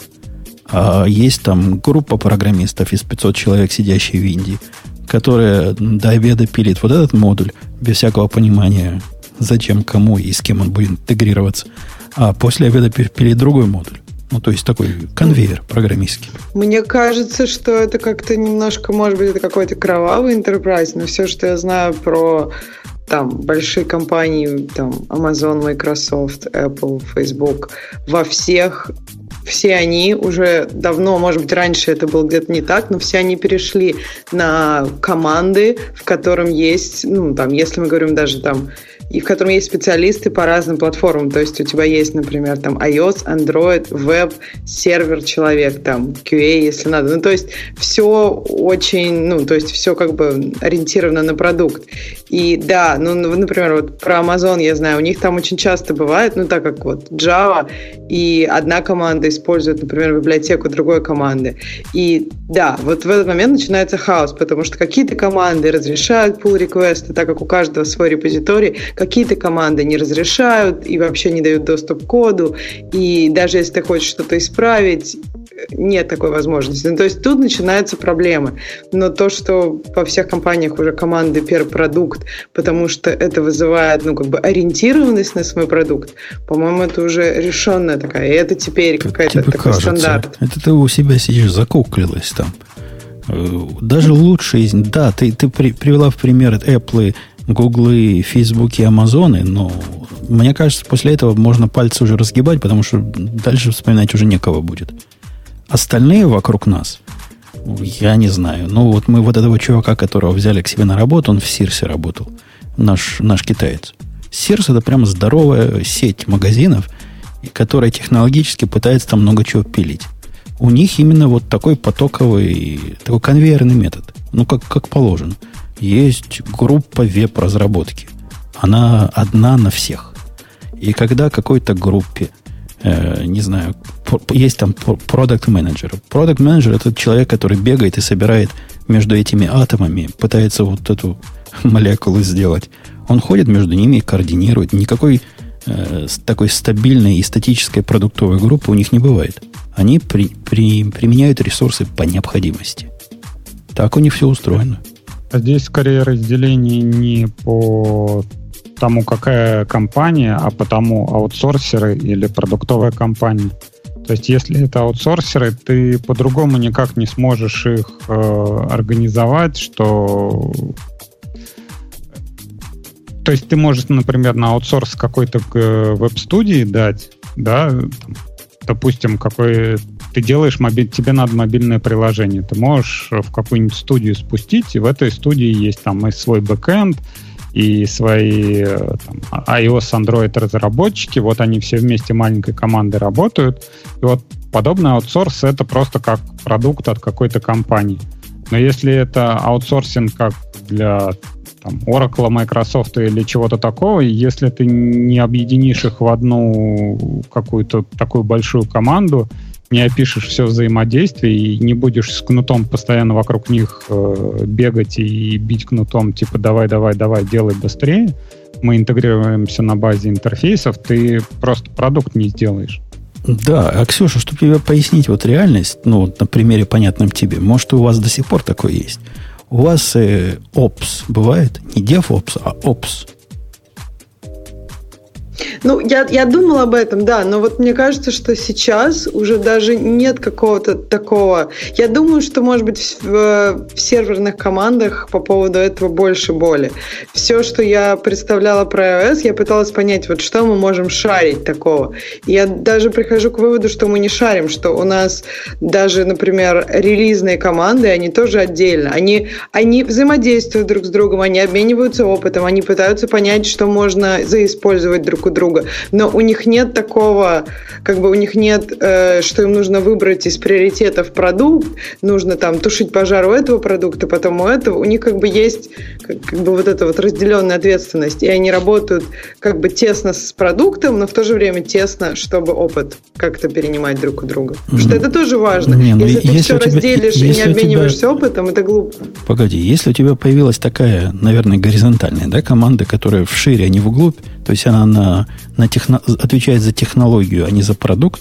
А есть там группа программистов из пятисот человек, сидящие в Индии, которая до обеда пилит вот этот модуль без всякого понимания, зачем, кому и с кем он будет интегрироваться. А после обеда пилит другой модуль. Ну, то есть такой конвейер программистский. Мне кажется, что это как-то немножко, может быть, это какой-то кровавый enterprise, но все, что я знаю про там большие компании, там Amazon, Microsoft, Apple, Facebook, во всех, все они уже давно, может быть, раньше это было где-то не так, но все они перешли на команды, в котором есть, ну, там, если мы говорим даже там, и в котором есть специалисты по разным платформам. То есть у тебя есть, например, там iOS, Android, веб, сервер, человек, там, кью эй, если надо. Ну, то есть все очень, ну, то есть все как бы ориентировано на продукт. И да, ну, например, вот про Amazon я знаю, у них там очень часто бывает, ну, так как вот Java, и одна команда использует, например, библиотеку другой команды. И да, вот в этот момент начинается хаос, потому что какие-то команды разрешают pull-реквесты, так как у каждого свой репозиторий, какие-то команды не разрешают и вообще не дают доступ к коду, и даже если ты хочешь что-то исправить, нет такой возможности. Ну, то есть тут начинаются проблемы. Но то, что во всех компаниях уже команды per продукт, потому что это вызывает, ну, как бы ориентированность на свой продукт, по-моему, это уже решенная такая. И это теперь это какая-то такой кажется. Стандарт. Это ты у себя сидишь, закуклилась там. Даже лучше из... Да, ты, ты при, привела в пример Apple, Google, Facebook и Amazon, но мне кажется, после этого можно пальцы уже разгибать, потому что дальше вспоминать уже некого будет. Остальные вокруг нас, я не знаю. Ну, вот мы вот этого чувака, которого взяли к себе на работу, он в Сирсе работал, наш, наш китаец. Сирс — это прямо здоровая сеть магазинов, которая технологически пытается там много чего пилить. У них именно вот такой потоковый, такой конвейерный метод. Ну, как, как положено. Есть группа веб-разработки. Она одна на всех. И когда какой-то группе, э, не знаю, есть там продакт-менеджер. Продакт-менеджер – это человек, который бегает и собирает между этими атомами, пытается вот эту молекулу сделать. Он ходит между ними и координирует. Никакой э, такой стабильной и статической продуктовой группы у них не бывает. Они при, при, применяют ресурсы по необходимости. Так у них все устроено. А здесь скорее разделение не по тому, какая компания, а по тому, аутсорсеры или продуктовая компания. То есть, если это аутсорсеры, ты по-другому никак не сможешь их э, организовать, что... То есть, ты можешь, например, на аутсорс какой-то веб-студии дать, да, там, допустим, какой ты делаешь, мобиль, тебе надо мобильное приложение, ты можешь в какую-нибудь студию спустить, и в этой студии есть там и свой бэкэнд, и свои там, iOS, Android разработчики, вот они все вместе маленькой командой работают. И вот подобный аутсорс — это просто как продукт от какой-то компании. Но если это аутсорсинг как для там, Oracle, Microsoft или чего-то такого, если ты не объединишь их в одну какую-то такую большую команду, не опишешь все взаимодействие и не будешь с кнутом постоянно вокруг них э, бегать и бить кнутом, типа давай, давай, давай, делай быстрее, мы интегрируемся на базе интерфейсов, ты просто продукт не сделаешь. Да, а Ксюша, чтобы тебе пояснить вот реальность, ну, вот на примере понятном тебе, может, у вас до сих пор такое есть. У вас э, Ops бывает? Не DevOps, а Ops. Ну, я, я думала об этом, да, но вот мне кажется, что сейчас уже даже нет какого-то такого... Я думаю, что, может быть, в, в серверных командах по поводу этого больше боли. Все, что я представляла про iOS, я пыталась понять, вот что мы можем шарить такого. И я даже прихожу к выводу, что мы не шарим, что у нас даже, например, релизные команды, они тоже отдельно. Они, они взаимодействуют друг с другом, они обмениваются опытом, они пытаются понять, что можно заиспользовать друг у друга. Но у них нет такого, как бы у них нет, э, что им нужно выбрать из приоритетов продукт, нужно там тушить пожар у этого продукта, потом у этого. У них как бы есть как, как бы вот эта вот разделенная ответственность, и они работают как бы тесно с продуктом, но в то же время тесно, чтобы опыт как-то перенимать друг у друга. Потому что это тоже важно. Не, ну, если ты если все тебя, разделишь и не обмениваешься тебя... опытом, это глупо. Погоди, если у тебя появилась такая, наверное, горизонтальная, да, команда, которая вшире, а не вглубь, то есть она на, на техно, отвечает за технологию, а не за продукт,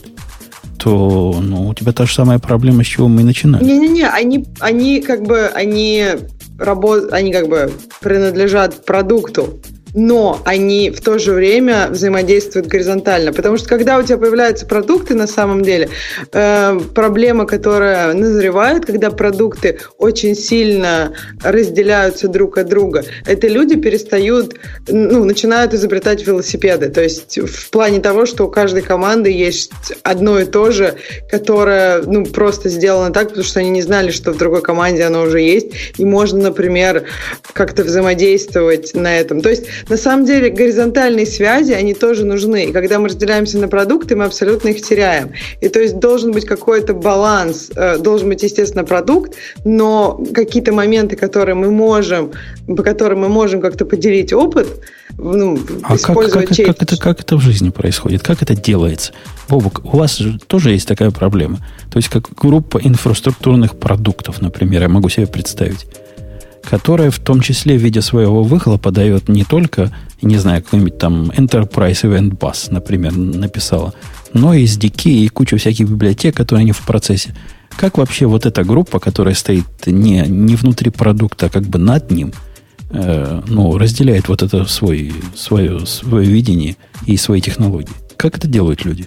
то ну, у тебя та же самая проблема, с чего мы и начинали. Не-не-не, они, они как бы они, работ, они как бы принадлежат продукту, но они в то же время взаимодействуют горизонтально. Потому что когда у тебя появляются продукты, на самом деле, э, проблема, которая назревает, когда продукты очень сильно разделяются друг от друга, это люди перестают, ну, начинают изобретать велосипеды. То есть в плане того, что у каждой команды есть одно и то же, которое ну, просто сделано так, потому что они не знали, что в другой команде оно уже есть, и можно, например, как-то взаимодействовать на этом. То есть на самом деле горизонтальные связи, они тоже нужны. И когда мы разделяемся на продукты, мы абсолютно их теряем. И то есть должен быть какой-то баланс, должен быть, естественно, продукт, но какие-то моменты, которые мы можем, по которым мы можем как-то поделить опыт, ну, а использовать как, как, как, это, как это в жизни происходит? Как это делается? Бобук, у вас же тоже есть такая проблема. То есть как группа инфраструктурных продуктов, например, я могу себе представить, которая в том числе в виде своего выхлопа дает не только, не знаю, какой-нибудь там Enterprise Event Bus, например, написала, но и эс ди кей и кучу всяких библиотек, которые они в процессе. Как вообще вот эта группа, которая стоит не, не внутри продукта, а как бы над ним, э, ну, разделяет вот это свой, свое, свое видение и свои технологии? Как это делают люди?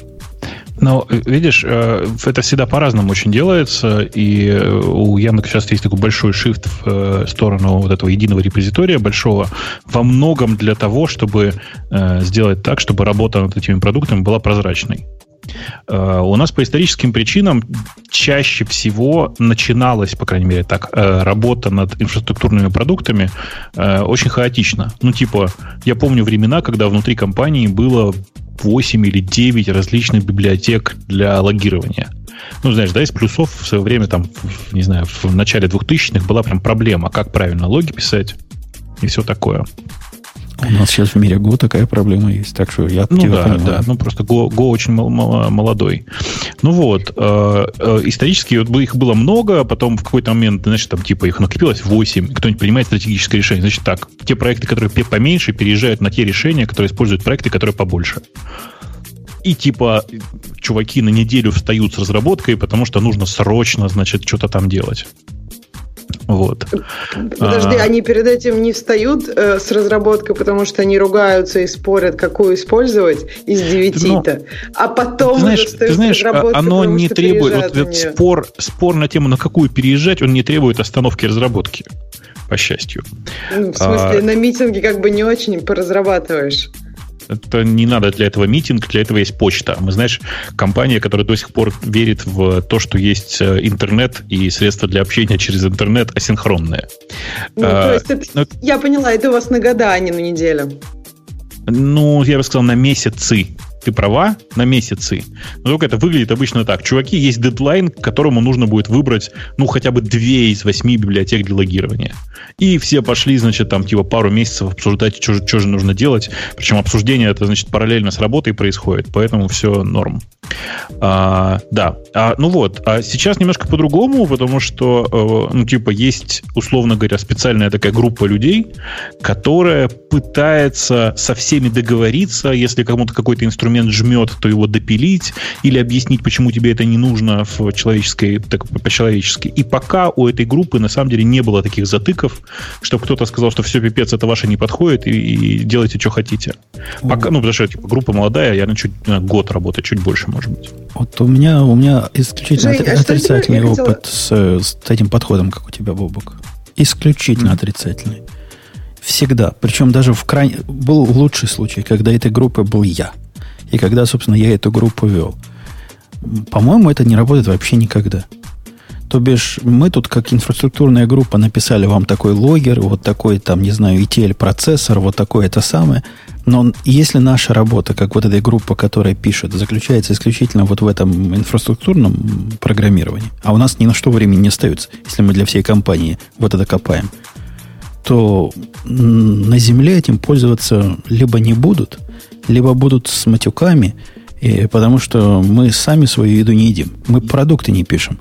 Ну, видишь, это всегда по-разному очень делается, и у Яндекса сейчас есть такой большой shift в сторону вот этого единого репозитория большого, во многом для того, чтобы сделать так, чтобы работа над этими продуктами была прозрачной. У нас по историческим причинам чаще всего начиналась, по крайней мере так, работа над инфраструктурными продуктами очень хаотично. Ну, типа, я помню времена, когда внутри компании было восемь или девять различных библиотек для логирования. Ну, знаешь, да, из плюсов в свое время, там, в, не знаю, в начале двухтысячных была прям проблема, как правильно логи писать и все такое. У нас сейчас в мире Go такая проблема есть, так что я ну, тебя да, понимаю. Да, ну просто Go, Go очень молодой. Ну вот, э, э, исторически вот их было много, потом в какой-то момент, значит, там типа их накопилось восемь, кто-нибудь принимает стратегическое решение. Значит так, те проекты, которые поменьше, переезжают на те решения, которые используют проекты, которые побольше. И типа чуваки на неделю встают с разработкой, потому что нужно срочно, значит, что-то там делать. Вот. Подожди, а, они перед этим не встают э, с разработкой, потому что они ругаются и спорят, какую использовать из девяти-то, ну, а потом ты знаешь, ты знаешь, с разработкой, оно не требует, вот этот нее. спор, спор на тему, на какую переезжать, он не требует остановки разработки, по счастью. Ну, в смысле, а, на митинге как бы не очень поразрабатываешь. Это не надо для этого митинг, для этого есть почта. Мы, знаешь, компания, которая до сих пор верит в то, что есть интернет и средства для общения через интернет асинхронные. Ну, а, то есть это, ну, я поняла, это у вас на года, а не на неделю. Ну, я бы сказал, на месяцы. Ты права, на месяцы. Но только это выглядит обычно так. Чуваки, есть дедлайн, к которому нужно будет выбрать, ну, хотя бы две из восьми библиотек для логирования. И все пошли, значит, там, типа, пару месяцев обсуждать, что же, что же нужно делать. Причем обсуждение это, значит, параллельно с работой происходит, поэтому все норм. А, да. А, ну вот. А сейчас немножко по-другому, потому что, ну, типа, есть, условно говоря, специальная такая группа людей, которая пытается со всеми договориться, если кому-то какой-то инструмент жмет, то его допилить или объяснить, почему тебе это не нужно в человеческой, так, по-человечески. И пока у этой группы на самом деле не было таких затыков, чтобы кто-то сказал, что все, пипец, это ваше не подходит, и, и делайте, что хотите. Пока, ну, потому что типа, группа молодая, я на чуть на год работаю, чуть больше, может быть. Вот у меня, у меня исключительно Жень, отрицательный а опыт с, с этим подходом, как у тебя, Бобок. Исключительно mm-hmm. отрицательный. Всегда. Причем даже в крайне... Был лучший случай, когда этой группой был я. И когда, собственно, я эту группу вел. По-моему, это не работает вообще никогда. То бишь, мы тут, как инфраструктурная группа, написали вам такой логер, вот такой, там, не знаю, и ти эл-процессор, вот такое это самое. Но если наша работа, как вот этой группы, которая пишет, заключается исключительно вот в этом инфраструктурном программировании, а у нас ни на что времени не остается, если мы для всей компании вот это копаем, то на земле этим пользоваться либо не будут, либо будут с матюками, и, потому что мы сами свою еду не едим. Мы продукты не пишем.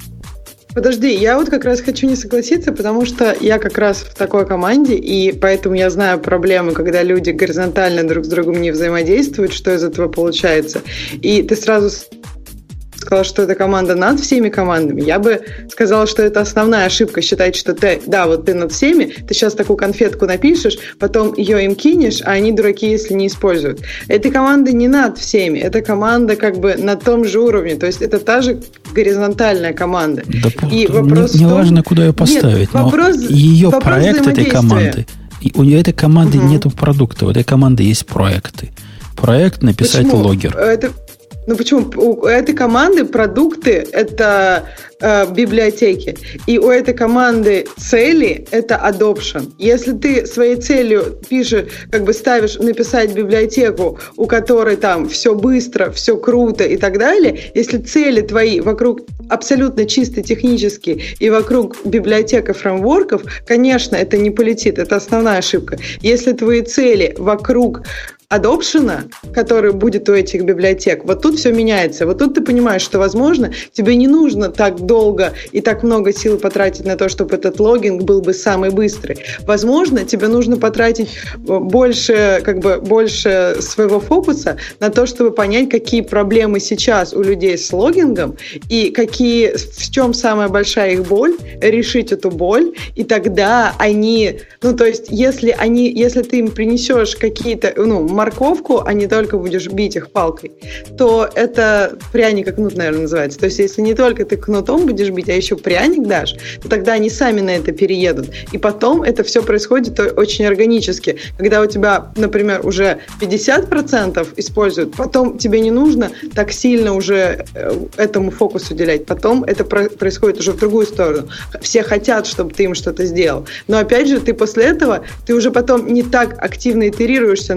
Подожди, я вот как раз хочу не согласиться, потому что я как раз в такой команде, и поэтому я знаю проблемы, когда люди горизонтально друг с другом не взаимодействуют, что из этого получается. И ты сразу сказал, что это команда над всеми командами. Я бы сказала, что это основная ошибка, считать, что ты, да, вот ты над всеми, ты сейчас такую конфетку напишешь, потом ее им кинешь, а они дураки, если не используют. Эта команда не над всеми, это команда как бы на том же уровне, то есть это та же горизонтальная команда. Да, и вопрос не, не том... важно, куда ее поставить, Нет, вопрос, но ее вопрос проект этой команды, и у этой команды угу. нету продукта, у этой команды есть проекты. Проект написать Почему? логер. Это... Ну почему? У этой команды продукты – это э, библиотеки. И у этой команды цели – это adoption. Если ты своей целью пишешь, как бы ставишь написать библиотеку, у которой там все быстро, все круто и так далее, если цели твои вокруг абсолютно чисто технические и вокруг библиотек и фреймворков, конечно, это не полетит. Это основная ошибка. Если твои цели вокруг адопшена, который будет у этих библиотек, вот тут все меняется. Вот тут ты понимаешь, что, возможно, тебе не нужно так долго и так много сил потратить на то, чтобы этот логинг был бы самый быстрый. Возможно, тебе нужно потратить больше, как бы, больше своего фокуса на то, чтобы понять, какие проблемы сейчас у людей с логингом и какие, в чем самая большая их боль, решить эту боль, и тогда они, ну, то есть, если они, если ты им принесешь какие-то, ну, морковку, а не только будешь бить их палкой, то это пряник и кнут, наверное, называется. То есть, если не только ты кнутом будешь бить, а еще пряник дашь, то тогда они сами на это переедут. И потом это все происходит очень органически. Когда у тебя, например, уже пятьдесят процентов используют, потом тебе не нужно так сильно уже этому фокус уделять. Потом это происходит уже в другую сторону. Все хотят, чтобы ты им что-то сделал. Но опять же, ты после этого, ты уже потом не так активно итерируешься на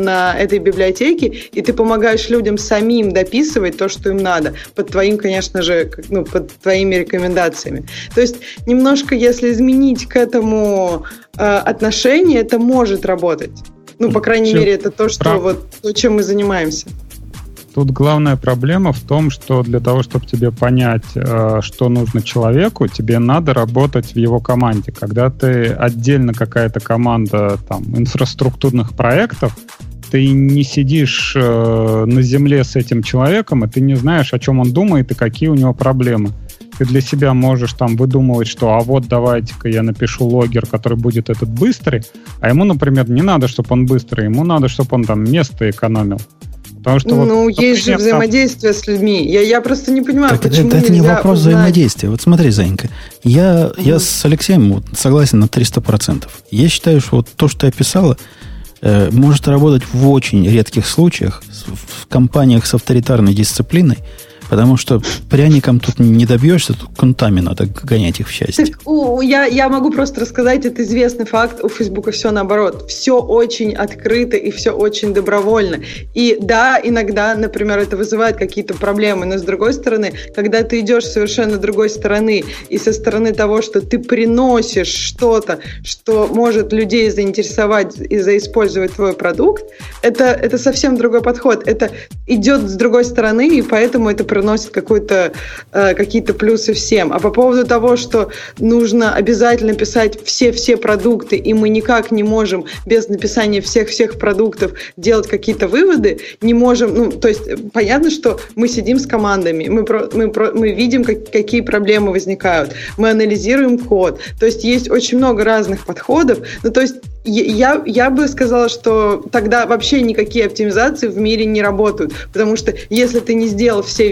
основанном на этой библиотеке, и ты помогаешь людям самим дописывать то, что им надо, под твоим, конечно же, ну, под твоими рекомендациями. То есть немножко, если изменить к этому э, отношение, это может работать. Ну, по крайней Чем? мере, это то, что Прав... вот то, чем мы занимаемся. Тут главная проблема в том, что для того, чтобы тебе понять, что нужно человеку, тебе надо работать в его команде. Когда ты отдельно какая-то команда там, инфраструктурных проектов, ты не сидишь на земле с этим человеком, и ты не знаешь, о чем он думает и какие у него проблемы. Ты для себя можешь там выдумывать, что а вот давайте-ка я напишу логер, который будет этот быстрый, а ему, например, не надо, чтобы он быстрый, ему надо, чтобы он там место экономил. Потому что ну, вот, есть же взаимодействие там... с людьми. Я, я просто не понимаю, так почему это, это не вопрос узнать... взаимодействия. Вот смотри, Занька, я, mm-hmm. я с Алексеем вот согласен на триста процентов. Я считаю, что вот то, что я писала, э, может работать в очень редких случаях, в, в компаниях с авторитарной дисциплиной, потому что пряником тут не добьешься, тут кнутами надо гонять их в счастье. Так, у, я, я могу просто рассказать, это известный факт, у Фейсбука все наоборот. Все очень открыто и все очень добровольно. И да, иногда, например, это вызывает какие-то проблемы, но с другой стороны, когда ты идешь с совершенно другой стороны, и со стороны того, что ты приносишь что-то, что может людей заинтересовать и заиспользовать твой продукт, это, это совсем другой подход. Это идет с другой стороны, и поэтому это приносит какой-то, э, какие-то плюсы всем. А по поводу того, что нужно обязательно писать все-все продукты, и мы никак не можем без написания всех-всех продуктов делать какие-то выводы, не можем, ну, то есть понятно, что мы сидим с командами, мы, про, мы, про, мы видим, как, какие проблемы возникают, мы анализируем код, то есть есть очень много разных подходов, ну, то есть я, я бы сказала, что тогда вообще никакие оптимизации в мире не работают, потому что если ты не сделал все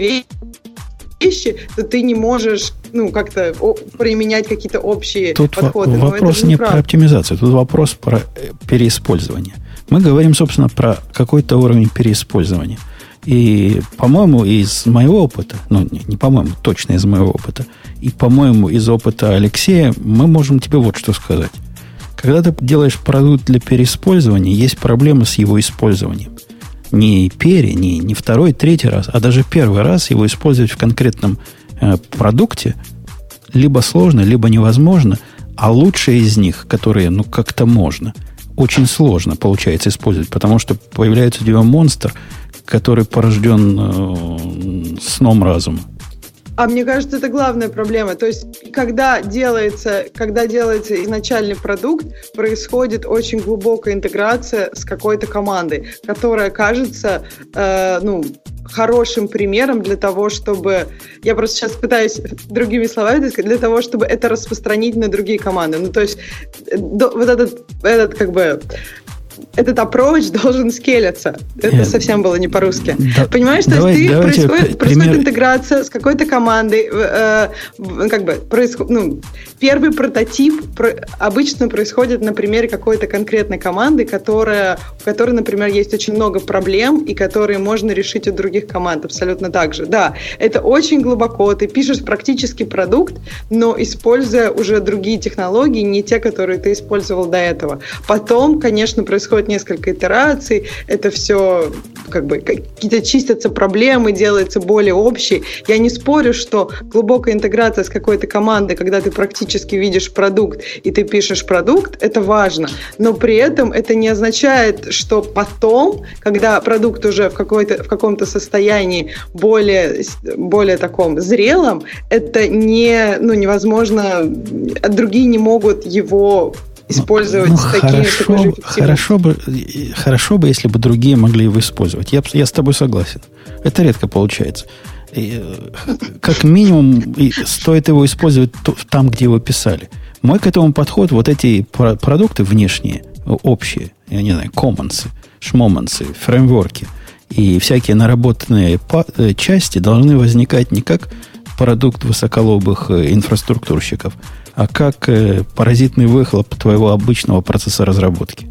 вещи, то ты не можешь, ну, как-то о, применять какие-то общие тут подходы. Тут вопрос не, не про оптимизацию, тут вопрос про переиспользование. Мы говорим, собственно, про какой-то уровень переиспользования. И, по-моему, из моего опыта, ну, не, не по-моему, точно из моего опыта, и, по-моему, из опыта Алексея, мы можем тебе вот что сказать. Когда ты делаешь продукт для переиспользования, есть проблема с его использованием. Не пере, не, не второй, третий раз, а даже первый раз его использовать в конкретном э, продукте либо сложно, либо невозможно, а лучшие из них, которые, ну, как-то можно, очень сложно получается использовать, потому что появляется у тебя монстр, который порожден э, сном разума. А мне кажется, это главная проблема. То есть, когда делается, когда делается изначальный продукт, происходит очень глубокая интеграция с какой-то командой, которая кажется, э, ну, хорошим примером для того, чтобы... Я просто сейчас пытаюсь другими словами сказать, для того, чтобы это распространить на другие команды. Ну, то есть, до, вот этот, этот, как бы... Этот approach должен скелиться. Это yeah. совсем было не по-русски. Да. Понимаешь, то Давай, есть ты происходит, происходит интеграция с какой-то командой. Э, э, как бы происход, ну, первый прототип про, обычно происходит на примере какой-то конкретной команды, которая, у которой, например, есть очень много проблем, и которые можно решить у других команд абсолютно так же. Да, это очень глубоко. Ты пишешь практически продукт, но используя уже другие технологии, не те, которые ты использовал до этого. Потом, конечно, происходит Происходит несколько итераций, это все как бы какие-то чистятся проблемы, делается более общий. Я не спорю, что глубокая интеграция с какой-то командой, когда ты практически видишь продукт и ты пишешь продукт, это важно. Но при этом это не означает, что потом, когда продукт уже в, какой-то, в каком-то состоянии более, более таком зрелом, это не, ну, невозможно, другие не могут его использовать ну, с такими хорошо, хорошо бы, хорошо бы, если бы другие могли его использовать. Я, я с тобой согласен. Это редко получается. И, как минимум, стоит его использовать там, где его писали. Мой к этому подход, вот эти продукты внешние, общие, я не знаю, commons, шмомансы, фреймворки и всякие наработанные части должны возникать не как продукт высоколобых инфраструктурщиков, а как э, паразитный выхлоп твоего обычного процесса разработки.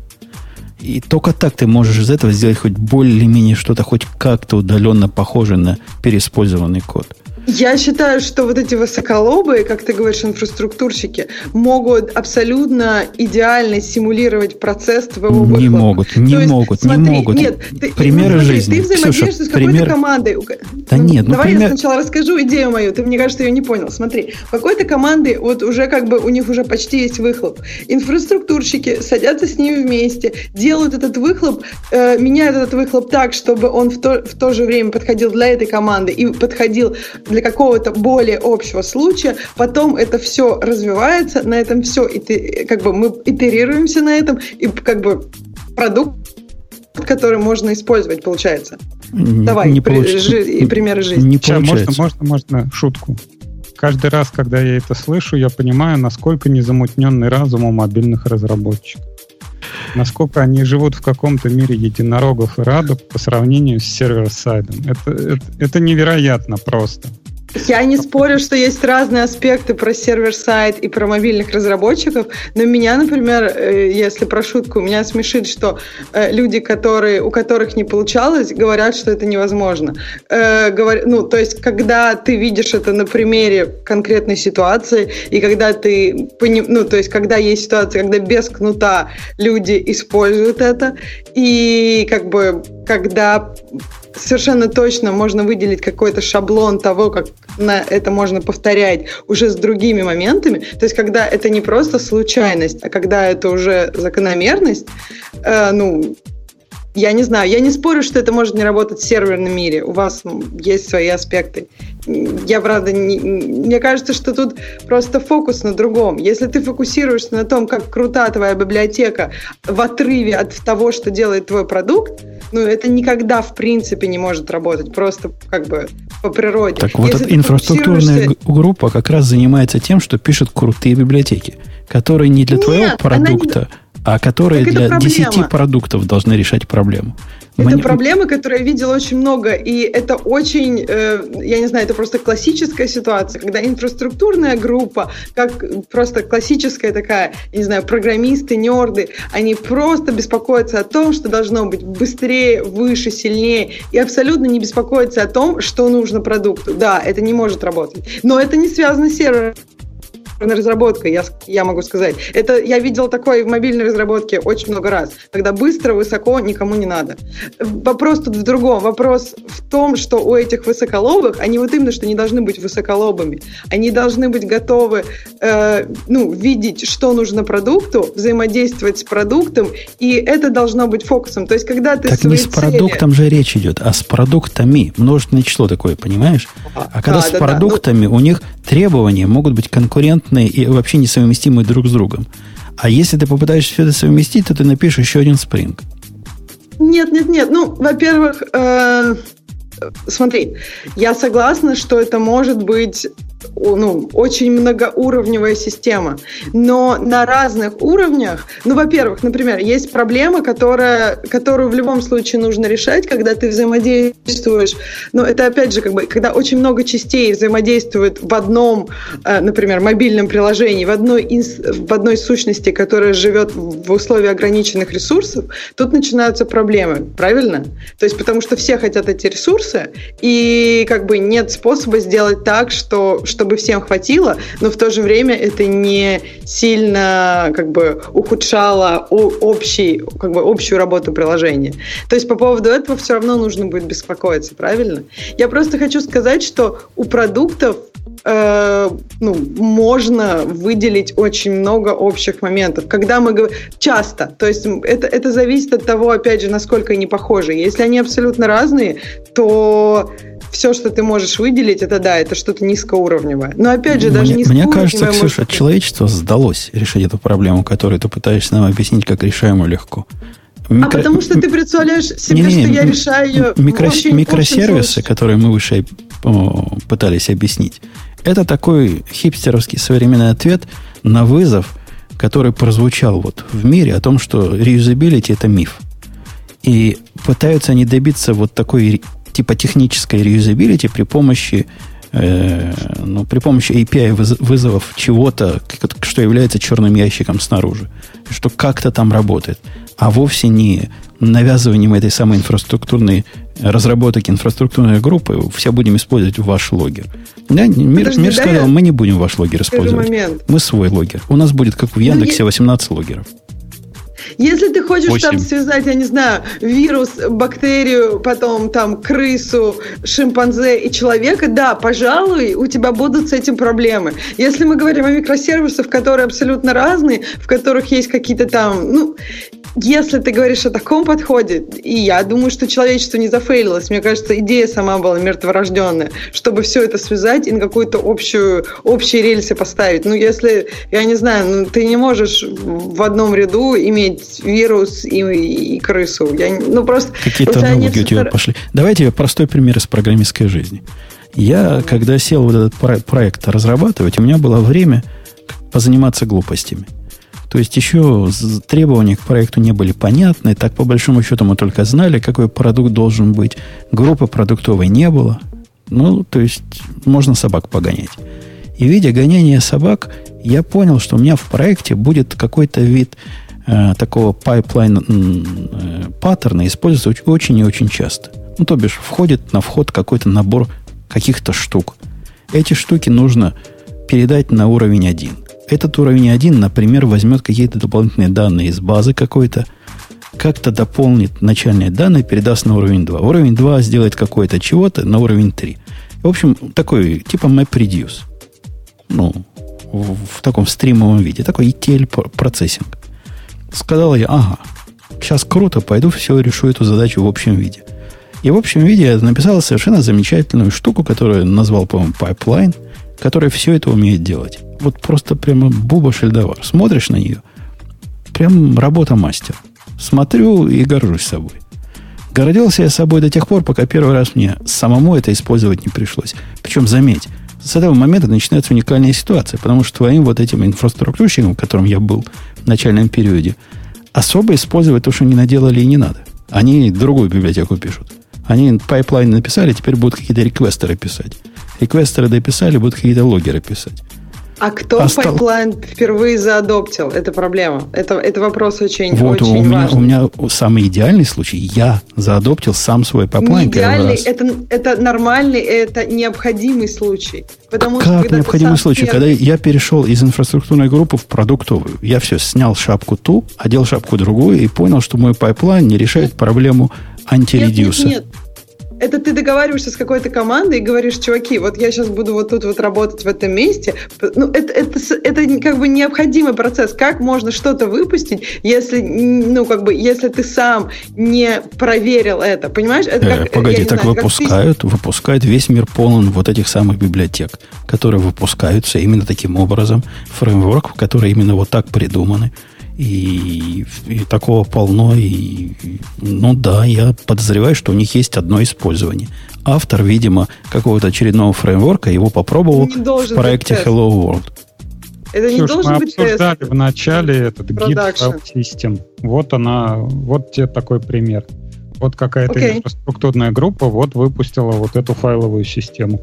И только так ты можешь из этого сделать хоть более-менее что-то, хоть как-то удаленно похожее на переиспользованный код. Я считаю, что вот эти высоколобые, как ты говоришь, инфраструктурщики, могут абсолютно идеально симулировать процесс твоего выхлопа. Не могут, не есть, могут, смотри, не могут. Нет, ты, примеры ну, смотри, жизни. Ты взаимодействуешь Ксюша, с какой-то пример... командой. Да нет, ну Давай пример... я сначала расскажу идею мою. Ты, мне кажется, ее не понял. Смотри, в какой-то команды вот уже как бы у них уже почти есть выхлоп. Инфраструктурщики садятся с ними вместе, делают этот выхлоп, э, меняют этот выхлоп так, чтобы он в то, в то же время подходил для этой команды и подходил для какого-то более общего случая. Потом это все развивается, на этом все, и ты, как бы мы итерируемся на этом, и как бы продукт, который можно использовать, получается. Не, Давай, не при, получ... жи, и примеры жизни. Не Сейчас, получается. можно, можно, можно шутку. Каждый раз, когда я это слышу, я понимаю, насколько незамутненный разум у мобильных разработчиков. Насколько они живут в каком-то мире единорогов и радуг по сравнению с сервер-сайдом. Это, это, это невероятно просто. Я не спорю, что есть разные аспекты про сервер-сайд и про мобильных разработчиков, но меня, например, если про шутку, меня смешит, что люди, которые, у которых не получалось, говорят, что это невозможно. Ну, то есть, когда ты видишь это на примере конкретной ситуации, и когда ты, ну, то есть, когда есть ситуация, когда без кнута люди используют это, и как бы, когда совершенно точно можно выделить какой-то шаблон того, как на это можно повторять уже с другими моментами. То есть, когда это не просто случайность, а когда это уже закономерность, э, ну, я не знаю, я не спорю, что это может не работать в серверном мире. У вас есть свои аспекты. Я, правда, не, мне кажется, что тут просто фокус на другом. Если ты фокусируешься на том, как крута твоя библиотека в отрыве от того, что делает твой продукт, ну, это никогда, в принципе, не может работать. Просто как бы по природе. Так вот, Если эта инфраструктурная фокусируешься... группа как раз занимается тем, что пишет крутые библиотеки, которые не для Нет, твоего продукта, не... а которые так для десяти продуктов должны решать проблему. Это Мне... проблемы, которые я видела очень много, и это очень, э, я не знаю, это просто классическая ситуация, когда инфраструктурная группа, как просто классическая такая, я не знаю, программисты, нерды, они просто беспокоятся о том, что должно быть быстрее, выше, сильнее, и абсолютно не беспокоятся о том, что нужно продукту. Да, это не может работать, но это не связано с сервером. Разработка, я, я могу сказать. Это я видел такое в мобильной разработке очень много раз, когда быстро, высоко никому не надо. Вопрос тут в другом. Вопрос в том, что у этих высоколобых, они вот именно, что не должны быть высоколобыми. Они должны быть готовы э, ну, видеть, что нужно продукту, взаимодействовать с продуктом, и это должно быть фокусом. То есть, когда ты так свои не с цели... продуктом же речь идет, а с продуктами. Множественное число такое, понимаешь? А, а когда да, с да, продуктами, да, ну... у них требования могут быть конкурентные и вообще несовместимые друг с другом. А если ты попытаешься все это совместить, то ты напишешь еще один Spring. Нет, нет, нет. Ну, во-первых, э, смотри, я согласна, что это может быть ну, очень многоуровневая система, но на разных уровнях, ну, во-первых, например, есть проблема, которая, которую в любом случае нужно решать, когда ты взаимодействуешь, ну, это опять же, как бы, когда очень много частей взаимодействуют в одном, например, мобильном приложении, в одной, в одной сущности, которая живет в условиях ограниченных ресурсов, тут начинаются проблемы, правильно? То есть, потому что все хотят эти ресурсы, и как бы нет способа сделать так, что чтобы всем хватило, но в то же время это не сильно как бы ухудшало общий, как бы, общую работу приложения. То есть по поводу этого все равно нужно будет беспокоиться, правильно? Я просто хочу сказать, что у продуктов э, ну, можно выделить очень много общих моментов. Когда мы говорим... Часто. То есть это, это зависит от того, опять же, насколько они похожи. Если они абсолютно разные, то все, что ты можешь выделить, это да, это что-то низкоуровневое. Но опять же, даже мне, низкоуровневое... Мне кажется, Ксюша, может... человечеству сдалось решить эту проблему, которую ты пытаешься нам объяснить, как решаемую легко. Микро... А потому что ты представляешь себе, не, не, что я решаю ее микро... очень Микросервисы, которые мы выше о, пытались объяснить, это такой хипстеровский современный ответ на вызов, который прозвучал вот в мире о том, что реюзабилити – это миф. И пытаются они добиться вот такой типа технической реюзабилити при помощи э, ну, при помощи эй пи ай вызовов чего-то, что является черным ящиком снаружи, что как-то там работает, а вовсе не навязыванием этой самой инфраструктурной разработок инфраструктурной группы все будем использовать ваш логер. Да, мир, Подожди, мир да сказал, я... мы не будем ваш логер использовать. Момент. Мы свой логер. У нас будет, как в Яндексе, восемнадцать логеров. Если ты хочешь восемь. Там связать, я не знаю, вирус, бактерию, потом там крысу, шимпанзе и человека, да, пожалуй, у тебя будут с этим проблемы. Если мы говорим о микросервисах, которые абсолютно разные, в которых есть какие-то там, ну, если ты говоришь о таком подходе, и я думаю, что человечество не зафейлилось, мне кажется, идея сама была мертворожденная, чтобы все это связать и на какую-то общую, общие рельсы поставить. Ну, если, я не знаю, ну, ты не можешь в одном ряду иметь вирус и, и крысу. Я, ну, просто... Какие-то аналогии у тебя пошли. Давайте я простой пример из программистской жизни. Я, когда сел вот этот проект разрабатывать, у меня было время позаниматься глупостями. То есть еще требования к проекту не были понятны. Так, по большому счету, мы только знали, какой продукт должен быть. Группы продуктовой не было. Ну, то есть, можно собак погонять. И, видя гонение собак, я понял, что у меня в проекте будет какой-то вид э, такого пайплайн э, паттерна использоваться очень и очень часто. Ну, то бишь, входит на вход какой-то набор каких-то штук. Эти штуки нужно передать на уровень один. Этот уровень один, например, возьмет какие-то дополнительные данные из базы какой-то, как-то дополнит начальные данные, передаст на уровень два. Уровень два сделает какое-то чего-то на уровень три. В общем, такой типа MapReduce. Ну, в, в таком стримовом виде. Такой и ти эл-процессинг. Сказал я, ага, сейчас круто, пойду все решу эту задачу в общем виде. И в общем виде я написал совершенно замечательную штуку, которую назвал, по-моему, Pipeline, которая все это умеет делать. Вот просто прямо буба-шельдовар. Смотришь на нее, прям работа мастер. Смотрю и горжусь собой. Гордился я собой до тех пор, пока первый раз мне самому это использовать не пришлось. Причем, заметь, с этого момента начинается уникальная ситуация, потому что твоим вот этим инфраструктурщиком, которым я был в начальном периоде, особо использовать то, что не наделали и не надо. Они другую библиотеку пишут. Они пайплайн написали, теперь будут какие-то реквестеры писать. Реквестеры дописали, будут какие-то логеры писать. А кто Остал... пайплайн впервые заадоптил? Это проблема. Это, это вопрос очень, вот, очень у меня, важный. У меня самый идеальный случай. Я заадоптил сам свой пайплайн не первый идеальный, раз. Это, это нормальный, это необходимый случай. Потому как что, необходимый случай? Первый... Когда я перешел из инфраструктурной группы в продуктовую, я все, снял шапку ту, одел шапку другую и понял, что мой пайплайн не решает проблему антиредюса. Нет, нет, нет. Это ты договариваешься с какой-то командой и говоришь, чуваки, вот я сейчас буду вот тут вот работать в этом месте. Ну, это, это, это как бы необходимый процесс. Как можно что-то выпустить, если, ну, как бы, если ты сам не проверил это? Понимаешь? Это э, как, погоди, так знаю, выпускают, ты... выпускают, весь мир полон вот этих самых библиотек, которые выпускаются именно таким образом, фреймворков, которые именно вот так придуманы. И, и такого полно. И, ну да, я подозреваю, что у них есть одно использование. Автор, видимо, какого-то очередного фреймворка его попробовал в проекте Hello World. Это не Слушай, должен мы быть обсуждали тест. в начале этот Git Production. File System. Вот она, вот тебе такой пример. Вот какая-то Okay. инфраструктурная группа вот выпустила вот эту файловую систему.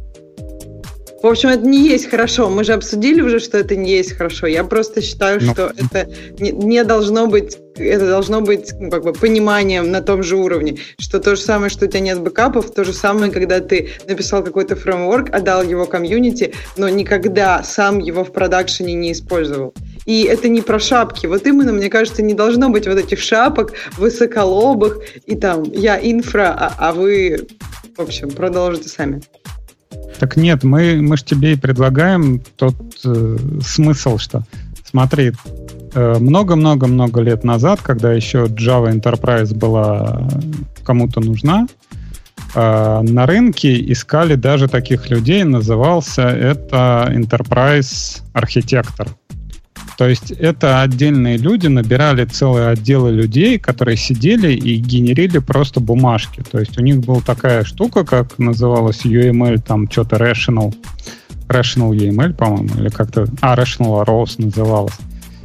В общем, это не есть хорошо. Мы же обсудили уже, что это не есть хорошо. Я просто считаю, Ну. что это не, не должно быть, это должно быть ну, как бы пониманием на том же уровне, что то же самое, что у тебя нет бэкапов, то же самое, когда ты написал какой-то фреймворк, отдал его комьюнити, но никогда сам его в продакшене не использовал. И это не про шапки. Вот именно, мне кажется, не должно быть вот этих шапок высоколобых, и там я инфра, а, а вы, в общем, продолжите сами. Так нет, мы, мы же тебе и предлагаем тот э, смысл, что смотри, э, много-много-много лет назад, когда еще Java Enterprise была кому-то нужна, э, на рынке искали даже таких людей, назывался это Enterprise архитектор. То есть это отдельные люди, набирали целые отделы людей, которые сидели и генерили просто бумажки. То есть у них была такая штука, как называлась ю эм эль, там что-то Rational, Rational ю эм эль, по-моему, или как-то... А, Rational Rows называлась.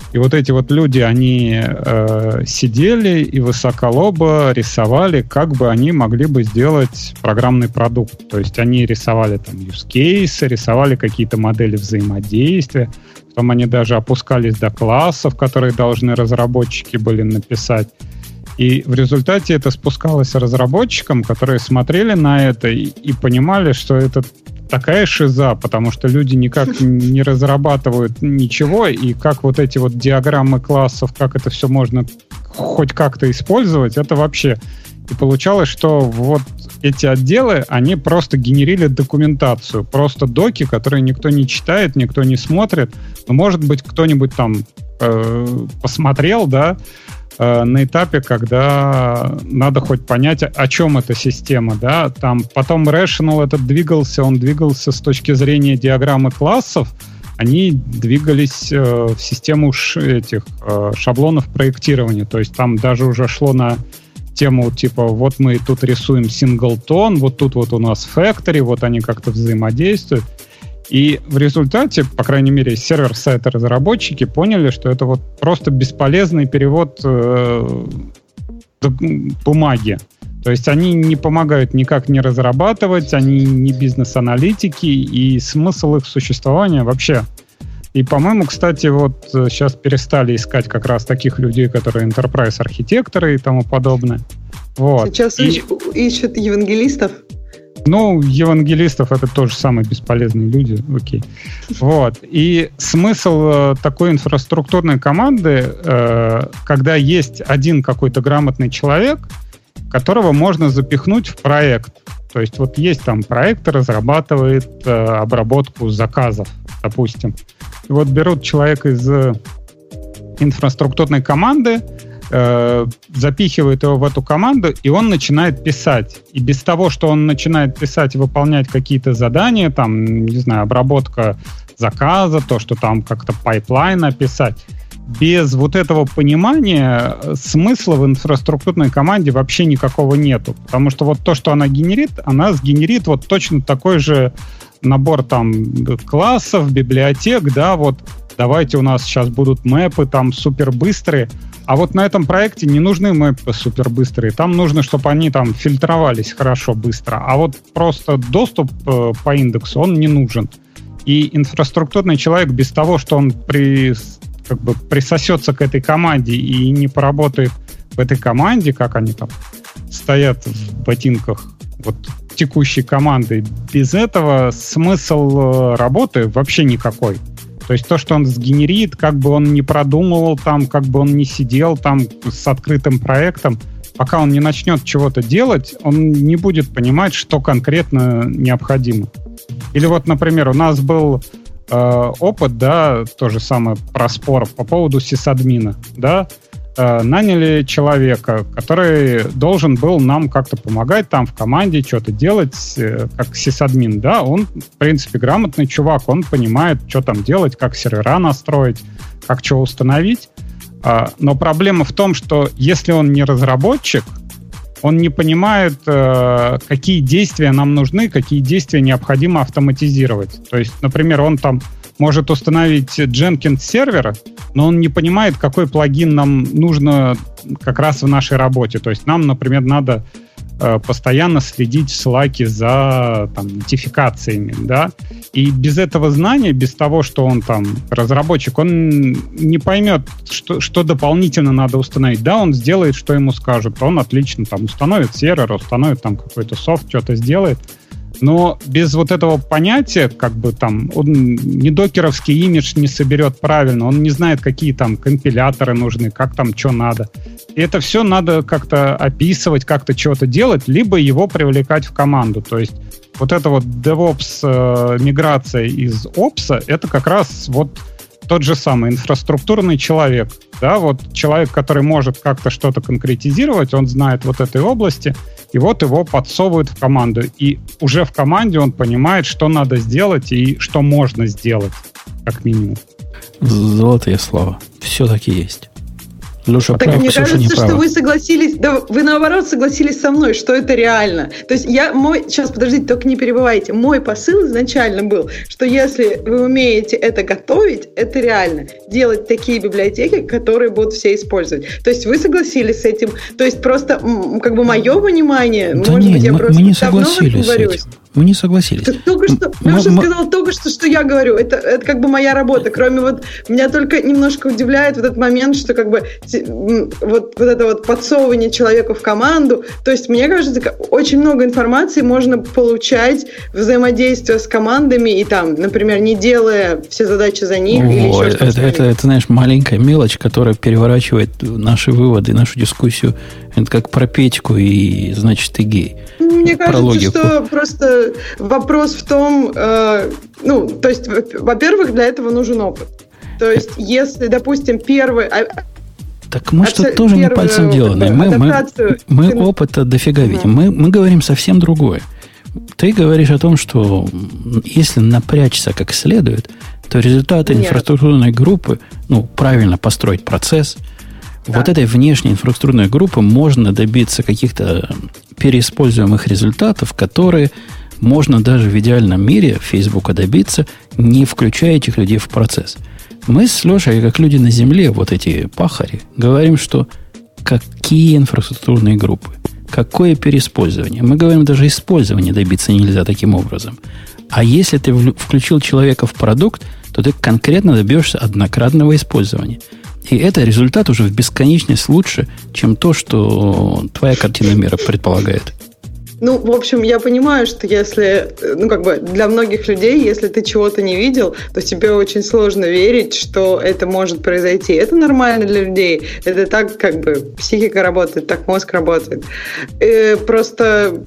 И вот эти вот люди, они э, сидели и высоколобо рисовали, как бы они могли бы сделать программный продукт. То есть они рисовали там use cases, рисовали какие-то модели взаимодействия, потом они даже опускались до классов, которые должны разработчики были написать. И в результате это спускалось разработчикам, которые смотрели на это и, и понимали, что это такая шиза, потому что люди никак не разрабатывают ничего, и как вот эти вот диаграммы классов, как это все можно хоть как-то использовать, это вообще... И получалось, что вот эти отделы, они просто генерили документацию, просто доки, которые никто не читает, никто не смотрит, но, может быть, кто-нибудь там э, посмотрел, да, на этапе, когда надо хоть понять, о чем эта система, да, там потом Rational этот двигался, он двигался с точки зрения диаграммы классов, они двигались э, в систему ш, этих э, шаблонов проектирования, то есть там даже уже шло на тему типа вот мы тут рисуем синглтон, вот тут вот у нас factory, вот они как-то взаимодействуют. И в результате, по крайней мере, сервер-сайта разработчики поняли, что это вот просто бесполезный перевод э, бумаги. То есть они не помогают никак не разрабатывать, они не бизнес-аналитики, и смысл их существования вообще. И, по-моему, кстати, вот сейчас перестали искать как раз таких людей, которые enterprise-архитекторы и тому подобное. Вот. Сейчас и... ищ- ищут евангелистов. Ну, евангелистов — это тоже самые бесполезные люди, окей. Вот. И смысл э, такой инфраструктурной команды, э, когда есть один какой-то грамотный человек, которого можно запихнуть в проект. То есть вот есть там проект, разрабатывает э, обработку заказов, допустим. И вот берут человека из э, инфраструктурной команды, запихивает его в эту команду, и он начинает писать. И без того, что он начинает писать и выполнять какие-то задания, там, не знаю, обработка заказа, то, что там как-то пайплайн описать, без вот этого понимания смысла в инфраструктурной команде вообще никакого нету. Потому что вот то, что она генерит, она сгенерит вот точно такой же набор там классов, библиотек, да, вот давайте у нас сейчас будут мэпы там супербыстрые. А вот на этом проекте не нужны мэпы супербыстрые. Там нужно, чтобы они там фильтровались хорошо, быстро. А вот просто доступ э, по индексу, он не нужен. И инфраструктурный человек без того, что он при, как бы присосется к этой команде и не поработает в этой команде, как они там стоят в ботинках вот, текущей команды, без этого смысл работы вообще никакой. То есть то, что он сгенерит, как бы он не продумывал там, как бы он не сидел там с открытым проектом, пока он не начнет чего-то делать, он не будет понимать, что конкретно необходимо. Или вот, например, у нас был э, опыт, да, то же самое про спор по поводу сисадмина, да, э, наняли человека, который должен был нам как-то помогать там в команде, что-то делать, э, как сисадмин, да, он, в принципе, грамотный чувак, он понимает, что там делать, как сервера настроить, как что установить, э, но проблема в том, что если он не разработчик, он не понимает, э, какие действия нам нужны, какие действия необходимо автоматизировать. То есть, например, он там может установить Jenkins сервер, но он не понимает, какой плагин нам нужно как раз в нашей работе. То есть нам, например, надо э, постоянно следить в Slack за там, нотификациями, да. И без этого знания, без того, что он там разработчик, он не поймет, что, что дополнительно надо установить. Да, он сделает, что ему скажут. Он отлично там установит сервер, установит там какой-то софт, что-то сделает. Но без вот этого понятия, как бы там, он не докеровский имидж не соберет правильно, он не знает, какие там компиляторы нужны, как там что надо. И это все надо как-то описывать, как-то чего-то делать, либо его привлекать в команду. То есть вот эта вот DevOps э, миграция из Ops, это как раз вот тот же самый инфраструктурный человек. Да, вот человек, который может как-то что-то конкретизировать, он знает вот этой области, и вот его подсовывают в команду. И уже в команде он понимает, что надо сделать и что можно сделать, как минимум. Золотые слова. Все-таки есть. Леша так прав, мне Ксюша кажется, не права. что вы согласились, да, вы наоборот согласились со мной, что это реально. То есть я мой, сейчас подождите, только не перебивайте. Мой посыл изначально был, что если вы умеете это готовить, это реально. Делать такие библиотеки, которые будут все использовать. То есть вы согласились с этим. То есть просто как бы мое понимание, Да может нет, быть, я мы, просто мы не давно согласились с варюсь. этим. Мы не согласились. Так только что, М- Леша м- сказал только что, что я говорю. Это, это как бы моя работа. Кроме вот, меня только немножко удивляет вот этот момент, что как бы вот, вот это вот подсовывание человека в команду. То есть, мне кажется, очень много информации можно получать, взаимодействуя с командами и там, например, не делая все задачи за них. О, или еще это, это, это, это, знаешь, маленькая мелочь, которая переворачивает наши выводы, нашу дискуссию. Это как про Петьку и, значит, ты гей. Мне Про кажется, логику. что просто вопрос в том, э, ну, то есть, во-первых, для этого нужен опыт. То есть, если, допустим, первый... Так мы что Абсо- тоже не первую, пальцем деланы. как бы, Мы, мы, адаптацию мы ты- опыта дофига Ага. видим. Мы, мы говорим совсем другое. Ты говоришь о том, что если напрячься как следует, то результаты Нет. инфраструктурной группы, ну, правильно построить процесс, Да. вот этой внешней инфраструктурной группы можно добиться каких-то переиспользуемых результатов, которые можно даже в идеальном мире Фейсбука добиться, не включая этих людей в процесс. Мы с Лешей, как люди на земле, вот эти пахари, говорим, что какие инфраструктурные группы, какое переиспользование. Мы говорим, даже использование добиться нельзя таким образом. А если ты влю- включил человека в продукт, то ты конкретно добьешься однократного использования. И это результат уже в бесконечность лучше, чем то, что твоя картина мира предполагает. Ну, в общем, я понимаю, что если, ну, как бы для многих людей, если ты чего-то не видел, то тебе очень сложно верить, что это может произойти. Это нормально для людей. Это так, как бы, психика работает, так мозг работает. Э, просто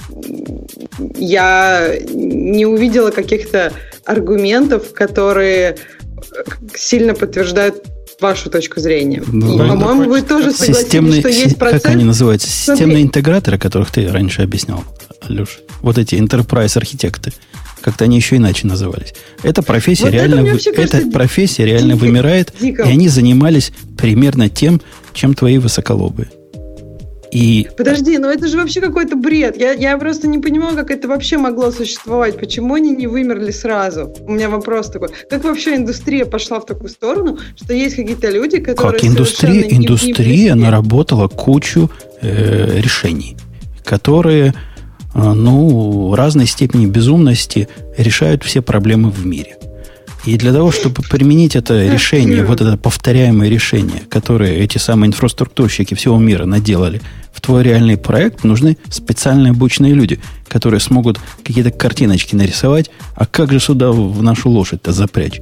я не увидела каких-то аргументов, которые сильно подтверждают вашу точку зрения. Ну, И, да. по-моему, вы тоже согласились, Системные, что есть си- процесс... как они называются? Системные Смотри. интеграторы, которых ты раньше объяснял, Леш. Вот эти enterprise архитекты. Как-то они еще иначе назывались. Эта профессия Вот это реально, мне вы- вообще кажется эта профессия реально дико- вымирает, дико. и они занимались примерно тем, чем твои высоколобые. И Подожди, ну это же вообще какой-то бред. Я, я просто не понимаю, как это вообще могло существовать. Почему они не вымерли сразу? У меня вопрос такой. Как вообще индустрия пошла в такую сторону, что есть какие-то люди, которые как индустрия, совершенно не- не индустрия близки? наработала кучу э, решений, которые, э, ну, в разной степени безумности решают все проблемы в мире. И для того, чтобы применить это решение, вот это повторяемое решение, которое эти самые инфраструктурщики всего мира наделали в твой реальный проект, нужны специально обученные люди, которые смогут какие-то картиночки нарисовать, а как же сюда в нашу лошадь-то запрячь?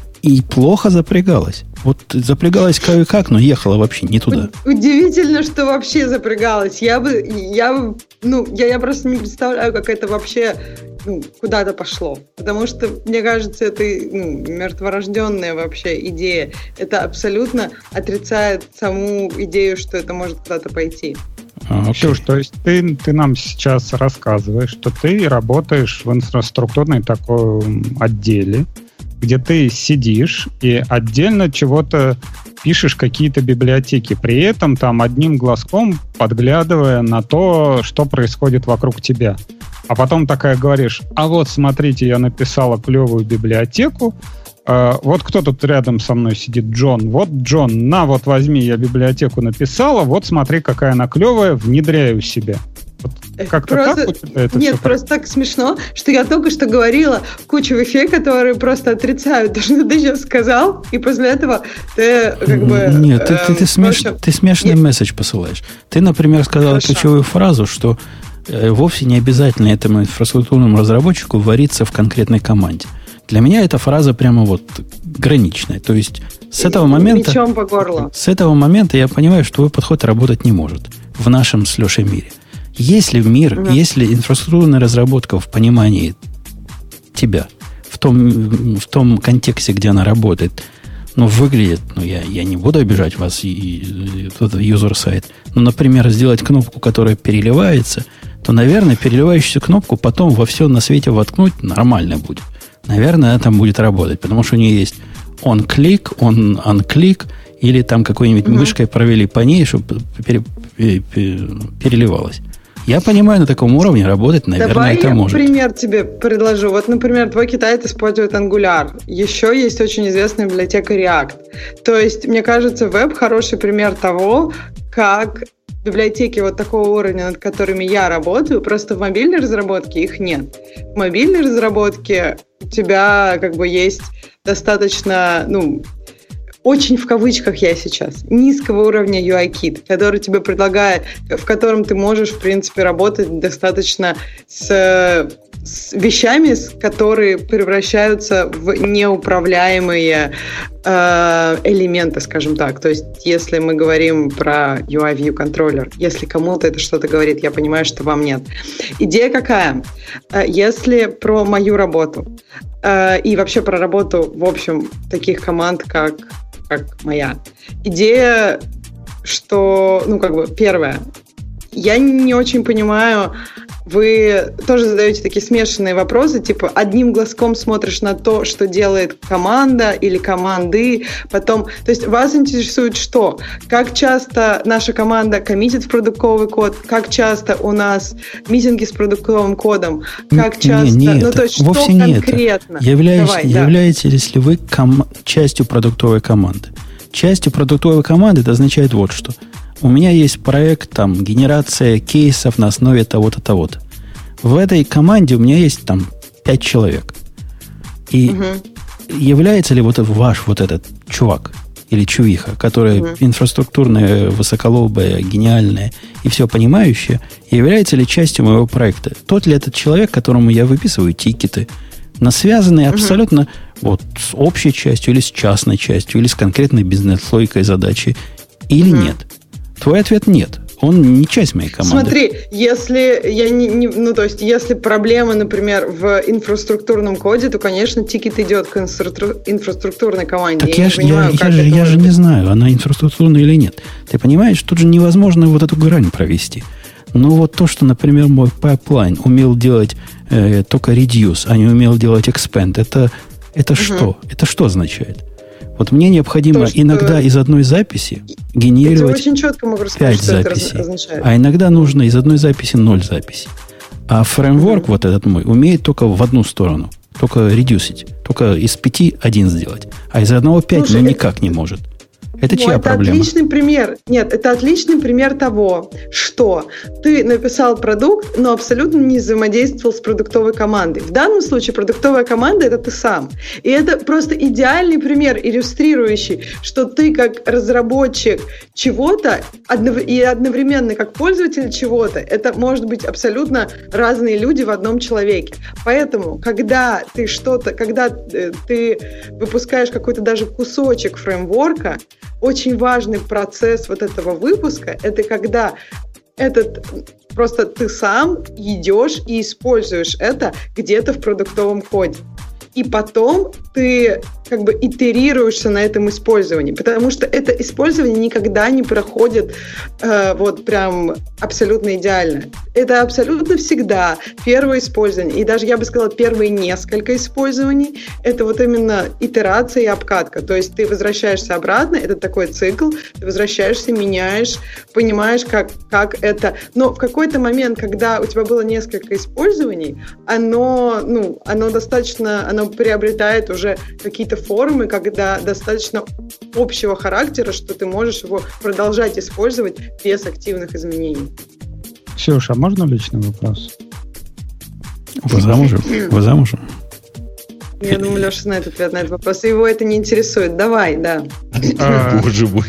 И плохо запрягалась. Вот запрягалась как-как, но ехала вообще не туда. Удивительно, что вообще запрягалась. Я бы, я бы, ну, я, я просто не представляю, как это вообще ну, куда-то пошло. Потому что, мне кажется, это ну, мертворожденная вообще идея. Это абсолютно отрицает саму идею, что это может куда-то пойти. А, окей. Ксюш, то есть ты, ты нам сейчас рассказываешь, что ты работаешь в инфраструктурной такой отделе, где ты сидишь и отдельно чего-то пишешь, какие-то библиотеки, при этом там одним глазком подглядывая на то, что происходит вокруг тебя. А потом такая говоришь, а вот смотрите, я написала клевую библиотеку, э, вот кто тут рядом со мной сидит, Джон, вот Джон, на, вот возьми, я библиотеку написала, вот смотри, какая она клевая, внедряю себя. Вот как-то Просто- так у тебя это Нет, все просто так смешно, что я только что говорила кучу вещей, которые просто отрицают то, что ты сейчас сказал, и после этого ты как бы... Нет, ты, ты, ты, эм, смеш- в общем, ты смешанный нет. месседж посылаешь. Ты, например, сказал Хорошо. ключевую фразу, что э, вовсе не обязательно этому инфраструктурному разработчику вариться в конкретной команде. Для меня эта фраза прямо вот граничная. То есть с этого момента... Мечом по горло. С этого момента я понимаю, что твой подход работать не может в нашем с Лешей мире. Если мир, Мгм. если инфраструктурная разработка в понимании тебя, в том, в том контексте, где она работает, ну, выглядит, ну, я, я не буду обижать вас и, и, и вот этот юзер-сайт, но, например, сделать кнопку, которая переливается, то, наверное, переливающуюся кнопку потом во все на свете воткнуть нормально будет. Наверное, это будет работать, потому что у нее есть on-click, on-unclick, Или там какой-нибудь угу. мышкой провели по ней, чтобы пере, пере, пере, переливалось. Я понимаю, на таком уровне работать, наверное, Давай это я может. пример тебе предложу. Вот, например, твой китаец использует Angular. Еще есть очень известная библиотека React. То есть, мне кажется, веб хороший пример того, как библиотеки вот такого уровня, над которыми я работаю, просто в мобильной разработке их нет. В мобильной разработке у тебя как бы есть достаточно, ну, очень в кавычках я сейчас, низкого уровня ю ай-кит, который тебе предлагает, в котором ты можешь, в принципе, работать достаточно с, с вещами, которые превращаются в неуправляемые э, элементы, скажем так. То есть, если мы говорим про ю ай-View контроллер, если кому-то это что-то говорит, я понимаю, что вам нет. Идея какая? Если про мою работу э, и вообще про работу, в общем, таких команд, как как моя. Идея, что, ну, как бы, первое, я не очень понимаю, вы тоже задаете такие смешанные вопросы, типа, одним глазком смотришь на то, что делает команда или команды, потом, то есть вас интересует что? Как часто наша команда коммитит в продуктовый код, как часто у нас митинги с продуктовым кодом, как часто, не, не ну, это. то есть Вовсе что не конкретно? Это. Являетесь, Давай, являетесь да. ли вы ком- частью продуктовой команды? Частью продуктовой команды это означает вот что. У меня есть проект, там, генерация кейсов на основе того-то, того-то. В этой команде у меня есть там пять человек. И угу. является ли вот ваш вот этот чувак или чувиха, которая угу. инфраструктурная, высоколобая, гениальная и все понимающая, является ли частью моего проекта? Тот ли этот человек, которому я выписываю тикеты, но связанные угу. абсолютно вот с общей частью или с частной частью, или с конкретной бизнес-логикой задачи, или угу. нет? Твой ответ нет. Он не часть моей команды. Смотри, если я не, не, ну то есть, если проблема, например, в инфраструктурном коде, то, конечно, тикет идет к инфраструктурной команде. Так я, я, понимаю, я, я, же, я же не знаю, она инфраструктурная или нет. Ты понимаешь, тут же невозможно вот эту грань провести. Но вот то, что, например, мой пайплайн умел делать э, только reduce, а не умел делать expand, это, это угу. что? Это что означает? Вот мне необходимо то, иногда из одной записи генерировать очень четко могу рассказать, пять записей, это а иногда нужно из одной записи ноль записей. А фреймворк mm-hmm. вот этот мой умеет только в одну сторону, только редюсить, только из пяти один сделать, а из одного пять ну, никак не может. Это ну, чья это проблема? Это отличный пример. Нет, это отличный пример того, что ты написал продукт, но абсолютно не взаимодействовал с продуктовой командой. В данном случае продуктовая команда – это ты сам. И это просто идеальный пример, иллюстрирующий, что ты как разработчик чего-то и одновременно как пользователь чего-то, это может быть абсолютно разные люди в одном человеке. Поэтому, когда ты что-то, когда ты выпускаешь какой-то даже кусочек фреймворка, очень важный процесс вот этого выпуска – это когда этот просто ты сам идешь и используешь это где-то в продуктовом коде. И потом ты как бы итерируешься на этом использовании, потому что это использование никогда не проходит э, вот прям абсолютно идеально. Это абсолютно всегда первое использование, и даже я бы сказала первые несколько использований, это вот именно итерация и обкатка, то есть ты возвращаешься обратно, это такой цикл, ты возвращаешься, меняешь, понимаешь, как, как это, но в какой-то момент, когда у тебя было несколько использований, оно, ну, оно достаточно, оно приобретает уже какие-то формы, когда достаточно общего характера, что ты можешь его продолжать использовать без активных изменений. Ксюша, а можно личный вопрос? Вы замужем? Вы замужем? Я думаю, Леша знает ответ на этот вопрос, и его это не интересует. Давай, да. Боже мой.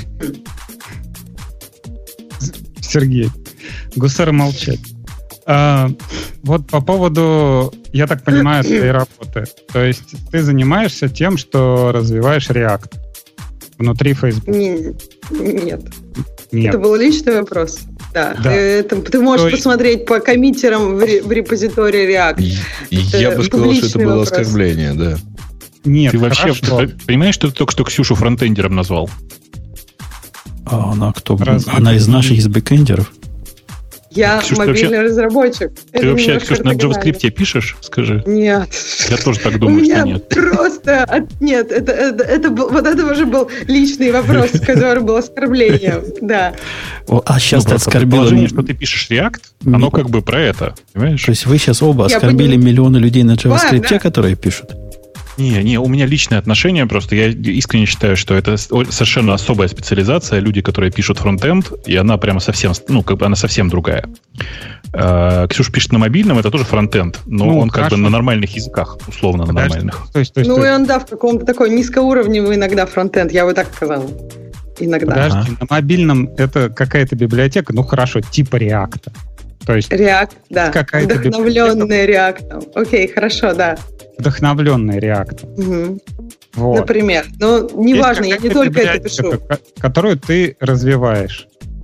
Сергей, гусары молчат. А, вот по поводу, я так понимаю, твоей работы. То есть ты занимаешься тем, что развиваешь React внутри Facebook? Не, нет. Нет. Это был личный вопрос. Да. да. Это, ты можешь То... посмотреть по коммитерам в, в репозитории React. Я бы сказал, что это было вопрос. Оскорбление, да. Нет, ты вообще хорошо. Понимаешь, что ты только что Ксюшу фронтендером назвал? А она кто? Разве она из наших, из бэкэндеров? Я Ксюш, мобильный вообще, разработчик. Ты Это вообще, Ксюш, на ортогонально. JavaScript пишешь? Скажи. Нет. Я тоже так думаю, У меня что нет. просто... от- Нет, это, это, это был- вот это уже был личный вопрос, который был оскорблением. Да. О, а сейчас Ну, ты просто оскорбила... предположение, ми- что ты пишешь React, оно Ми- как бы про это, понимаешь? То есть вы сейчас оба Я оскорбили поняла. миллионы людей на JavaScript, Ладно. которые пишут. Не, не, у меня личное отношение, просто я искренне считаю, что это с- о- совершенно особая специализация, люди, которые пишут фронтенд, и она прямо совсем, ну, как бы она совсем другая. Э, Ксюша пишет на мобильном, это тоже фронтенд, но Ну, он как хорошо. бы на нормальных языках, условно на Подожди. нормальных. То есть, то есть, Ну то и есть, он, да, в каком-то такой низкоуровневый иногда фронтенд, я бы так сказала. Иногда. подожди, на мобильном это какая-то библиотека, ну хорошо, типа React. То есть React, да. Какая-то Вдохновленный React. Окей, хорошо, да. вдохновленный React. Мгм. Вот. Например. Но Есть неважно, я не какая-то только это библиотека, пишу. ко- которую ты развиваешь.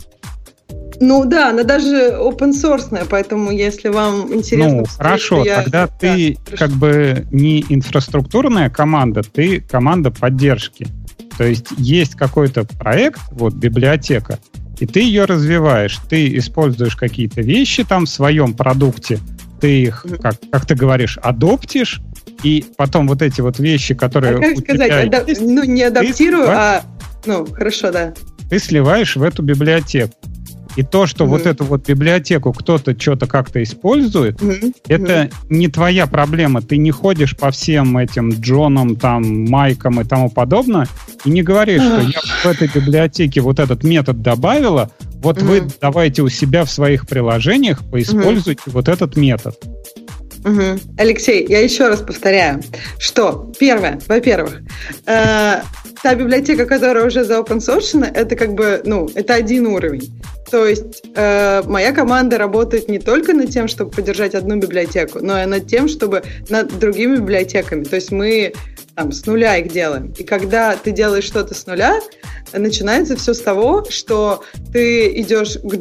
Ну да, она даже open source, поэтому если вам интересно... Ну, посмотреть, хорошо, то я- тогда да, ты хорошо. как бы не инфраструктурная команда, ты команда поддержки. То есть есть какой-то проект, вот библиотека, и ты ее развиваешь. Ты используешь какие-то вещи там в своем продукте, ты их, Мгм. как, как ты говоришь, адоптишь, и потом вот эти вот вещи, которые А как у сказать, тебя ада- есть, ну не адаптирую, ты- а... Ну, хорошо, да. ты сливаешь в эту библиотеку. И то, что Мгм. вот эту вот библиотеку кто-то что-то как-то использует, Мгм. это не твоя проблема. Ты не ходишь по всем этим Джонам, там, Майкам и тому подобное, и не говоришь, что я в этой библиотеке вот этот метод добавила, вот вы Мгм. давайте у себя в своих приложениях поиспользуйте вот этот метод. Мгм. Алексей, я еще раз повторяю, что первое, во-первых, э, та библиотека, которая уже заопенсоршена, это как бы, ну, это один уровень. То есть э, моя команда работает не только над тем, чтобы поддержать одну библиотеку, но и над тем, чтобы над другими библиотеками. То есть мы там с нуля их делаем. И когда ты делаешь что-то с нуля, начинается все с того, что ты идешь к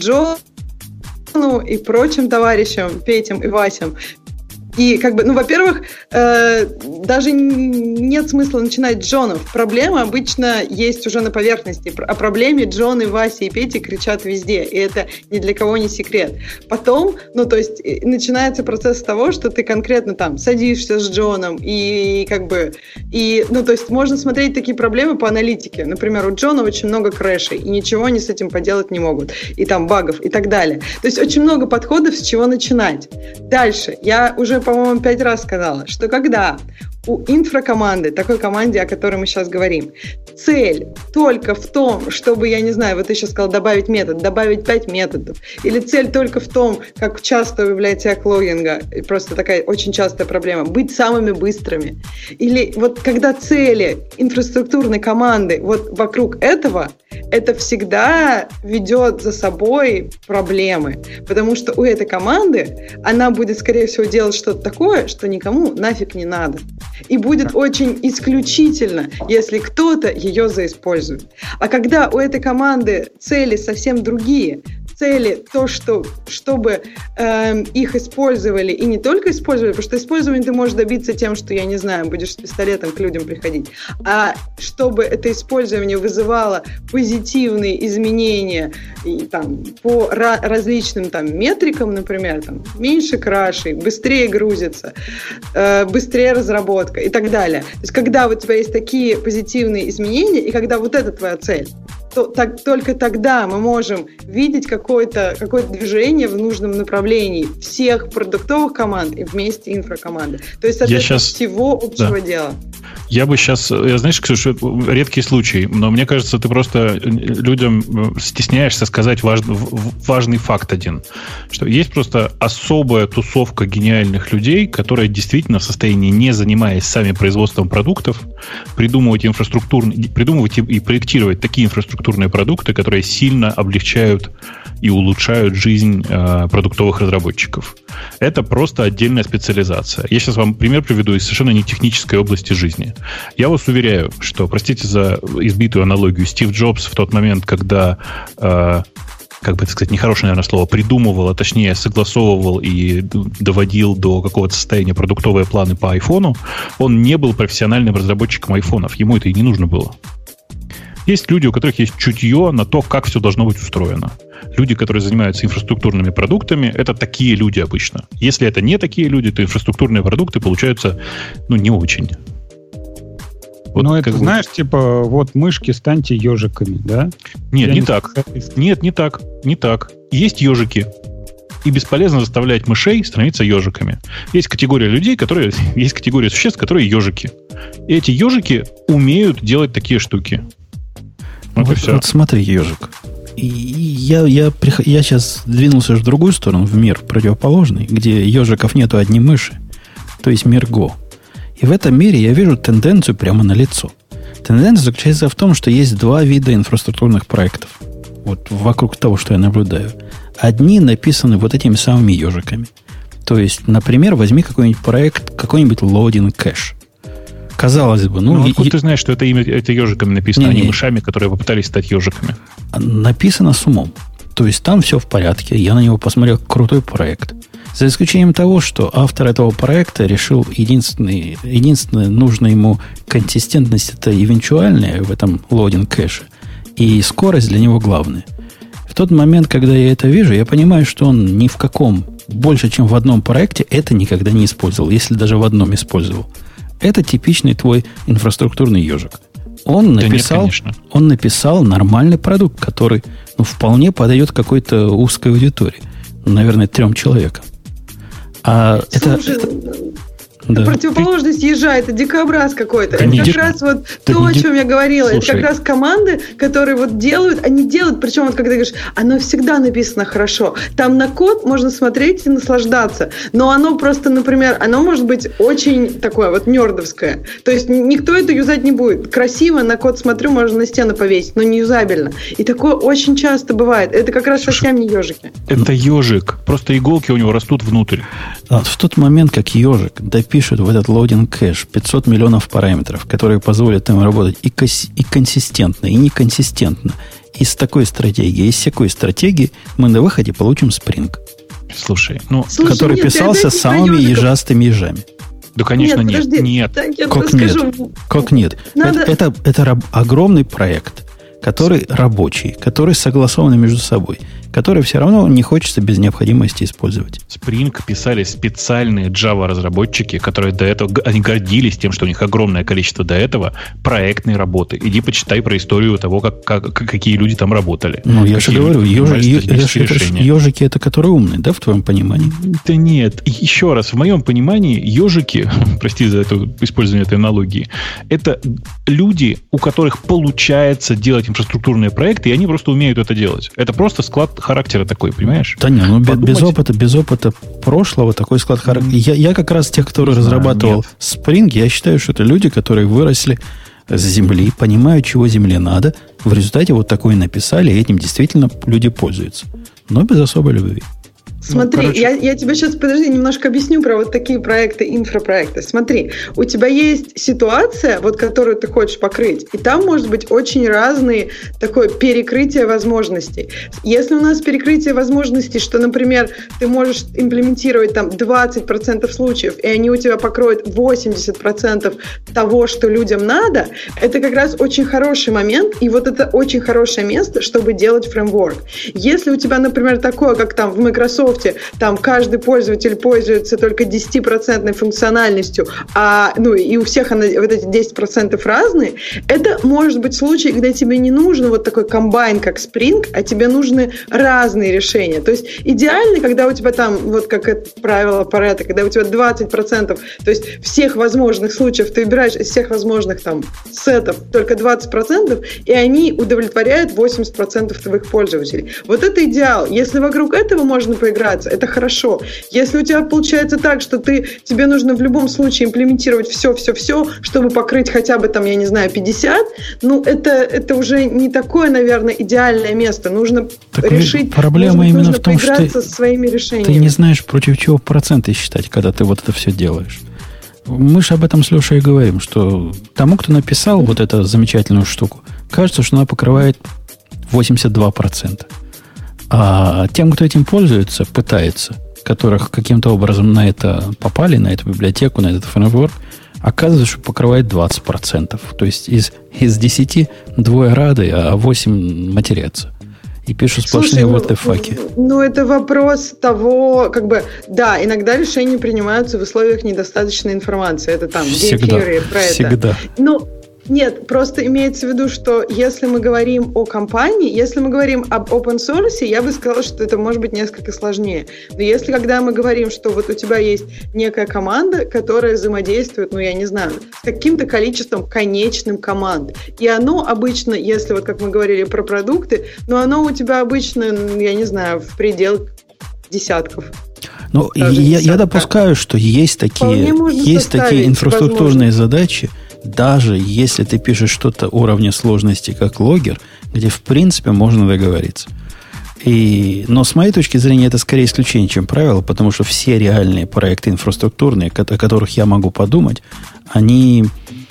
Джону и прочим товарищам, Петям и Васям. И как бы, ну, во-первых, э, даже нет смысла начинать с Джонов. Проблема обычно есть уже на поверхности. О проблеме Джон и Вася и Петя кричат везде, и это ни для кого не секрет. Потом, ну, то есть начинается процесс с того, что ты конкретно там садишься с Джоном, и как бы, и, ну, то есть можно смотреть такие проблемы по аналитике. Например, у Джона очень много крэшей, и ничего они с этим поделать не могут, и там багов, и так далее. То есть очень много подходов, с чего начинать. Дальше, я уже по-моему, пять раз сказала, что когда у инфракоманды, такой команде, о которой мы сейчас говорим, цель только в том, чтобы, я не знаю, вот ты сейчас сказал добавить метод, добавить пять методов, или цель только в том, как часто у библиотек логинга, просто такая очень частая проблема, быть самыми быстрыми. Или вот когда цели инфраструктурной команды вот вокруг этого, это всегда ведет за собой проблемы, потому что у этой команды она будет, скорее всего, делать что-то такое, что никому нафиг не надо. И будет очень исключительно, если кто-то ее заиспользует. А когда у этой команды цели совсем другие, цели то, что, чтобы э, их использовали, и не только использовали, потому что использование ты можешь добиться тем, что, я не знаю, будешь с пистолетом к людям приходить, а чтобы это использование вызывало позитивные изменения и, там, по ra- различным там, метрикам, например, там, меньше крашей, быстрее грузится, э, быстрее разработка и так далее. То есть когда у тебя есть такие позитивные изменения, и когда вот это твоя цель, то так, только тогда мы можем видеть какое-то, какое-то движение в нужном направлении всех продуктовых команд и вместе инфракоманды. То есть, соответственно, сейчас... всего общего да. дела. Я бы сейчас, я, знаешь, Ксюша, редкий случай, но мне кажется, ты просто людям стесняешься сказать важный, важный факт один, что есть просто особая тусовка гениальных людей, которые действительно в состоянии, не занимаясь сами производством продуктов, придумывать инфраструктурные, придумывать и проектировать такие инфраструктурные продукты, которые сильно облегчают и улучшают жизнь э, продуктовых разработчиков. Это просто отдельная специализация. Я сейчас вам пример приведу из совершенно не технической области жизни. Я вас уверяю, что, простите за избитую аналогию, Стив Джобс в тот момент, когда, э, как бы это сказать, нехорошее, наверное, слово, придумывал, а точнее согласовывал и доводил до какого-то состояния продуктовые планы по айфону, он не был профессиональным разработчиком айфонов. Ему это и не нужно было. Есть люди, у которых есть чутье на то, как все должно быть устроено. Люди, которые занимаются инфраструктурными продуктами, это такие люди обычно. Если это не такие люди, то инфраструктурные продукты получаются, ну, не очень. Вот, ну, это, знаешь, бы... типа, вот мышки станьте ежиками, да? Нет, Я не, не так. Нет, не так. Не так. Есть ежики. И бесполезно заставлять мышей становиться ежиками. Есть категория людей, которые... Есть категория существ, которые ежики. И эти ежики умеют делать такие штуки. Вот, вот, вот смотри, ежик. И я, я, я сейчас двинулся в другую сторону, в мир противоположный, где ежиков нету, одни мыши. То есть мир Go. И в этом мире я вижу тенденцию прямо на лицо. Тенденция заключается в том, что есть два вида инфраструктурных проектов. Вот вокруг того, что я наблюдаю. Одни написаны вот этими самыми ежиками. То есть, например, возьми какой-нибудь проект, какой-нибудь loading кэш. Казалось бы, ну... ну откуда и, ты знаешь, что это имя это ежиками написано, не, а не, не мышами, которые попытались стать ежиками? Написано с умом. То есть, там все в порядке. Я на него посмотрел, крутой проект. За исключением того, что автор этого проекта решил единственный, единственная нужная ему консистентность, это эвенчуальная в этом loading кэше. И скорость для него главная. В тот момент, когда я это вижу, я понимаю, что он ни в каком, больше, чем в одном проекте, это никогда не использовал, если даже в одном использовал. Это типичный твой инфраструктурный ежик. Он написал, да нет, он написал нормальный продукт, который ну, вполне подойдет какой-то узкой аудитории. Наверное, трем человекам. А Слушай, это... Да. Противоположность ежа, это дикобраз какой-то. Конечно. Это как раз вот это то, не... о чем я говорила. Слушай. Это как раз команды, которые вот делают, они делают, причем вот когда ты говоришь, оно всегда написано хорошо. Там на код можно смотреть и наслаждаться. Но оно просто, например, оно может быть очень такое вот нердовское. То есть никто это юзать не будет. Красиво на код смотрю, можно на стену повесить, но не юзабельно. И такое очень часто бывает. Это как раз Слушай, совсем не ежики. Это ежик. Просто иголки у него растут внутрь. А в тот момент, как ежик допишет в этот loading кэш пятьсот миллионов параметров, которые позволят им работать и, кос- и консистентно, и неконсистентно, и с такой стратегией, и с такой стратегией, мы на выходе получим Spring. Слушай, ну... Слушай, который нет, писался самыми ежастыми ежами. Да, конечно, нет. Нет, нет. Так, я как нет? скажу. Как нет? Надо... Это, это, это раб- огромный проект, который рабочий, который согласован между собой, который все равно не хочется без необходимости использовать. Spring писали специальные Java-разработчики, которые до этого, они гордились тем, что у них огромное количество до этого проектной работы. Иди почитай про историю того, как, как, какие люди там работали. Ну, я же говорю, ежики, ежики, ежики это которые умные, да, в твоем понимании? Да нет. И еще раз, в моем понимании ежики, прости за это использование этой аналогии, это люди, у которых получается делать инфраструктурные проекты, и они просто умеют это делать. Это просто склад характера такой, понимаешь? Да не, ну Подумать... без опыта, без опыта прошлого такой склад характера. Я, я как раз тех, которые знаю, разрабатывал нет. Spring, я считаю, что это люди, которые выросли с земли, понимают, чего земле надо, в результате вот такое написали, и этим действительно люди пользуются. Но без особой любви. Смотри, ну, я, я тебе сейчас, подожди, немножко объясню про вот такие проекты, инфропроекты. Смотри, у тебя есть ситуация, вот которую ты хочешь покрыть, и там может быть очень разные такое перекрытие возможностей. Если у нас перекрытие возможностей, что, например, ты можешь имплементировать там двадцать процентов случаев, и они у тебя покроют восемьдесят процентов того, что людям надо, это как раз очень хороший момент, и вот это очень хорошее место, чтобы делать фреймворк. Если у тебя, например, такое, как там в Microsoft, там каждый пользователь пользуется только десять процентов функциональностью, а, ну и у всех она, вот эти десять процентов разные, это может быть случай, когда тебе не нужен вот такой комбайн, как Spring, а тебе нужны разные решения. То есть идеально, когда у тебя там, вот как это правило Парето, когда у тебя двадцать процентов, то есть всех возможных случаев ты выбираешь из всех возможных там сетов только двадцать процентов, и они удовлетворяют восемьдесят процентов твоих пользователей. Вот это идеал. Если вокруг этого можно поиграть, это хорошо. Если у тебя получается так, что ты, тебе нужно в любом случае имплементировать все-все-все, чтобы покрыть хотя бы там, я не знаю, пятьдесят, ну, это, это уже не такое, наверное, идеальное место. Нужно так решить, проблема нужно, именно нужно в том, поиграться что ты, со своими решениями. Ты не знаешь, против чего проценты считать, когда ты вот это все делаешь. Мы же об этом с Лешей и говорим, что тому, кто написал вот эту замечательную штуку, кажется, что она покрывает восемьдесят два процента. А тем, кто этим пользуется, пытается, которых каким-то образом на это попали, на эту библиотеку, на этот фреймворк, Оказывается, что покрывает двадцать процентов. То есть из, из десяти двое рады, а восемь матерятся. И пишут сплошные what the fuck. Ну, ну, это вопрос того, как бы, да, иногда решения принимаются в условиях недостаточной информации. Это там всегда, Game Theory про всегда. это. Ну, нет, просто имеется в виду, что если мы говорим о компании, если мы говорим об open source, я бы сказала, что это может быть несколько сложнее. Но если когда мы говорим, что вот у тебя есть некая команда, которая взаимодействует, ну, я не знаю, с каким-то количеством конечным команд, и оно обычно, если вот как мы говорили про продукты, но оно у тебя обычно, я не знаю, в пределах десятков. Ну, я, я допускаю, что есть такие, есть такие инфраструктурные возможно. задачи, даже если ты пишешь что-то уровня сложности, как логер, где, в принципе, можно договориться. И, но с моей точки зрения, это скорее исключение, чем правило, потому что все реальные проекты инфраструктурные, о которых я могу подумать, они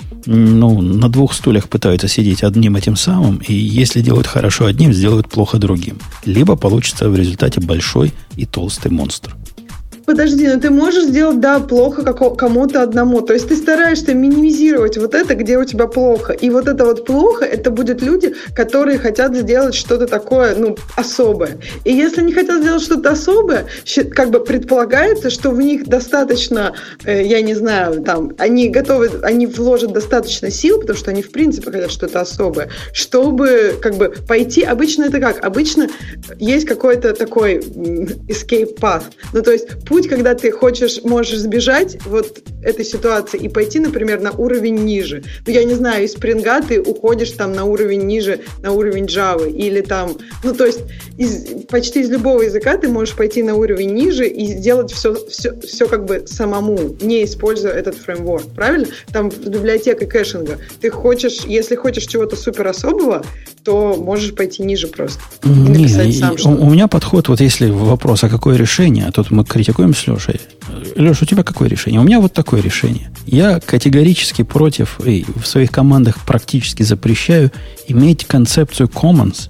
ну, на двух стульях пытаются сидеть одним этим самым, и если делают хорошо одним, сделают плохо другим. Либо получится в результате большой и толстый монстр. Подожди, но ты можешь сделать, да, плохо кому-то одному. То есть ты стараешься минимизировать вот это, где у тебя плохо. И вот это вот плохо, это будут люди, которые хотят сделать что-то такое, ну, особое. И если они хотят сделать что-то особое, как бы предполагается, что в них достаточно, я не знаю, там, они готовы, они вложат достаточно сил, потому что они, в принципе, хотят что-то особое, чтобы, как бы, пойти. Обычно это как? Обычно есть какой-то такой escape path. Ну, то есть путь, когда ты хочешь, можешь сбежать вот этой ситуации и пойти, например, на уровень ниже. Ну, я не знаю, из Spring ты уходишь там на уровень ниже, на уровень Java, или там, ну, то есть из, почти из любого языка ты можешь пойти на уровень ниже и сделать все, все, все как бы самому, не используя этот фреймворк, правильно? Там библиотека кэшинга. Ты хочешь, если хочешь чего-то супер особого, то можешь пойти ниже просто. И написать не, сам, у, что у меня подход, вот если вопрос, а какое решение, а тут мы критикуем с Лешей. Леша, у тебя какое решение? У меня вот такое решение. Я категорически против и в своих командах практически запрещаю иметь концепцию commons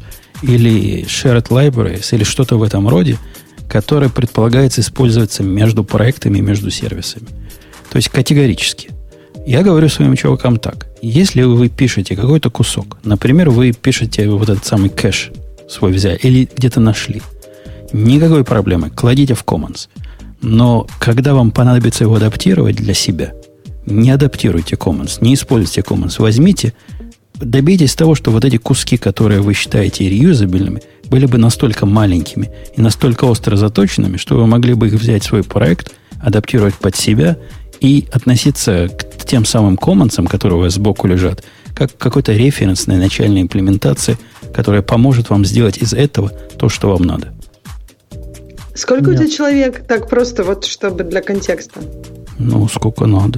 или shared libraries или что-то в этом роде, которое предполагается использоваться между проектами и между сервисами. То есть категорически. Я говорю своим чувакам так. Если вы пишете какой-то кусок, например, вы пишете вот этот самый кэш свой взяли или где-то нашли, никакой проблемы. Кладите в commons. Но когда вам понадобится его адаптировать для себя, не адаптируйте commons, не используйте commons. Возьмите, добейтесь того, что вот эти куски, которые вы считаете реюзабельными, были бы настолько маленькими и настолько остро заточенными, что вы могли бы их взять в свой проект, адаптировать под себя и относиться к тем самым commons'ам, которые у вас сбоку лежат, как к какой-то референсной начальной имплементации, которая поможет вам сделать из этого то, что вам надо. Сколько Нет. у тебя человек? Так, просто вот, чтобы для контекста. Ну, сколько надо.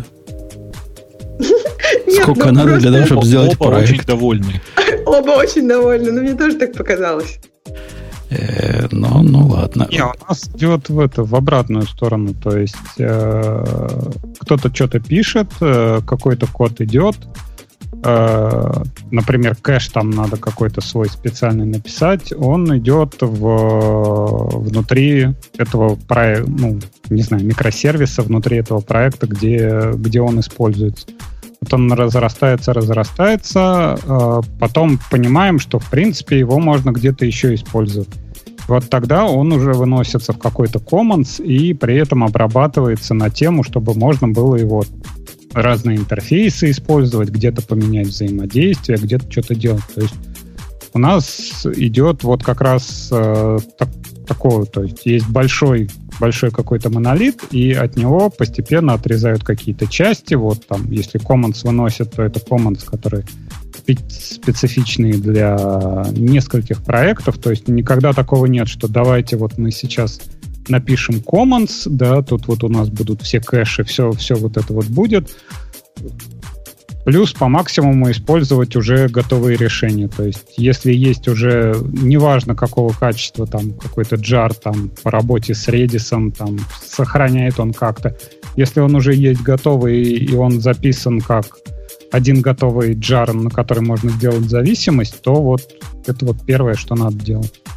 Нет, сколько ну, надо просто... для того, чтобы сделать Оба проект. очень довольны. Оба очень довольны. Но мне тоже так показалось. Э, ну, ну, ладно. Не, у нас идет в, это, в обратную сторону. То есть э, кто-то что-то пишет, э, какой-то код идет. Э, например, кэш там надо какой-то свой специальный написать. Он идет в, внутри этого проекта, ну, не знаю, микросервиса, внутри этого проекта, где, где он используется. Вот он разрастается, разрастается, э, потом понимаем, что, в принципе, его можно где-то еще использовать. Вот тогда он уже выносится в какой-то commons и при этом обрабатывается на тему, чтобы можно было его разные интерфейсы использовать, где-то поменять взаимодействие, где-то что-то делать. То есть у нас идет вот как раз э, так, такое, то есть есть большой, большой какой-то монолит, и от него постепенно отрезают какие-то части. Вот там, если commons выносят, то это commons, которые специфичные для нескольких проектов. То есть никогда такого нет, что давайте вот мы сейчас напишем commons, да, тут вот у нас будут все кэши, все, все вот это вот будет. Плюс по максимуму использовать уже готовые решения. То есть если есть уже, неважно какого качества, там какой-то джар там по работе с Redis, там сохраняет он как-то. Если он уже есть готовый и он записан как один готовый джар, на который можно сделать зависимость, то вот это вот первое, что надо делать.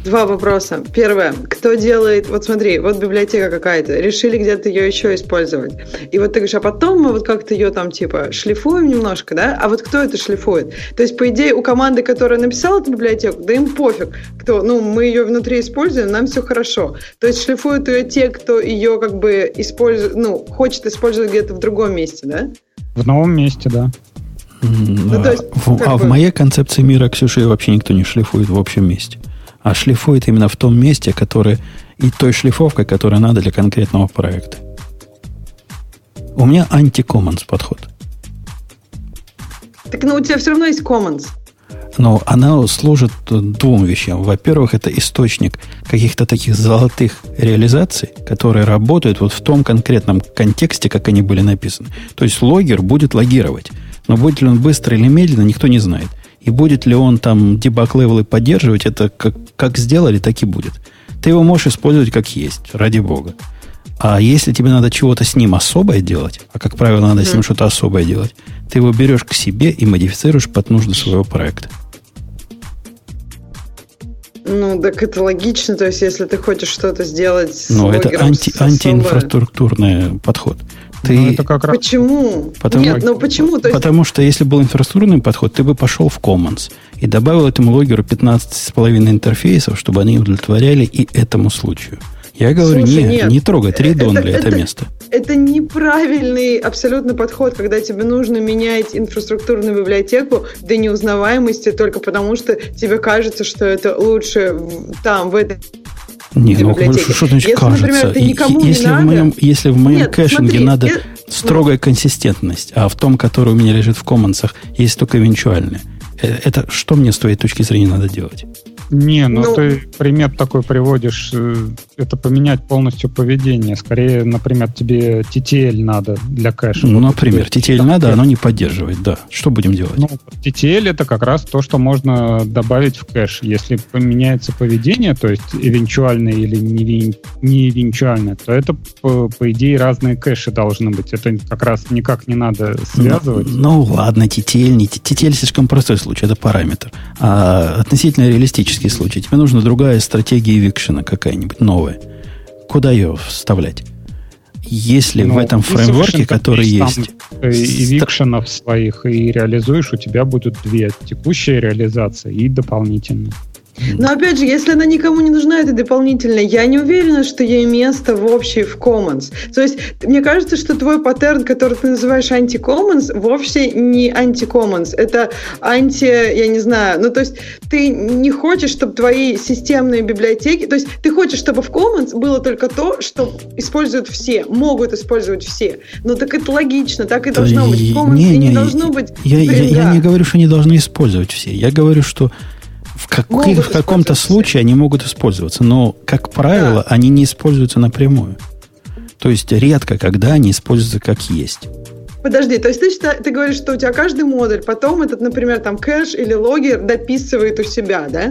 Два вопроса. Первое. Кто делает... Вот смотри, вот библиотека какая-то. Решили где-то ее еще использовать. И вот ты говоришь, а потом мы вот как-то ее там типа шлифуем немножко, да? А вот кто это шлифует? То есть, по идее, у команды, которая написала эту библиотеку, да им пофиг, кто... Ну, мы ее внутри используем, нам все хорошо. То есть, шлифуют ее те, кто ее как бы использует... Ну, хочет использовать где-то в другом месте, да? В новом месте, да. Ну, то есть, в, а бы... в моей концепции мира, Ксюша, вообще никто не шлифует в общем месте. А шлифует именно в том месте, которое и той шлифовкой, которая надо для конкретного проекта. У меня анти-commons подход. Так, ну, у тебя все равно есть commons. Но она служит двум вещам. Во-первых, это источник каких-то таких золотых реализаций, которые работают вот в том конкретном контексте, как они были написаны. То есть логер будет логировать. Но будет ли он быстро или медленно, никто не знает. И будет ли он там дебаг-левелы поддерживать, это как, как сделали, так и будет. Ты его можешь использовать как есть, ради бога. А если тебе надо чего-то с ним особое делать, а, как правило, надо mm-hmm. с ним что-то особое делать, ты его берешь к себе и модифицируешь под нужды своего проекта. Ну, так это логично. То есть, если ты хочешь что-то сделать с Ну, это анти, с антиинфраструктурный подход. Ты... Ну, это как раз... Почему? Потому... Нет, ну почему? То есть... Потому что если был инфраструктурный подход, ты бы пошел в Commons и добавил этому логеру пятнадцать с половиной интерфейсов, чтобы они удовлетворяли и этому случаю. Я говорю, Слушай, нет, нет, не трогай, три это, донли это, это место. Это неправильный абсолютно подход, когда тебе нужно менять инфраструктурную библиотеку до неузнаваемости только потому, что тебе кажется, что это лучше там, в этой не, ну что значит если, кажется? Например, ты никому если, не в надо... моем, если в моем Нет, кэшинге смотри, надо я... строгая консистентность, а в том, который у меня лежит в комментсах, есть только венчуальная. Это что мне с твоей точки зрения надо делать? Не, ну, ну ты пример такой приводишь, это поменять полностью поведение. Скорее, например, тебе ти ти эл надо для кэша. Ну, например, ти ти эл надо, оно не поддерживает, да. Что будем делать? Ну, ти ти эл это как раз то, что можно добавить в кэш. Если поменяется поведение, то есть эвенчуальное или не эвенчуальное, то это, по, по идее, разные кэши должны быть. Это как раз никак не надо связывать. Ну, ну ладно, ти ти эл, не ти ти эл слишком простой случай, это параметр. А относительно реалистический случай. Тебе нужна другая стратегия эвикшена какая-нибудь новая. Куда ее вставлять? Если ну, в этом фреймворке, который есть... Эвикшенов своих и реализуешь, у тебя будут две. Текущая реализация и дополнительная. Но опять же, если она никому не нужна, это дополнительно. Я не уверена, что ей место в общей, в Commons. То есть, мне кажется, что твой паттерн, который ты называешь анти-Commons, вовсе не анти-Commons. Это анти, я не знаю, ну то есть, ты не хочешь, чтобы твои системные библиотеки, то есть, ты хочешь, чтобы в Commons было только то, что используют все, могут использовать все. Ну так это логично, так и должно быть. В Commons не, не, не должно быть... Я, я, я не говорю, что они должны использовать все. Я говорю, что В, каких, в каком-то случае они могут использоваться, но, как правило, да. они не используются напрямую. То есть редко, когда они используются как есть. Подожди, то есть ты, считаешь, ты говоришь, что у тебя каждый модуль, потом этот, например, там кэш или логер дописывает у себя, да?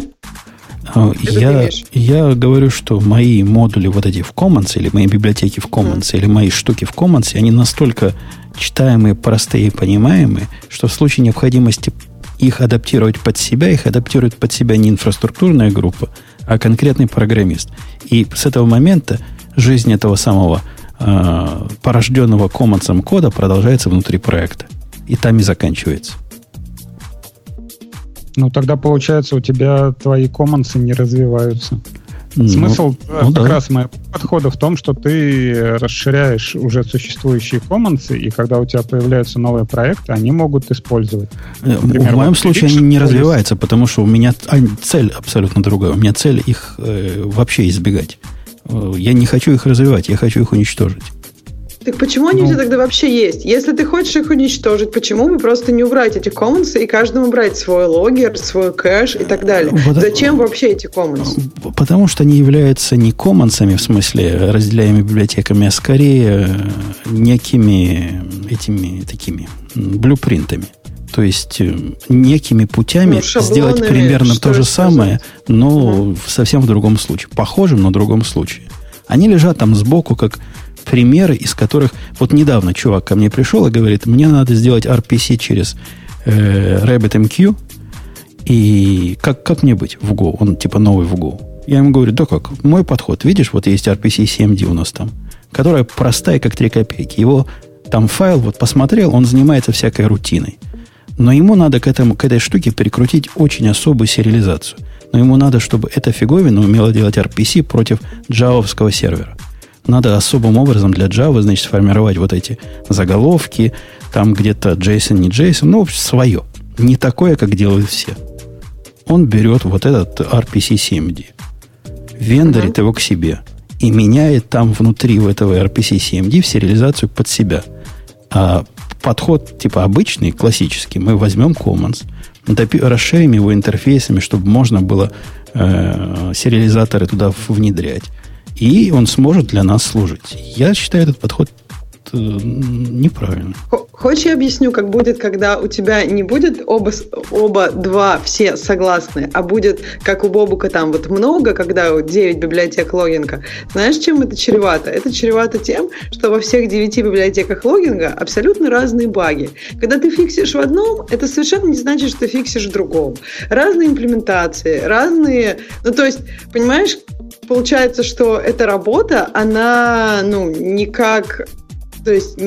Я, я говорю, что мои модули вот эти в Commons, или мои библиотеки в Commons, mm. или мои штуки в Commons, они настолько читаемые, простые и понимаемые, что в случае необходимости их адаптировать под себя, их адаптирует под себя не инфраструктурная группа, а конкретный программист. И с этого момента жизнь этого самого э, порожденного Commons кода продолжается внутри проекта. И там и заканчивается. Ну, тогда, получается, у тебя твои Commons не развиваются. Ну, Смысл ну, как да. раз моего подхода в том, что ты расширяешь уже существующие Commons, и когда у тебя появляются новые проекты, они могут использовать. Например, в моем вот случае они не развиваются, потому что у меня цель абсолютно другая. У меня цель их э, вообще избегать. Я не хочу их развивать, я хочу их уничтожить. Так почему они ну, у тебя тогда вообще есть? Если ты хочешь их уничтожить, почему бы просто не убрать эти commons и каждому брать свой логер, свой кэш и так далее? Потому, Зачем вообще эти commons? Потому что они являются не commons'ами, в смысле разделяемыми библиотеками, а скорее некими этими такими блюпринтами. То есть некими путями ну, сделать примерно то же самое, но угу. совсем в другом случае. Похожим, но в другом случае. Они лежат там сбоку, как примеры, из которых... Вот недавно чувак ко мне пришел и говорит, мне надо сделать ар пи си через э, RabbitMQ, и как, как мне быть в Go? Он типа новый в Go. Я ему говорю, да как, мой подход, видишь, вот есть ар пи си семь ди у нас там, которая простая, как три копейки. Его там файл, вот посмотрел, он занимается всякой рутиной. Но ему надо к, этому, к этой штуке перекрутить очень особую сериализацию. Но ему надо, чтобы эта фиговина умела делать ар пи си против джавовского сервера. Надо особым образом для Java, значит, сформировать вот эти заголовки, там где-то JSON, не JSON, ну, свое. Не такое, как делают все. Он берет вот этот ар пи си семь ди, вендорит uh-huh. его к себе и меняет там внутри в этого ар пи си семь ди в сериализацию под себя. А подход типа обычный, классический, мы возьмем Commons, допи- расширим его интерфейсами, чтобы можно было э, сериализаторы туда внедрять. И он сможет для нас служить. Я считаю этот подход э, неправильным. Хочешь, я объясню, как будет, когда у тебя не будет оба, оба два все согласны, а будет, как у Бобука, там вот много, когда девять библиотек логинга. Знаешь, чем это чревато? Это чревато тем, что во всех девяти библиотеках логинга абсолютно разные баги. Когда ты фиксишь в одном, это совершенно не значит, что ты фиксишь в другом. Разные имплементации, разные... Ну, то есть, понимаешь, получается, что эта работа, она, ну, никак... То есть...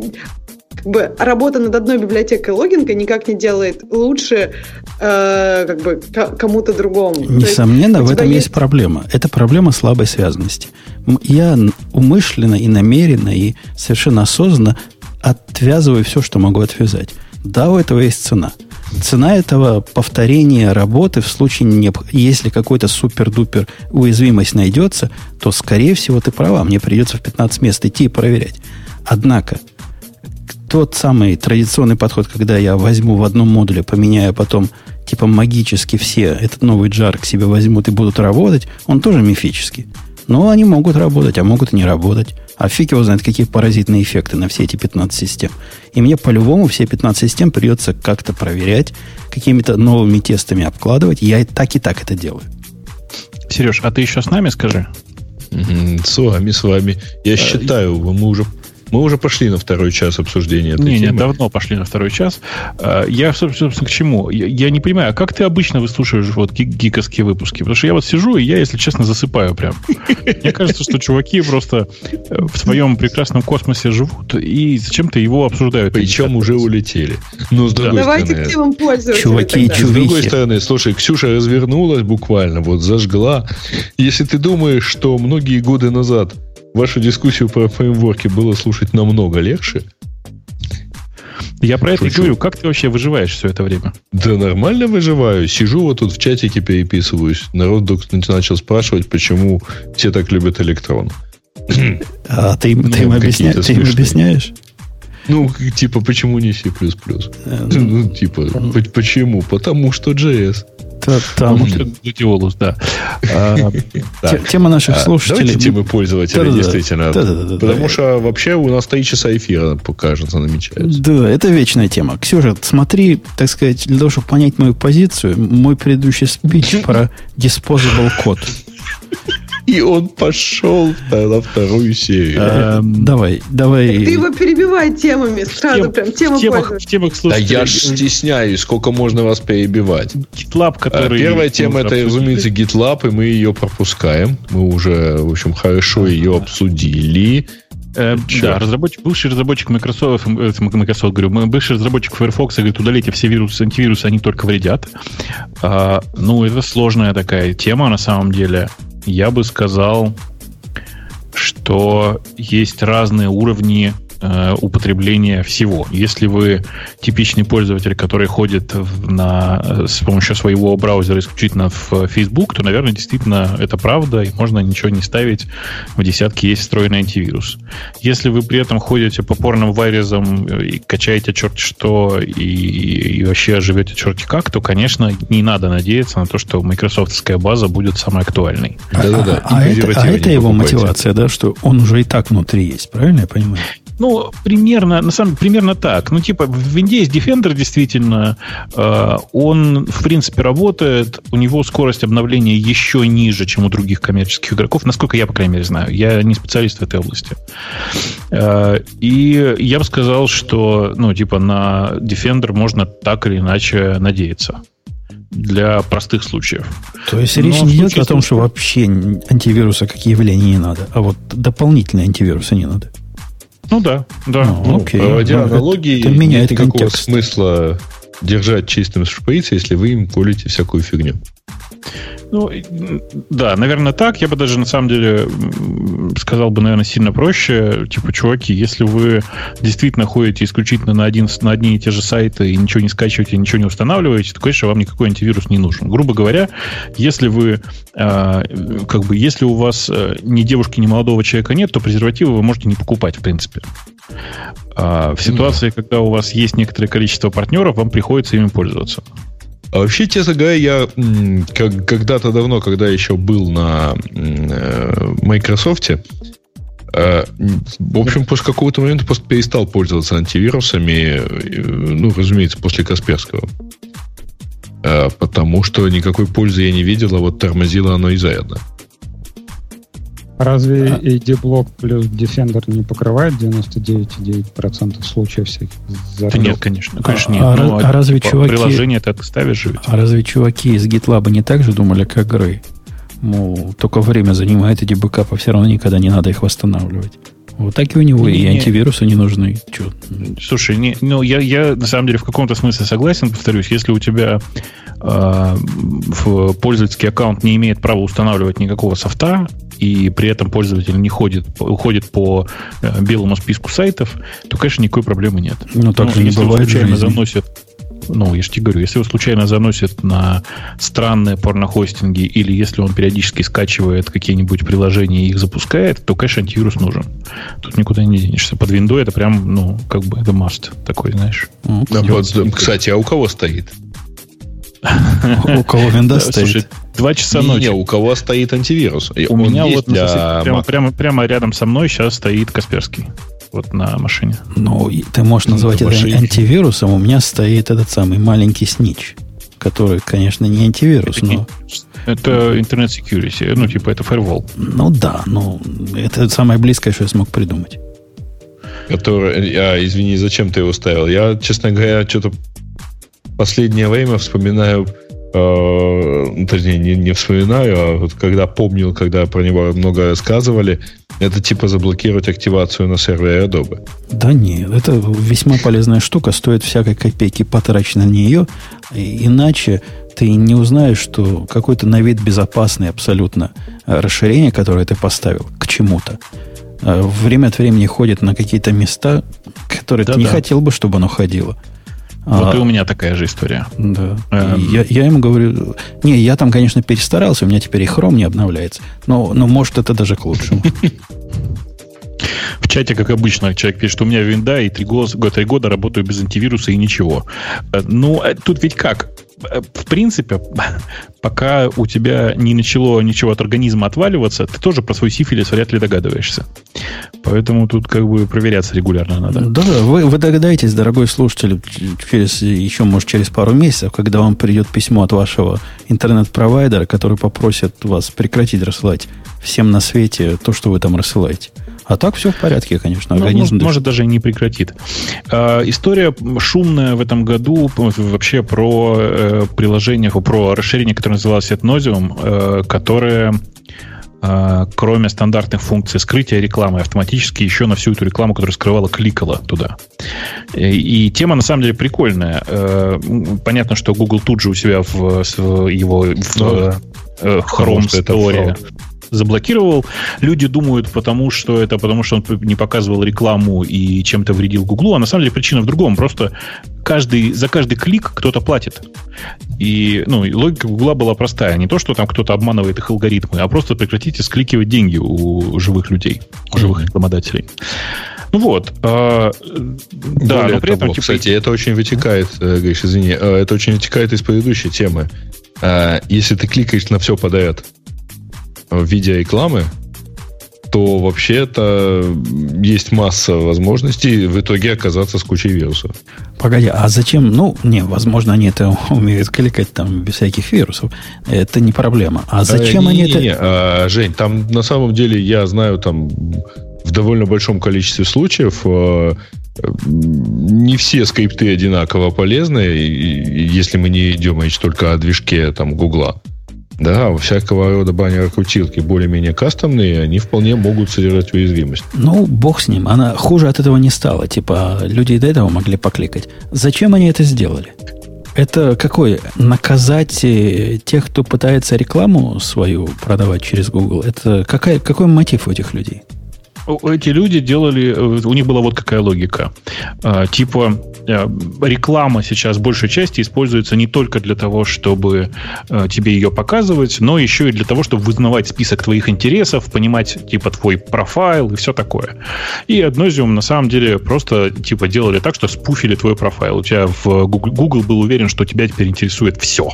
Как бы работа над одной библиотекой логинга никак не делает лучше э, как бы к- кому-то другому. Несомненно, есть, в этом есть... есть проблема. Это проблема слабой связанности. Я умышленно и намеренно и совершенно осознанно отвязываю все, что могу отвязать. Да, у этого есть цена. Цена этого повторения работы в случае, если какой-то супер-дупер уязвимость найдется, то, скорее всего, ты права. Мне придется в пятнадцать мест идти и проверять. Однако, тот самый традиционный подход, когда я возьму в одном модуле, поменяю, а потом типа магически все этот новый джар к себе возьмут и будут работать, он тоже мифический. Но они могут работать, а могут и не работать. А фиг его знает, какие паразитные эффекты на все эти пятнадцать систем. И мне по-любому все пятнадцать систем придется как-то проверять, какими-то новыми тестами обкладывать. Я и так, и так это делаю. Сереж, а ты еще с нами, скажи? С вами, с вами. Я считаю, мы уже... Мы уже пошли на второй час обсуждения этой не, темы. Не, давно пошли на второй час. Я, собственно, к чему? Я, я не понимаю, а как ты обычно выслушиваешь вот гиковские выпуски? Потому что я вот сижу, и я, если честно, засыпаю прям. Мне кажется, что чуваки просто в своем прекрасном космосе живут и зачем-то его обсуждают. Причем уже улетели. Но с другой Давайте стороны... активом пользоваться. Чуваки и чувихи. С другой стороны, слушай, Ксюша развернулась буквально, вот зажгла. Если ты думаешь, что многие годы назад вашу дискуссию про фреймворки было слушать намного легче. Я про это и Шучу. говорю. Как ты вообще выживаешь все это время? Да нормально выживаю. Сижу вот тут в чатике переписываюсь. Народ начал спрашивать, почему все так любят электрон. А ты, ну, ты им, объясня... ты им объясняешь? Ну, типа, почему не C++? Ну, типа, почему? Потому что джей эс. Там... Гладиолус, да. Тема наших слушателей. Давайте темы пользователя, действительно. Потому что вообще у нас три часа эфира, кажется, намечается. Да, это вечная тема. Ксюша, смотри, так сказать, для того, чтобы понять мою позицию, мой предыдущий спич про disposable code. И он пошел на вторую серию. Эм, давай, давай. Ты его перебивай темами. Сразу прям тема пользователя. Да я ж стесняюсь, сколько можно вас перебивать. GitLab, который... Первая тема, это, разумеется, GitLab, и мы ее пропускаем. Мы уже, в общем, хорошо ее обсудили. Э, да, разработчик, бывший разработчик Microsoft, Microsoft, говорю, бывший разработчик Firefox говорит, удалите все вирусы, антивирусы, они только вредят. А, ну, это сложная такая тема, на самом деле. Я бы сказал, что есть разные уровни э, употребления всего. Если вы типичный пользователь, который ходит на, с помощью своего браузера исключительно в Facebook, то, наверное, действительно это правда, и можно ничего не ставить. В десятке есть встроенный антивирус. Если вы при этом ходите по порным вайрезам и качаете черти что, и, и вообще живете черти как, то, конечно, не надо надеяться на то, что майкрософтская база будет самой актуальной. Да-да-да. А, а, это, а это его мотивация, да, что он уже и так внутри есть, правильно я понимаю? Ну, примерно, на самом деле, примерно так. Ну, типа, в Винде есть Defender, действительно, э, он, в принципе, работает, у него скорость обновления еще ниже, чем у других коммерческих игроков, насколько я, по крайней мере, знаю. Я не специалист в этой области. Э, и я бы сказал, что, ну, типа, на Defender можно так или иначе надеяться. для простых случаев. То есть речь не идет о том, что вообще антивируса как явление не надо, а вот дополнительные антивирусы не надо. Ну да, да. Ну, окей. Проводя ну, аналогии, это, это меняет нет никакого контекст. смысла держать чистым шприц, если вы им колите всякую фигню. Ну, да, наверное, так. Я бы даже, на самом деле, сказал бы, наверное, сильно проще. Типа, чуваки, если вы действительно ходите исключительно на, один, на одни и те же сайты и ничего не скачиваете, ничего не устанавливаете, то, конечно, вам никакой антивирус не нужен. Грубо говоря, если вы, э, как бы, если у вас ни девушки, ни молодого человека нет, то презервативы вы можете не покупать, в принципе. А в ситуации, mm-hmm. когда у вас есть некоторое количество партнеров, вам приходится ими пользоваться. А вообще, честно говоря, я как, когда-то давно, когда еще был на э, Microsoft, э, в общем, после какого-то момента просто перестал пользоваться антивирусами, э, ну, разумеется, после Касперского. Э, потому что никакой пользы я не видел, а вот тормозило оно изрядно. Разве эй ди-блок плюс Defender не покрывает девяносто девять целых девять десятых процента случаев всяких зарядов? Да нет, конечно. конечно нет. А, ну, а разве чуваки... Приложение ты ставишь же. А разве чуваки из GitLab не так же думали, как Грей? Мол, только время занимает эти бэкапы, все равно никогда не надо их восстанавливать. Вот так и у него не, и антивирусы не нужны. Че? Слушай, не, ну, я, я на самом деле в каком-то смысле согласен, повторюсь, если у тебя э, в пользовательский аккаунт не имеет права устанавливать никакого софта, и при этом пользователь не ходит, уходит по э, белому списку сайтов, то, конечно, никакой проблемы нет. Но так ну, же не если бывает в случайно жизни. заносят, ну, я же тебе говорю, если его случайно заносят на странные порнохостинги, или если он периодически скачивает какие-нибудь приложения и их запускает, то, конечно, антивирус нужен. Тут никуда не денешься. Под Windows это прям, ну, как бы, это must такой, знаешь. Ну, А вот, кстати, а у кого стоит? У кого Windows стоит? Слушай, два часа не, ночи. Не, у кого стоит антивирус? У Он меня есть вот для прямо, Mac. прямо, прямо рядом со мной сейчас стоит Касперский. Вот на машине. Ну, и ты можешь назвать это машине. антивирусом. У меня стоит этот самый маленький снич, который, конечно, не антивирус, Это, но... это Internet Security. Ну, типа, это firewall. Ну да, ну это самое близкое, что я смог придумать. Который, а, извини, зачем ты его ставил? Я, честно говоря, что-то последнее время вспоминаю, э, точнее, не, не вспоминаю, а вот когда помнил, когда про него много рассказывали, это типа заблокировать активацию на сервере Adobe. Да нет, это весьма полезная штука, стоит всякой копейки потрачь на нее, иначе ты не узнаешь, что какой-то на вид безопасный абсолютно расширение, которое ты поставил к чему-то, время от времени ходит на какие-то места, которые да, ты не да. хотел бы, чтобы оно ходило. Вот а, и у меня такая же история. Да. Эм. Я, я ему говорю, не, я там, конечно, перестарался, у меня теперь и Chrome не обновляется, но, но может, это даже к лучшему. В чате, как обычно, человек пишет, что у меня винда, и три года, три года работаю без антивируса и ничего. Ну, тут ведь как? В принципе, пока у тебя не начало ничего от организма отваливаться, ты тоже про свой сифилис вряд ли догадываешься. Поэтому тут как бы проверяться регулярно надо. Да, вы, вы догадаетесь, дорогой слушатель, через, еще, может, через пару месяцев, когда вам придет письмо от вашего интернет-провайдера, который попросит вас прекратить рассылать всем на свете то, что вы там рассылаете. А так все в порядке, конечно. Организм ну, может, даже и не прекратит. Э, история шумная в этом году вообще про э, приложение, про расширение, которое называлось Ethnosium, э, которое, э, кроме стандартных функций скрытия рекламы, автоматически еще на всю эту рекламу, которая скрывала, кликала туда. И, и тема, на самом деле, прикольная. Э, понятно, что Google тут же у себя в, в его в, в, э, Chrome Store заблокировал. Люди думают, потому что это потому, что он не показывал рекламу и чем-то вредил Гуглу, а на самом деле причина в другом. Просто каждый, за каждый клик кто-то платит. И, ну, и логика Гугла была простая. Не то, что там кто-то обманывает их алгоритмы, а просто прекратите скликивать деньги у живых людей, у живых рекламодателей. Ну вот. Э, да, но при этом... Того, типа... Кстати, это очень вытекает, Гриш, извини, это очень вытекает из предыдущей темы. Если ты кликаешь на все подряд в виде рекламы, то вообще-то есть масса возможностей в итоге оказаться с кучей вирусов. Погоди, а зачем? Ну, не, возможно, они это умеют кликать там без всяких вирусов. Это не проблема. А зачем а, они не, это... Не, не. А, Жень, там на самом деле я знаю там в довольно большом количестве случаев не все скрипты одинаково полезны, если мы не идем речь только о движке там Гугла. Да, всякого рода баннеры-крутилки более-менее кастомные, они вполне могут содержать уязвимость. Ну, бог с ним. Она хуже от этого не стала. Типа, люди и до этого могли покликать. Зачем они это сделали? Это какой? Наказать тех, кто пытается рекламу свою продавать через Google? Это какая, какой мотив у этих людей? Эти люди делали... У них была вот какая логика. Типа, реклама сейчас в большей части используется не только для того, чтобы тебе ее показывать, но еще и для того, чтобы вызнавать список твоих интересов, понимать, типа, твой профайл и все такое. И Adnosium, на самом деле, просто, типа, делали так, что спуфили твой профайл. У тебя в Google, Google был уверен, что тебя теперь интересует все.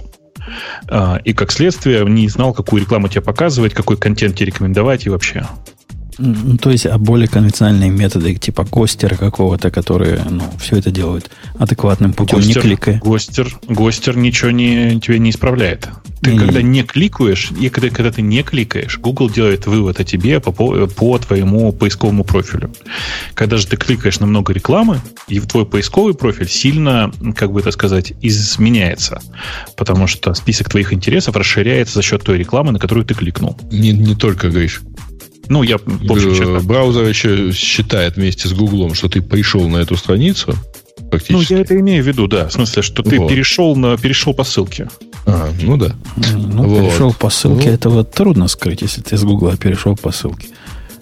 И, как следствие, не знал, какую рекламу тебе показывать, какой контент тебе рекомендовать и вообще... Ну, то есть, а более конвенциональные методы, типа гостера какого-то, которые, ну, все это делают адекватным путем, гостер, не кликая. Гостер, гостер ничего не, тебе не исправляет. Ты, не, когда не. не кликаешь, и когда, когда ты не кликаешь, Google делает вывод о тебе по, по твоему поисковому профилю. Когда же ты кликаешь на много рекламы, и твой поисковый профиль сильно, как бы это сказать, изменяется. Потому что список твоих интересов расширяется за счет той рекламы, на которую ты кликнул. Не, не только, говоришь. Ну, я, в общем, честно... Браузер еще считает вместе с Гуглом, что ты пришел на эту страницу, фактически. Ну, я это имею в виду, да. В смысле, что ты вот. перешел, на, перешел по ссылке. А, ну да. Ну, вот. Перешел по ссылке, вот. Это вот трудно скрыть, если ты с Гугла перешел по ссылке.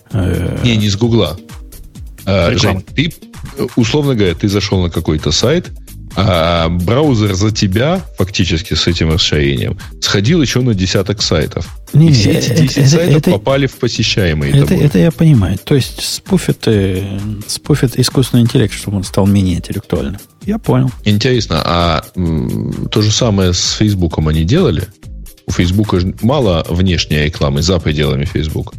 Не, не с Гугла. А, Жень, ты, условно говоря, ты зашел на какой-то сайт, а браузер за тебя, фактически с этим расширением, сходил еще на десяток сайтов. Не, и все эти десять это, сайтов это, попали в посещаемые это, тобой. Это я понимаю. То есть спуфит, спуфит искусственный интеллект, чтобы он стал менее интеллектуальным. Я понял. Интересно, а м, то же самое с Фейсбуком они делали? У Фейсбука мало внешней рекламы за пределами Фейсбука.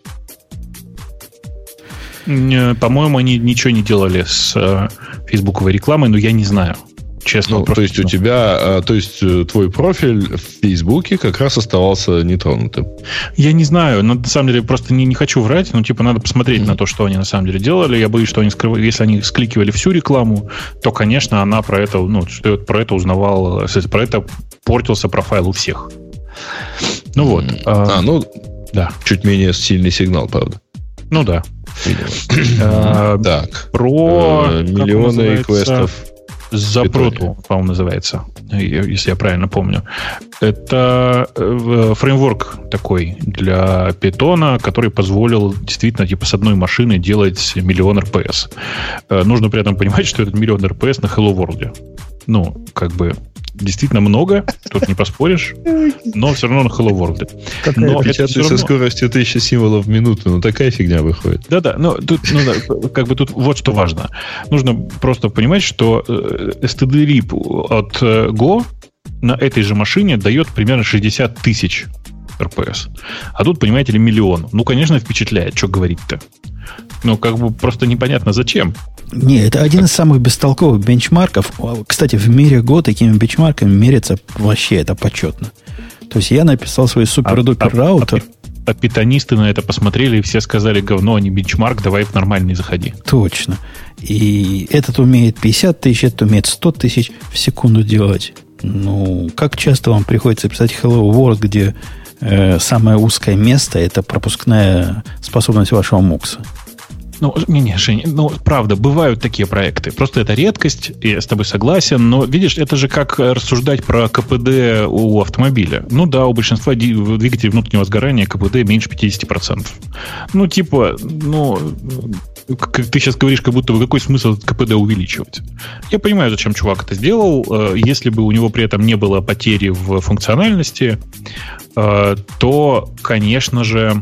По-моему, они ничего не делали с э, фейсбуковой рекламой, но я не знаю. Честно. Ну, то есть у тебя, то есть твой профиль в Фейсбуке как раз оставался нетронутым. Я не знаю, но на самом деле просто не, не хочу врать, но типа надо посмотреть mm-hmm. на то, что они на самом деле делали. Я боюсь, что они скрыв... если они скликивали всю рекламу, то, конечно, она про это, ну, что про это узнавала, про это портился профайл у всех. Ну вот. Mm-hmm. А, а, ну, да. Чуть менее сильный сигнал, правда. Ну да. Так. Про миллионы реквестов. Запроту, по-моему, называется, если я правильно помню. Это фреймворк такой для Python, который позволил действительно типа с одной машины делать миллион эр пи эс. Нужно при этом понимать, что этот миллион эр пи эс на Hello World. Ну, как бы действительно много, тут не поспоришь, но все равно на Hello World. Но печатаю равно... со скоростью тысячи символов в минуту, ну такая фигня выходит. Да-да, но тут, ну, да, как бы тут вот что важно. Нужно просто понимать, что эс ти ди эр ай от Go на этой же машине дает примерно шестьдесят тысяч эр пи эс. А тут, понимаете ли, миллион. Ну, конечно, впечатляет, что говорить-то. Ну, как бы просто непонятно, зачем. Не, это один из самых бестолковых бенчмарков. Кстати, в мире Go такими бенчмарками меряться вообще это почетно. То есть я написал свой супер-дупер а, раутер. А, а, а питонисты на это посмотрели и все сказали: говно, а не бенчмарк, давай в нормальный заходи. Точно. И этот умеет пятьдесят тысяч, этот умеет сто тысяч в секунду делать. Ну, как часто вам приходится писать Hello World, где э, самое узкое место — это пропускная способность вашего мукса? Ну, не, не, Женя, ну, правда, бывают такие проекты. Просто это редкость, я с тобой согласен, но, видишь, это же как рассуждать про ка пэ дэ у автомобиля. Ну да, у большинства двигателей внутреннего сгорания ка пэ дэ меньше пятьдесят процентов. Ну, типа, ну, как ты сейчас говоришь, как будто бы какой смысл ка пэ дэ увеличивать? Я понимаю, зачем чувак это сделал. Если бы у него при этом не было потери в функциональности, то, конечно же,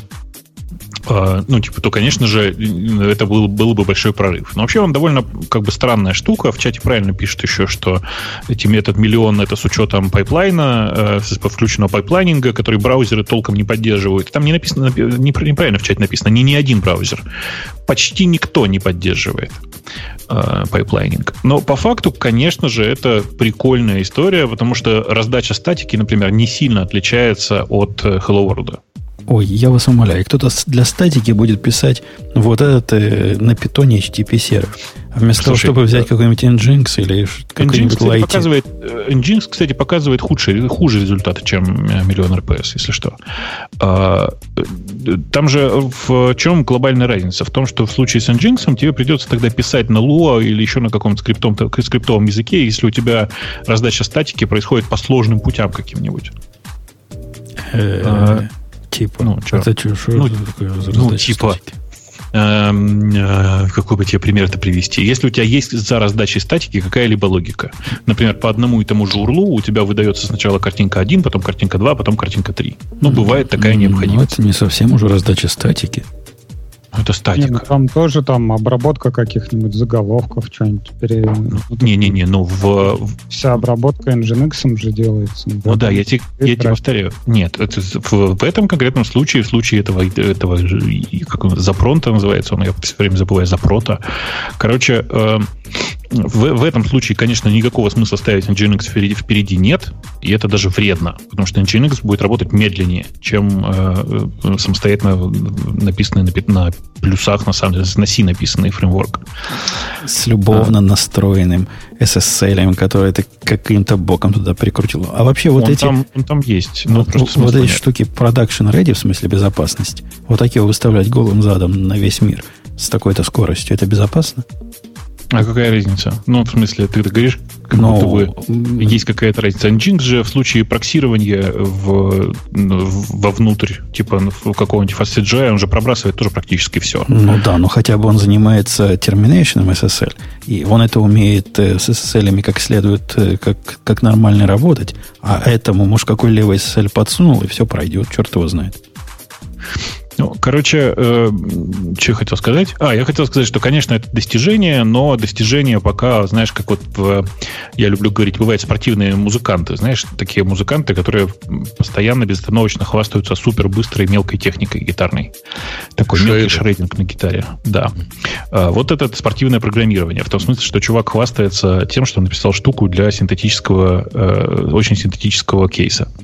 ну, типа, то, конечно же, это был, был бы большой прорыв. Но вообще он довольно, как бы, странная штука. В чате правильно пишут еще, что эти, этот миллион — это с учетом пайплайна, с включенного пайплайнинга, который браузеры толком не поддерживают. Там не написано, неправильно в чате написано, не ни один браузер. Почти никто не поддерживает э, пайплайнинг. Но по факту, конечно же, это прикольная история, потому что раздача статики, например, не сильно отличается от Hello World. Ой, я вас умоляю, кто-то для статики будет писать вот этот э, на питоне эйч ти ти пи сервер. А вместо Слушай, того, чтобы взять да. какой-нибудь Nginx или какой-нибудь Nginx, Lite. Показывает, Nginx, кстати, показывает худшие, хуже результаты, чем миллион эр пи эс, если что. А, там же в чем глобальная разница? В том, что в случае с Nginx тебе придется тогда писать на Lua или еще на каком-то скриптом, скриптовом языке, если у тебя раздача статики происходит по сложным путям каким-нибудь. А, типа, ну, это что, что ну, это такое? Ну, типа, э, э, какой бы тебе пример-то привести? Если у тебя есть за раздачей статики какая-либо логика, например, по одному и тому же урлу у тебя выдается сначала картинка один, потом картинка два, потом картинка три. Ну, бывает такая необходимость. Ну, это не совсем уже раздача статики. Это статика. Не, ну, там тоже там обработка каких-нибудь заголовков, что-нибудь. Пере... Не-не-не, ну в... Вся обработка Nginx же делается. Ну вот. Да, я тебе, я тебе повторяю. Нет, это в, в этом конкретном случае, в случае этого, этого как он, запронта называется, он, я все время забываю, запрота. Короче, э, в, в этом случае, конечно, никакого смысла ставить Nginx впереди, впереди нет, и это даже вредно, потому что Nginx будет работать медленнее, чем э, самостоятельно написанный на, на плюсах, на самом деле, на C написанный фреймворк. С любовно а. настроенным эс эс эл, который ты каким-то боком туда прикрутил. А вообще вот он эти... Там, он там есть. Вот, вот эти нет. штуки production ready, в смысле безопасности, вот такие выставлять голым задом на весь мир с такой-то скоростью, это безопасно? А какая разница? Ну, в смысле, ты говоришь, как Но... будто бы есть какая-то разница. Nginx же в случае проксирования в, в, вовнутрь, типа в какого-нибудь эф эс си джи, он же пробрасывает тоже практически все. Ну да, но хотя бы он занимается терминейшеном эс эс эл, и он это умеет с эс эс эл-ами как следует, как, как нормально работать, а этому, может, какой левый эс эс эл подсунул, и все пройдет, черт его знает. Ну, короче, э, что я хотел сказать? А, я хотел сказать, что, конечно, это достижение, но достижение пока, знаешь, как вот в, я люблю говорить, бывают спортивные музыканты, знаешь, такие музыканты, которые постоянно безостановочно хвастаются супер быстрой мелкой техникой гитарной. Такой Шейдер. Мелкий шрейдинг на гитаре. Да. А, вот это спортивное программирование. В том смысле, что чувак хвастается тем, что написал штуку для синтетического, э, очень синтетического кейса.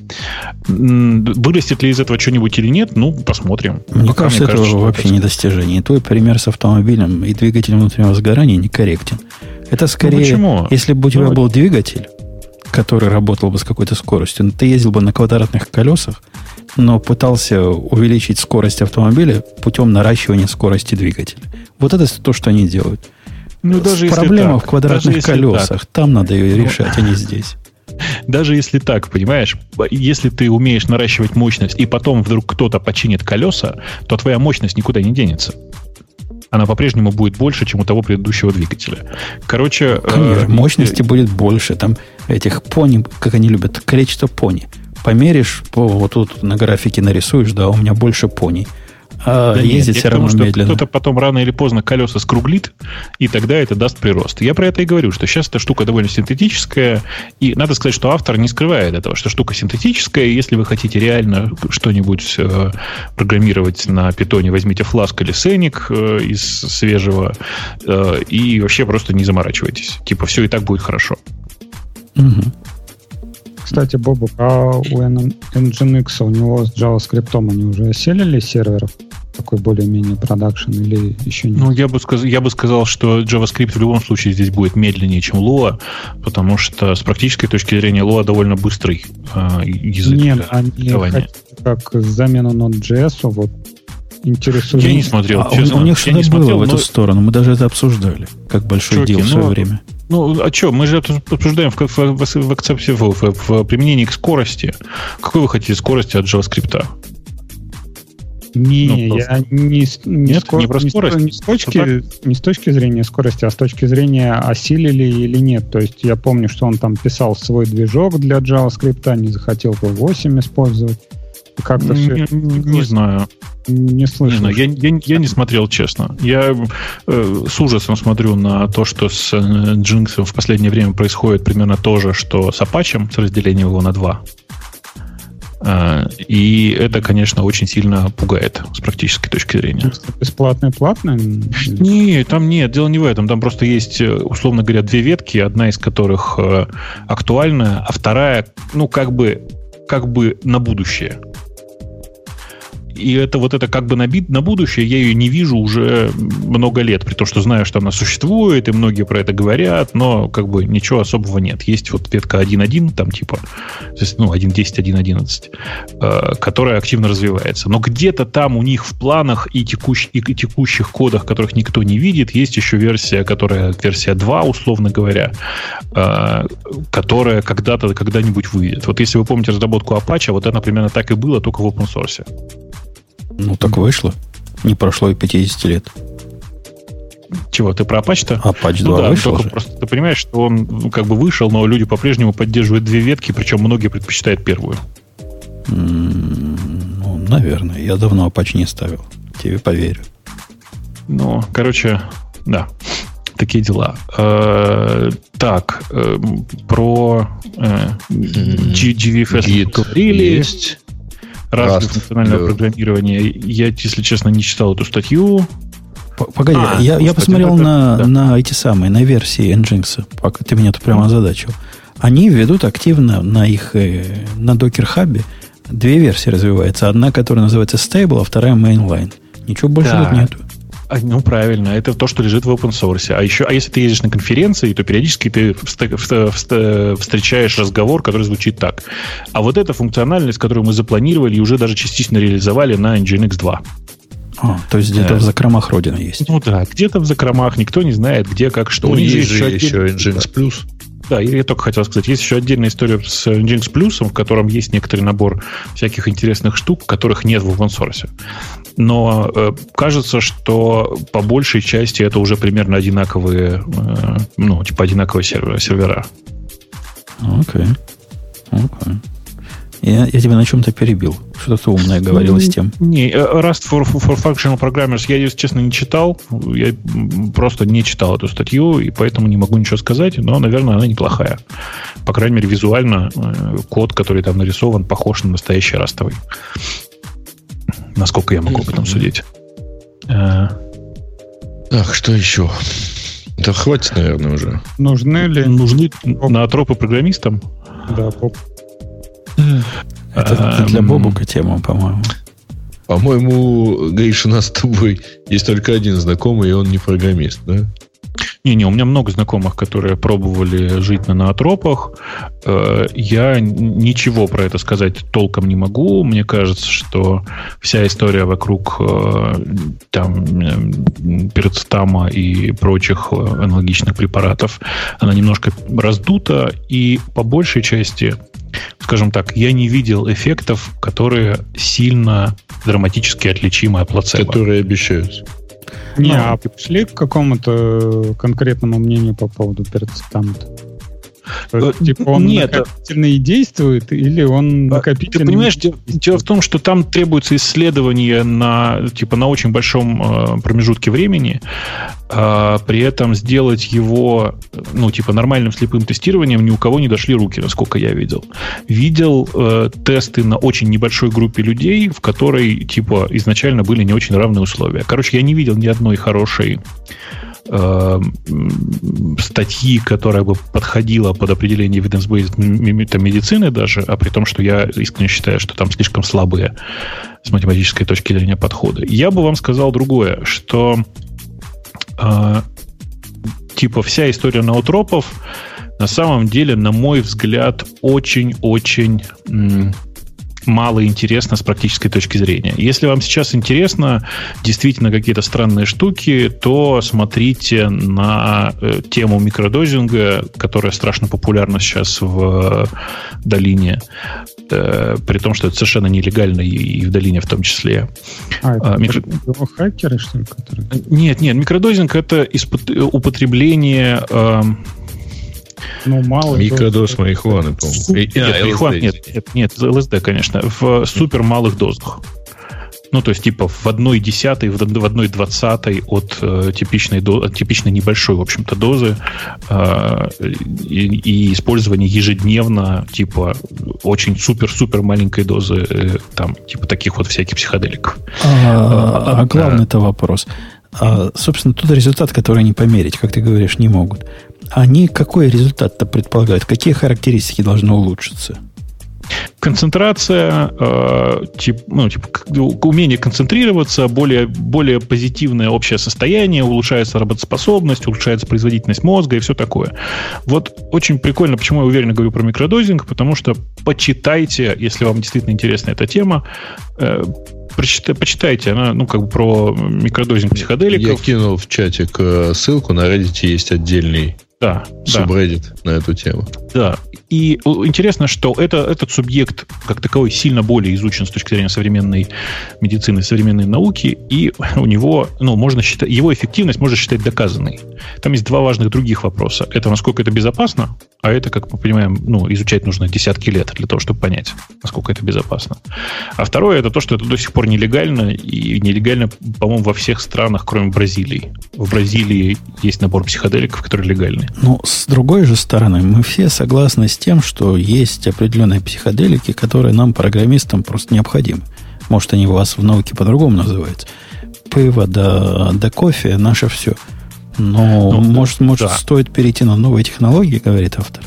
Вырастет ли из этого что-нибудь или нет? Ну, посмотрим. Мне Пока кажется, мне кажется, это вообще не достижение. Твой пример с автомобилем и двигателем внутреннего сгорания некорректен. Это скорее, ну, если бы у тебя ну, был двигатель, который работал бы с какой-то скоростью, ты ездил бы на квадратных колесах, но пытался увеличить скорость автомобиля путем наращивания скорости двигателя. Вот это то, что они делают. Ну, даже Проблема так, в квадратных колесах. Так. Там надо ее решать, а не здесь. Даже если так, понимаешь, если ты умеешь наращивать мощность, и потом вдруг кто-то починит колеса, то твоя мощность никуда не денется. Она по-прежнему будет больше, чем у того предыдущего двигателя. Короче... Конечно, э, мощности э, будет больше. Там этих пони, как они любят, количество пони. Померишь, по, вот тут на графике нарисуешь, да, у меня больше пони. А да ездить нет, все равно потому, медленно. Кто-то потом рано или поздно колеса скруглит, и тогда это даст прирост. Я про это и говорю, что сейчас эта штука довольно синтетическая, и надо сказать, что автор не скрывает этого, что штука синтетическая, и если вы хотите реально что-нибудь э, программировать на питоне, возьмите Flask или Scenic э, из свежего, э, и вообще просто не заморачивайтесь. Типа все и так будет хорошо. Угу. Кстати, Бобук, а у Nginx у него с JavaScript они уже оселили серверов? Такой более-менее продакшн или еще нет? Ну, я бы, сказ- я бы сказал, что JavaScript в любом случае здесь будет медленнее, чем Lua, потому что с практической точки зрения Lua довольно быстрый э, язык. Нет, они хотят как замену Node.js, вот интересует. Я не смотрел, а честно. У, у них что-то было смотрел, в эту но... сторону, мы даже это обсуждали, как большой дел в свое ну, время. Ну, а что, мы же это обсуждаем в, в, в, в, в, в применении к скорости. Какой вы хотите скорости от JavaScript? Не, ну, я не, не, Нет, скор, не про скорость. Не, не, с точки, не с точки зрения скорости, а с точки зрения осилили или нет. То есть я помню, что он там писал свой движок для JavaScript, не захотел би восемь использовать. И как-то не, все не, не знаю. Не слышал. Не знаю. Я, я, я не смотрел, честно. Я э, с ужасом смотрю на то, что с Nginx в последнее время происходит примерно то же, что с Apache, с разделением его на два. И это, конечно, очень сильно пугает с практической точки зрения. Бесплатное, платное? Нет, там нет, дело не в этом. Там просто есть, условно говоря, две ветки, одна из которых актуальна, а вторая, ну, как бы, как бы на будущее. и это вот это как бы на, бит, на будущее я ее не вижу уже много лет, при том, что знаю, что она существует, и многие про это говорят, но как бы ничего особого нет. Есть вот ветка один точка один, там типа, ну, один точка десять, один точка одиннадцать, э, которая активно развивается. Но где-то там у них в планах и, текущ, и текущих кодах, которых никто не видит, есть еще версия, которая версия два, условно говоря, э, которая когда-то, когда-нибудь выйдет. Вот если вы помните разработку Apache, вот это примерно так и было, только в open source. Ну, так вышло. Не прошло и пятьдесят лет. Чего, ты про Apache-то? Apache два ну, да, вышел только просто ты понимаешь, что он как бы вышел, но люди по-прежнему поддерживают две ветки, причем многие предпочитают первую. Mm, ну, наверное. Я давно Apache не ставил. Тебе поверю. Ну, короче, да. Такие дела. Э, так, э, про э, джи ви эф эс говорили. Есть. Развитие функционального программирования. Я, если честно, не читал эту статью. Погоди, а, я, я посмотрел это, на, да. на эти самые, на версии Nginx, пока ты меня тут прямо озадачил. Они ведут активно на их, на Docker Hub две версии развиваются. Одна, которая называется Stable, а вторая Mainline. Ничего больше да. тут нету. Ну, правильно, это то, что лежит в open source. А еще, а если ты ездишь на конференции, то периодически ты встречаешь разговор, который звучит так. А вот эта функциональность, которую мы запланировали и уже даже частично реализовали на Nginx два. А, то есть где-то да. в закромах Родина есть. Ну да, где-то в закромах, никто не знает, где, как, что. Ну, есть же еще Nginx Plus. Да, я только хотел сказать, есть еще отдельная история с Nginx Plus, в котором есть некоторый набор всяких интересных штук, которых нет в open source. Но э, кажется, что по большей части это уже примерно одинаковые, э, ну, типа одинаковые сервера. сервера. Окей. Окей. Я, я тебя на чем-то перебил. Что-то ты умное говорил с тем. Не, Rust for, for Functional Programmers я, если честно, не читал. Я просто не читал эту статью, и поэтому не могу ничего сказать. Но, наверное, она неплохая. По крайней мере, визуально код, который там нарисован, похож на настоящий растовый. Насколько я могу об этом судить. Ах, что еще? Да хватит, наверное, уже. Нужны ли... Нужны ноотропы программистам? Да, поп. Это, это для Бобука тема, по-моему. По-моему, Гриш, у нас с тобой есть только один знакомый, и он не программист, да? Не-не, у меня много знакомых, которые пробовали жить на ноотропах. Я ничего про это сказать толком не могу. Мне кажется, что вся история вокруг там пирацетама и прочих аналогичных препаратов, она немножко раздута, и по большей части, скажем так, я не видел эффектов, которые сильно драматически отличимы от плацебо. Которые обещаются. Не, а пришли к какому-то конкретному мнению по поводу пирацетама-то? Типа он Нет. накопительно и действует, или он накопительно... Ты понимаешь, дело, дело в том, что там требуется исследование на, типа, на очень большом э, промежутке времени, э, при этом сделать его, ну, типа, нормальным слепым тестированием ни у кого не дошли руки, насколько я видел. Видел э, тесты на очень небольшой группе людей, в которой, типа, изначально были не очень равные условия. Короче, я не видел ни одной хорошей статьи, которая бы подходила под определение evidence-based медицины даже, а при том, что я искренне считаю, что там слишком слабые с математической точки зрения подходы. Я бы вам сказал другое, что э, типа вся история ноотропов на самом деле, на мой взгляд, очень-очень м- мало интересно с практической точки зрения. Если вам сейчас интересно действительно какие-то странные штуки, то смотрите на э, тему микродозинга, которая страшно популярна сейчас в э, долине, э, при том, что это совершенно нелегально и, и в долине в том числе. А, это а, микро... хакеры, что ли? Которые... Нет, нет, микродозинг — это испот... употребление... Э, Ну, мало микродоз марихуаны, по-моему. Нет, а, марихуана, нет, нет, нет, ЛСД, конечно, в супер малых дозах. Ну, то есть, типа, в одной десятой, в одной двадцатой от э, типичной, до, от типичной небольшой, в общем-то, дозы э, и, и использование ежедневно, типа, очень супер-супер маленькой дозы, э, там, типа, таких вот всяких психоделиков. А, а, а главный-то вопрос. А, собственно, тот результат, который не померить, как ты говоришь, не могут. Они какой результат-то предполагают? Какие характеристики должны улучшиться? Концентрация, э, тип, ну, типа, умение концентрироваться, более, более позитивное общее состояние, улучшается работоспособность, улучшается производительность мозга и все такое. Вот очень прикольно, почему я уверенно говорю про микродозинг, потому что почитайте, если вам действительно интересна эта тема, э, прочитай, почитайте, она, ну, как бы про микродозинг психоделиков. Я кинул в чатик ссылку, на Reddit есть отдельный да, субреддит да. на эту тему. Да. И интересно, что это, этот субъект, как таковой, сильно более изучен с точки зрения современной медицины, современной науки, и у него, ну, можно считать, его эффективность можно считать доказанной. Там есть два важных других вопроса. Это насколько это безопасно, а это, как мы понимаем, ну, изучать нужно десятки лет для того, чтобы понять, насколько это безопасно. А второе, это то, что это до сих пор нелегально, и нелегально, по-моему, во всех странах, кроме Бразилии. В Бразилии есть набор психоделиков, которые легальны. Ну, с другой же стороны, мы все согласны с тем, что есть определенные психоделики, которые нам, программистам, просто необходимы. Может, они у вас в науке по-другому называются. Пиво да, да кофе – наше все. Но, ну, может, может да. стоит перейти на новые технологии, говорит автор?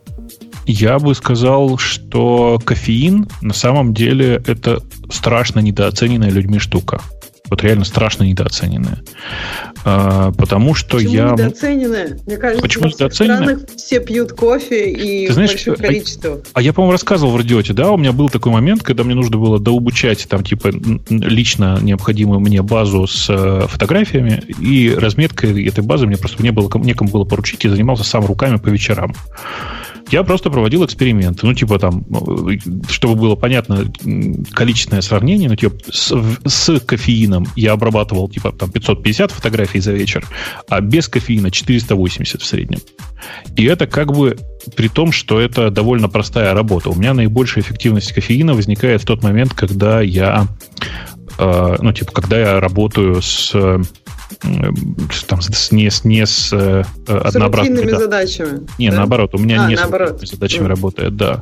Я бы сказал, что кофеин на самом деле это страшно недооцененная людьми штука. Вот реально страшно недооцененная. А, потому что Почему я... недооцененная? Мне кажется, Почему во всех странах все пьют кофе и Ты знаешь, в больших а, количествах. А я, по-моему, рассказывал в радиоте, да, у меня был такой момент, когда мне нужно было дообучать там, типа, лично необходимую мне базу с э, фотографиями, и разметкой этой базы мне просто не было, некому было поручить, и занимался сам руками по вечерам. Я просто проводил эксперименты. Ну, типа там, чтобы было понятно количественное сравнение, ну, типа с, с кофеином я обрабатывал типа там пятьсот пятьдесят фотографий за вечер, а без кофеина четыреста восемьдесят в среднем. И это как бы при том, что это довольно простая работа. У меня наибольшая эффективность кофеина возникает в тот момент, когда я, э, ну, типа, когда я работаю с... Там, с, не, с, не с, э, с рутинными да. задачами. Не, да? наоборот, у меня а, не наоборот. с задачами mm. работает, да.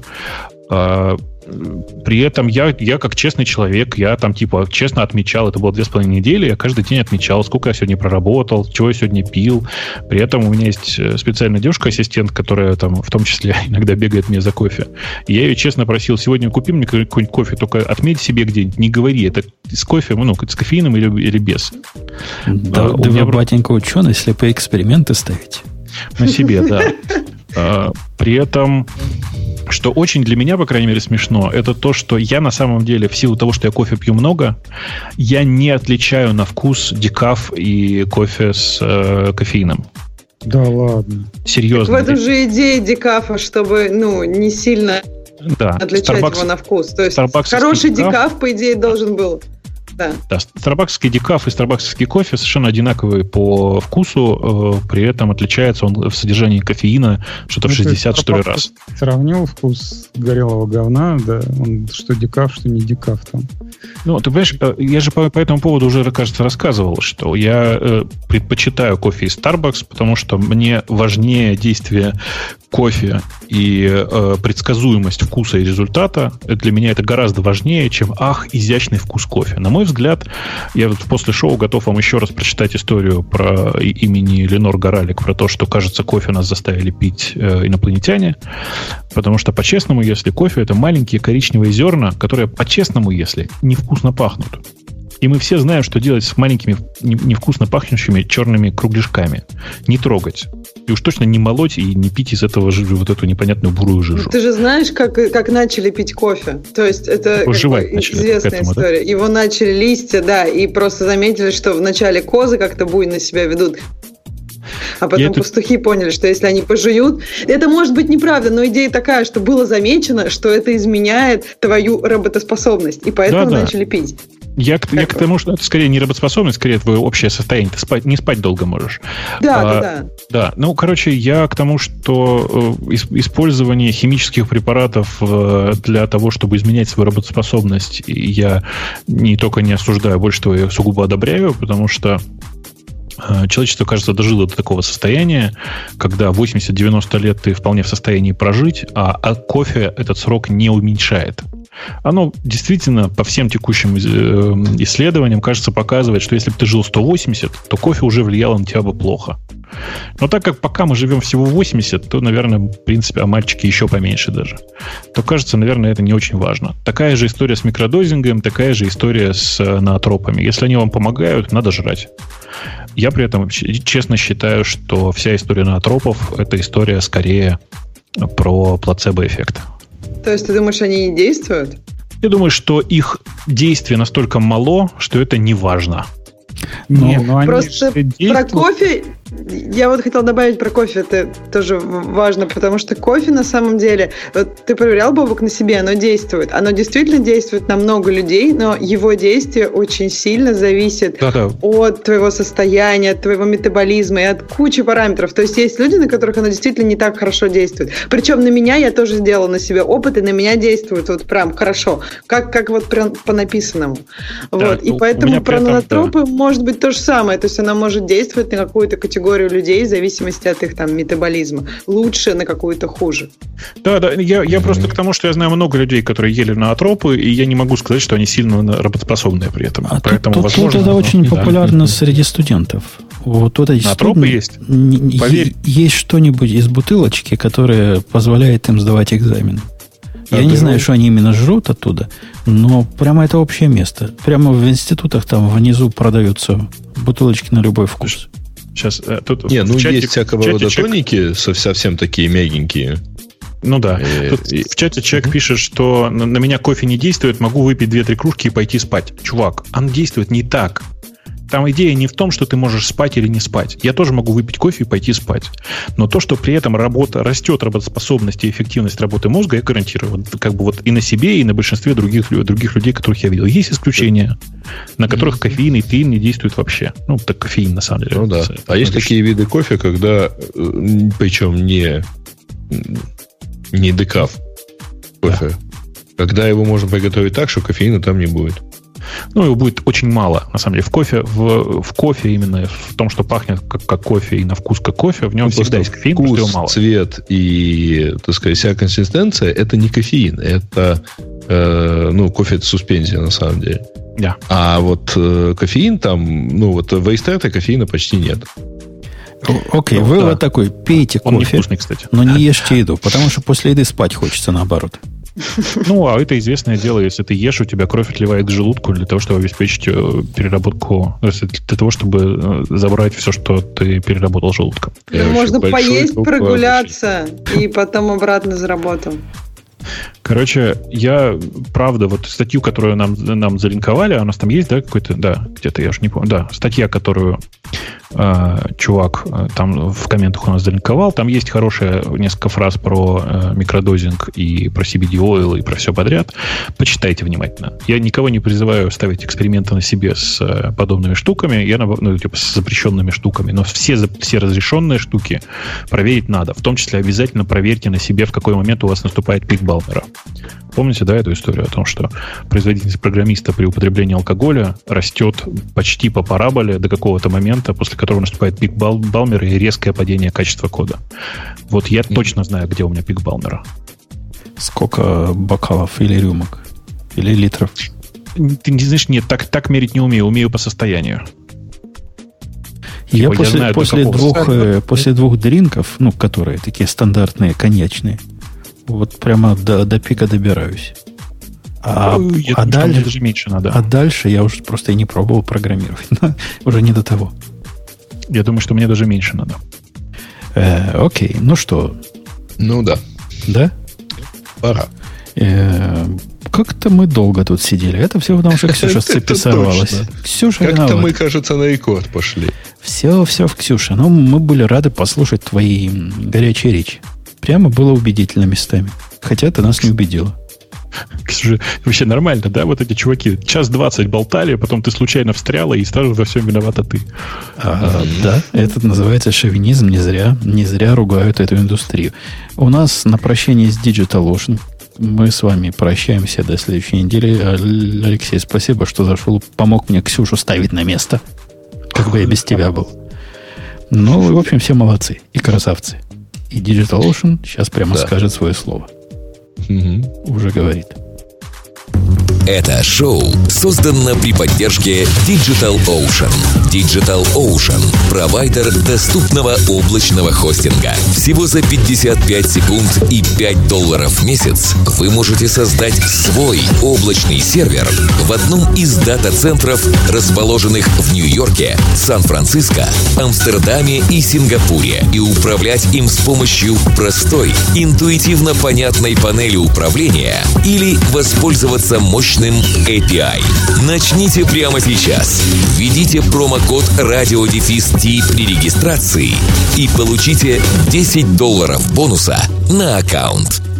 А, при этом я, я как честный человек, я там типа честно отмечал, это было две с половиной недели, я каждый день отмечал, сколько я сегодня проработал, чего я сегодня пил. При этом у меня есть специальная девушка-ассистент, которая там в том числе иногда бегает мне за кофе. И я ее честно просил, сегодня купи мне какой-нибудь кофе, только отметь себе где-нибудь, не говори, это с кофе, ну, с кофеином или, или без. Да, а, да вы, батенька, ученый, если по эксперименты ставите. На себе, да. А, при этом... Что очень для меня, по крайней мере, смешно, это то, что я на самом деле, в силу того, что я кофе пью много, я не отличаю на вкус декаф и кофе с э, кофеином. Да ладно. Серьезно. Так в этом же идея декафа, чтобы, ну, не сильно да. отличать Starbucks, его на вкус. То есть хороший декаф, декаф, по идее, должен был... Да. Да, старбаксский декаф и старбаксский кофе совершенно одинаковые по вкусу, э, при этом отличается он в содержании кофеина что-то ну, в шестьдесят, что ли, раз. Сравнил вкус горелого говна, да, он что декаф, что не декаф там. Ну, ты понимаешь, я же по, по этому поводу уже, кажется, рассказывал, что я э, предпочитаю кофе из Starbucks, потому что мне важнее действие кофе и э, предсказуемость вкуса и результата. Для меня это гораздо важнее, чем, ах, изящный вкус кофе. На мой взгляд, я вот после шоу готов вам еще раз прочитать историю про имени Ленор Горалик, про то, что, кажется, кофе нас заставили пить э, инопланетяне, потому что, по-честному, если кофе — это маленькие коричневые зерна, которые, по-честному, если, невкусно пахнут. И мы все знаем, что делать с маленькими невкусно пахнущими черными кругляшками. Не трогать. И уж точно не молоть и не пить из этого жижи, вот эту непонятную бурую жижу. Ты же знаешь, как, как начали пить кофе? То есть это известная этому, история. Да? Его начали листья, да, и просто заметили, что вначале козы как-то буйно себя ведут. А потом это... пастухи поняли, что если они пожуют... Это может быть неправда, но идея такая, что было замечено, что это изменяет твою работоспособность. И поэтому да, начали да. пить. Я, я к тому, что это скорее не работоспособность, скорее твое общее состояние. Ты спать, не спать долго можешь. Да, а, да, да. Да, ну, короче, я к тому, что э, использование химических препаратов э, для того, чтобы изменять свою работоспособность, я не только не осуждаю, больше того, я сугубо одобряю, потому что Человечество, кажется, дожило до такого состояния, когда восемьдесят-девяносто лет ты вполне в состоянии прожить, а, а кофе этот срок не уменьшает. Оно действительно по всем текущим исследованиям, кажется, показывает, что если бы ты жил сто восемьдесят, то кофе уже влияло на тебя бы плохо. Но так как пока мы живем всего восемьдесят, то, наверное, в принципе, а мальчики еще поменьше даже, то, кажется, наверное, это не очень важно. Такая же история с микродозингом, такая же история с ноотропами. Если они вам помогают, надо жрать. Я при этом честно считаю, что вся история ноотропов – это история скорее про плацебо-эффект. То есть ты думаешь, они не действуют? Я думаю, что их действие настолько мало, что это не важно. Не, ну они Просто про кофе, я вот хотела добавить про кофе, это тоже важно, потому что кофе на самом деле, вот ты проверял, Бобок, на себе, оно действует. Оно действительно действует на много людей, но его действие очень сильно зависит Да-да. от твоего состояния, от твоего метаболизма и от кучи параметров. То есть есть люди, на которых оно действительно не так хорошо действует. Причем на меня я тоже сделала на себе опыт, и на меня действует вот прям хорошо, как, как вот прям по написанному. Да, вот. И поэтому про нонотропы да. может быть то же самое. То есть она может действовать на какую-то категорию людей в зависимости от их там метаболизма. Лучше, на какую-то хуже. Да, да. Я, я просто к тому, что я знаю много людей, которые ели ноотропы, и я не могу сказать, что они сильно работоспособные при этом. А Поэтому, тут, возможно, тут это но, очень да. популярно среди студентов. Вот, вот эти ноотропы есть? Поверь. Есть что-нибудь из бутылочки, которое позволяет им сдавать экзамен. Я а не знаю, что они именно жрут оттуда, но прямо это общее место. Прямо в институтах там внизу продаются бутылочки на любой вкус. Сейчас, тут не, ну чате, есть всякого рода человек... тоники, совсем такие мягенькие. Ну да. Тут и... в чате человек uh-huh. пишет, что на, на меня кофе не действует, могу выпить две-три кружки и пойти спать. Чувак, он действует не так. Там идея не в том, что ты можешь спать или не спать. Я тоже могу выпить кофе и пойти спать. Но то, что при этом работа, растет работоспособность и эффективность работы мозга, я гарантирую. Вот, как бы вот и на себе, и на большинстве других, других людей, которых я видел. Есть исключения, на которых кофеин и теин не действуют вообще. Ну, так кофеин, на самом деле. Ну да. А есть такие виды кофе, когда, причем не, не декаф кофе, да. когда его можно приготовить так, что кофеина там не будет. Ну, его будет очень мало, на самом деле. В кофе, в, в кофе именно в том, что пахнет как, как кофе и на вкус как кофе, в нем ну, всегда есть кофеин, вкус, потому что его мало. Цвет и, так сказать, вся консистенция – это не кофеин. Это, э, ну, кофе – это суспензия, на самом деле. Да. А вот э, кофеин там, ну, вот в эйстерте кофеина почти нет. Окей, ну, вывод да. такой. Пейте Он кофе, невкусный, кстати. но не ешьте еду, потому что после еды спать хочется наоборот. Ну, а это известное дело, если ты ешь, у тебя кровь отливает к желудку для того, чтобы обеспечить переработку, для того, чтобы забрать все, что ты переработал желудком. Ну, можно поесть, прогуляться и потом обратно за работу. Короче, я, правда, вот статью, которую нам, нам залинковали, у нас там есть, да, какой-то, да, где-то, я уж не помню, да, статья, которую э, чувак э, там в комментах у нас залинковал, там есть хорошая несколько фраз про э, микродозинг и про си би ди oil и про все подряд. Почитайте внимательно. Я никого не призываю ставить эксперименты на себе с э, подобными штуками, я, ну, типа с запрещенными штуками, но все, все разрешенные штуки проверить надо. В том числе обязательно проверьте на себе, в какой момент у вас наступает пик Балмера. Помните, да, эту историю о том, что производительность программиста при употреблении алкоголя растет почти по параболе до какого-то момента, после которого наступает пик Бал- Балмера и резкое падение качества кода. Вот я mm. точно знаю, где у меня пик Балмера. Сколько бокалов или рюмок? Или литров? Ты не знаешь, нет, так, так мерить не умею. Умею по состоянию. Я, типа, после, я знаю, после, двух, э, после двух дринков, ну, которые такие стандартные, коньячные, вот прямо до, до пика добираюсь. А, я а, думаю, дальше, даже меньше надо. а дальше я уже просто и не пробовал программировать. Уже не до того. Я думаю, что мне даже меньше надо. Э, окей, ну что? Ну да. Да? Пора. Э, как-то мы долго тут сидели. Это все потому, что Ксюша с цепи сорвалась. Ксюша виновата. Как-то мы, кажется, на рекорд пошли. Все, все в Ксюше. Ну, мы были рады послушать твои горячие речи. Прямо было убедительно местами. Хотя ты нас не убедила. Вообще нормально, да? Вот эти чуваки час двадцать болтали, потом ты случайно встряла, и сразу во всем виновата ты. А, да, это называется шовинизм. Не зря, не зря ругают эту индустрию. У нас на прощение с DigitalOcean мы с вами прощаемся до следующей недели. Алексей, спасибо, что зашел, помог мне Ксюшу ставить на место. Как бы я без тебя был. Ну, в общем, все молодцы и красавцы. И DigitalOcean сейчас прямо да. скажет свое слово. Угу. Уже говорит. Это шоу создано при поддержке DigitalOcean. DigitalOcean – провайдер доступного облачного хостинга. Всего за пятьдесят пять секунд и пять долларов в месяц вы можете создать свой облачный сервер в одном из дата-центров, расположенных в Нью-Йорке, Сан-Франциско, Амстердаме и Сингапуре, и управлять им с помощью простой, интуитивно понятной панели управления или воспользоваться мощным эй пи ай. Начните прямо сейчас. Введите промокод радиодефис-ти при регистрации и получите десять долларов бонуса на аккаунт.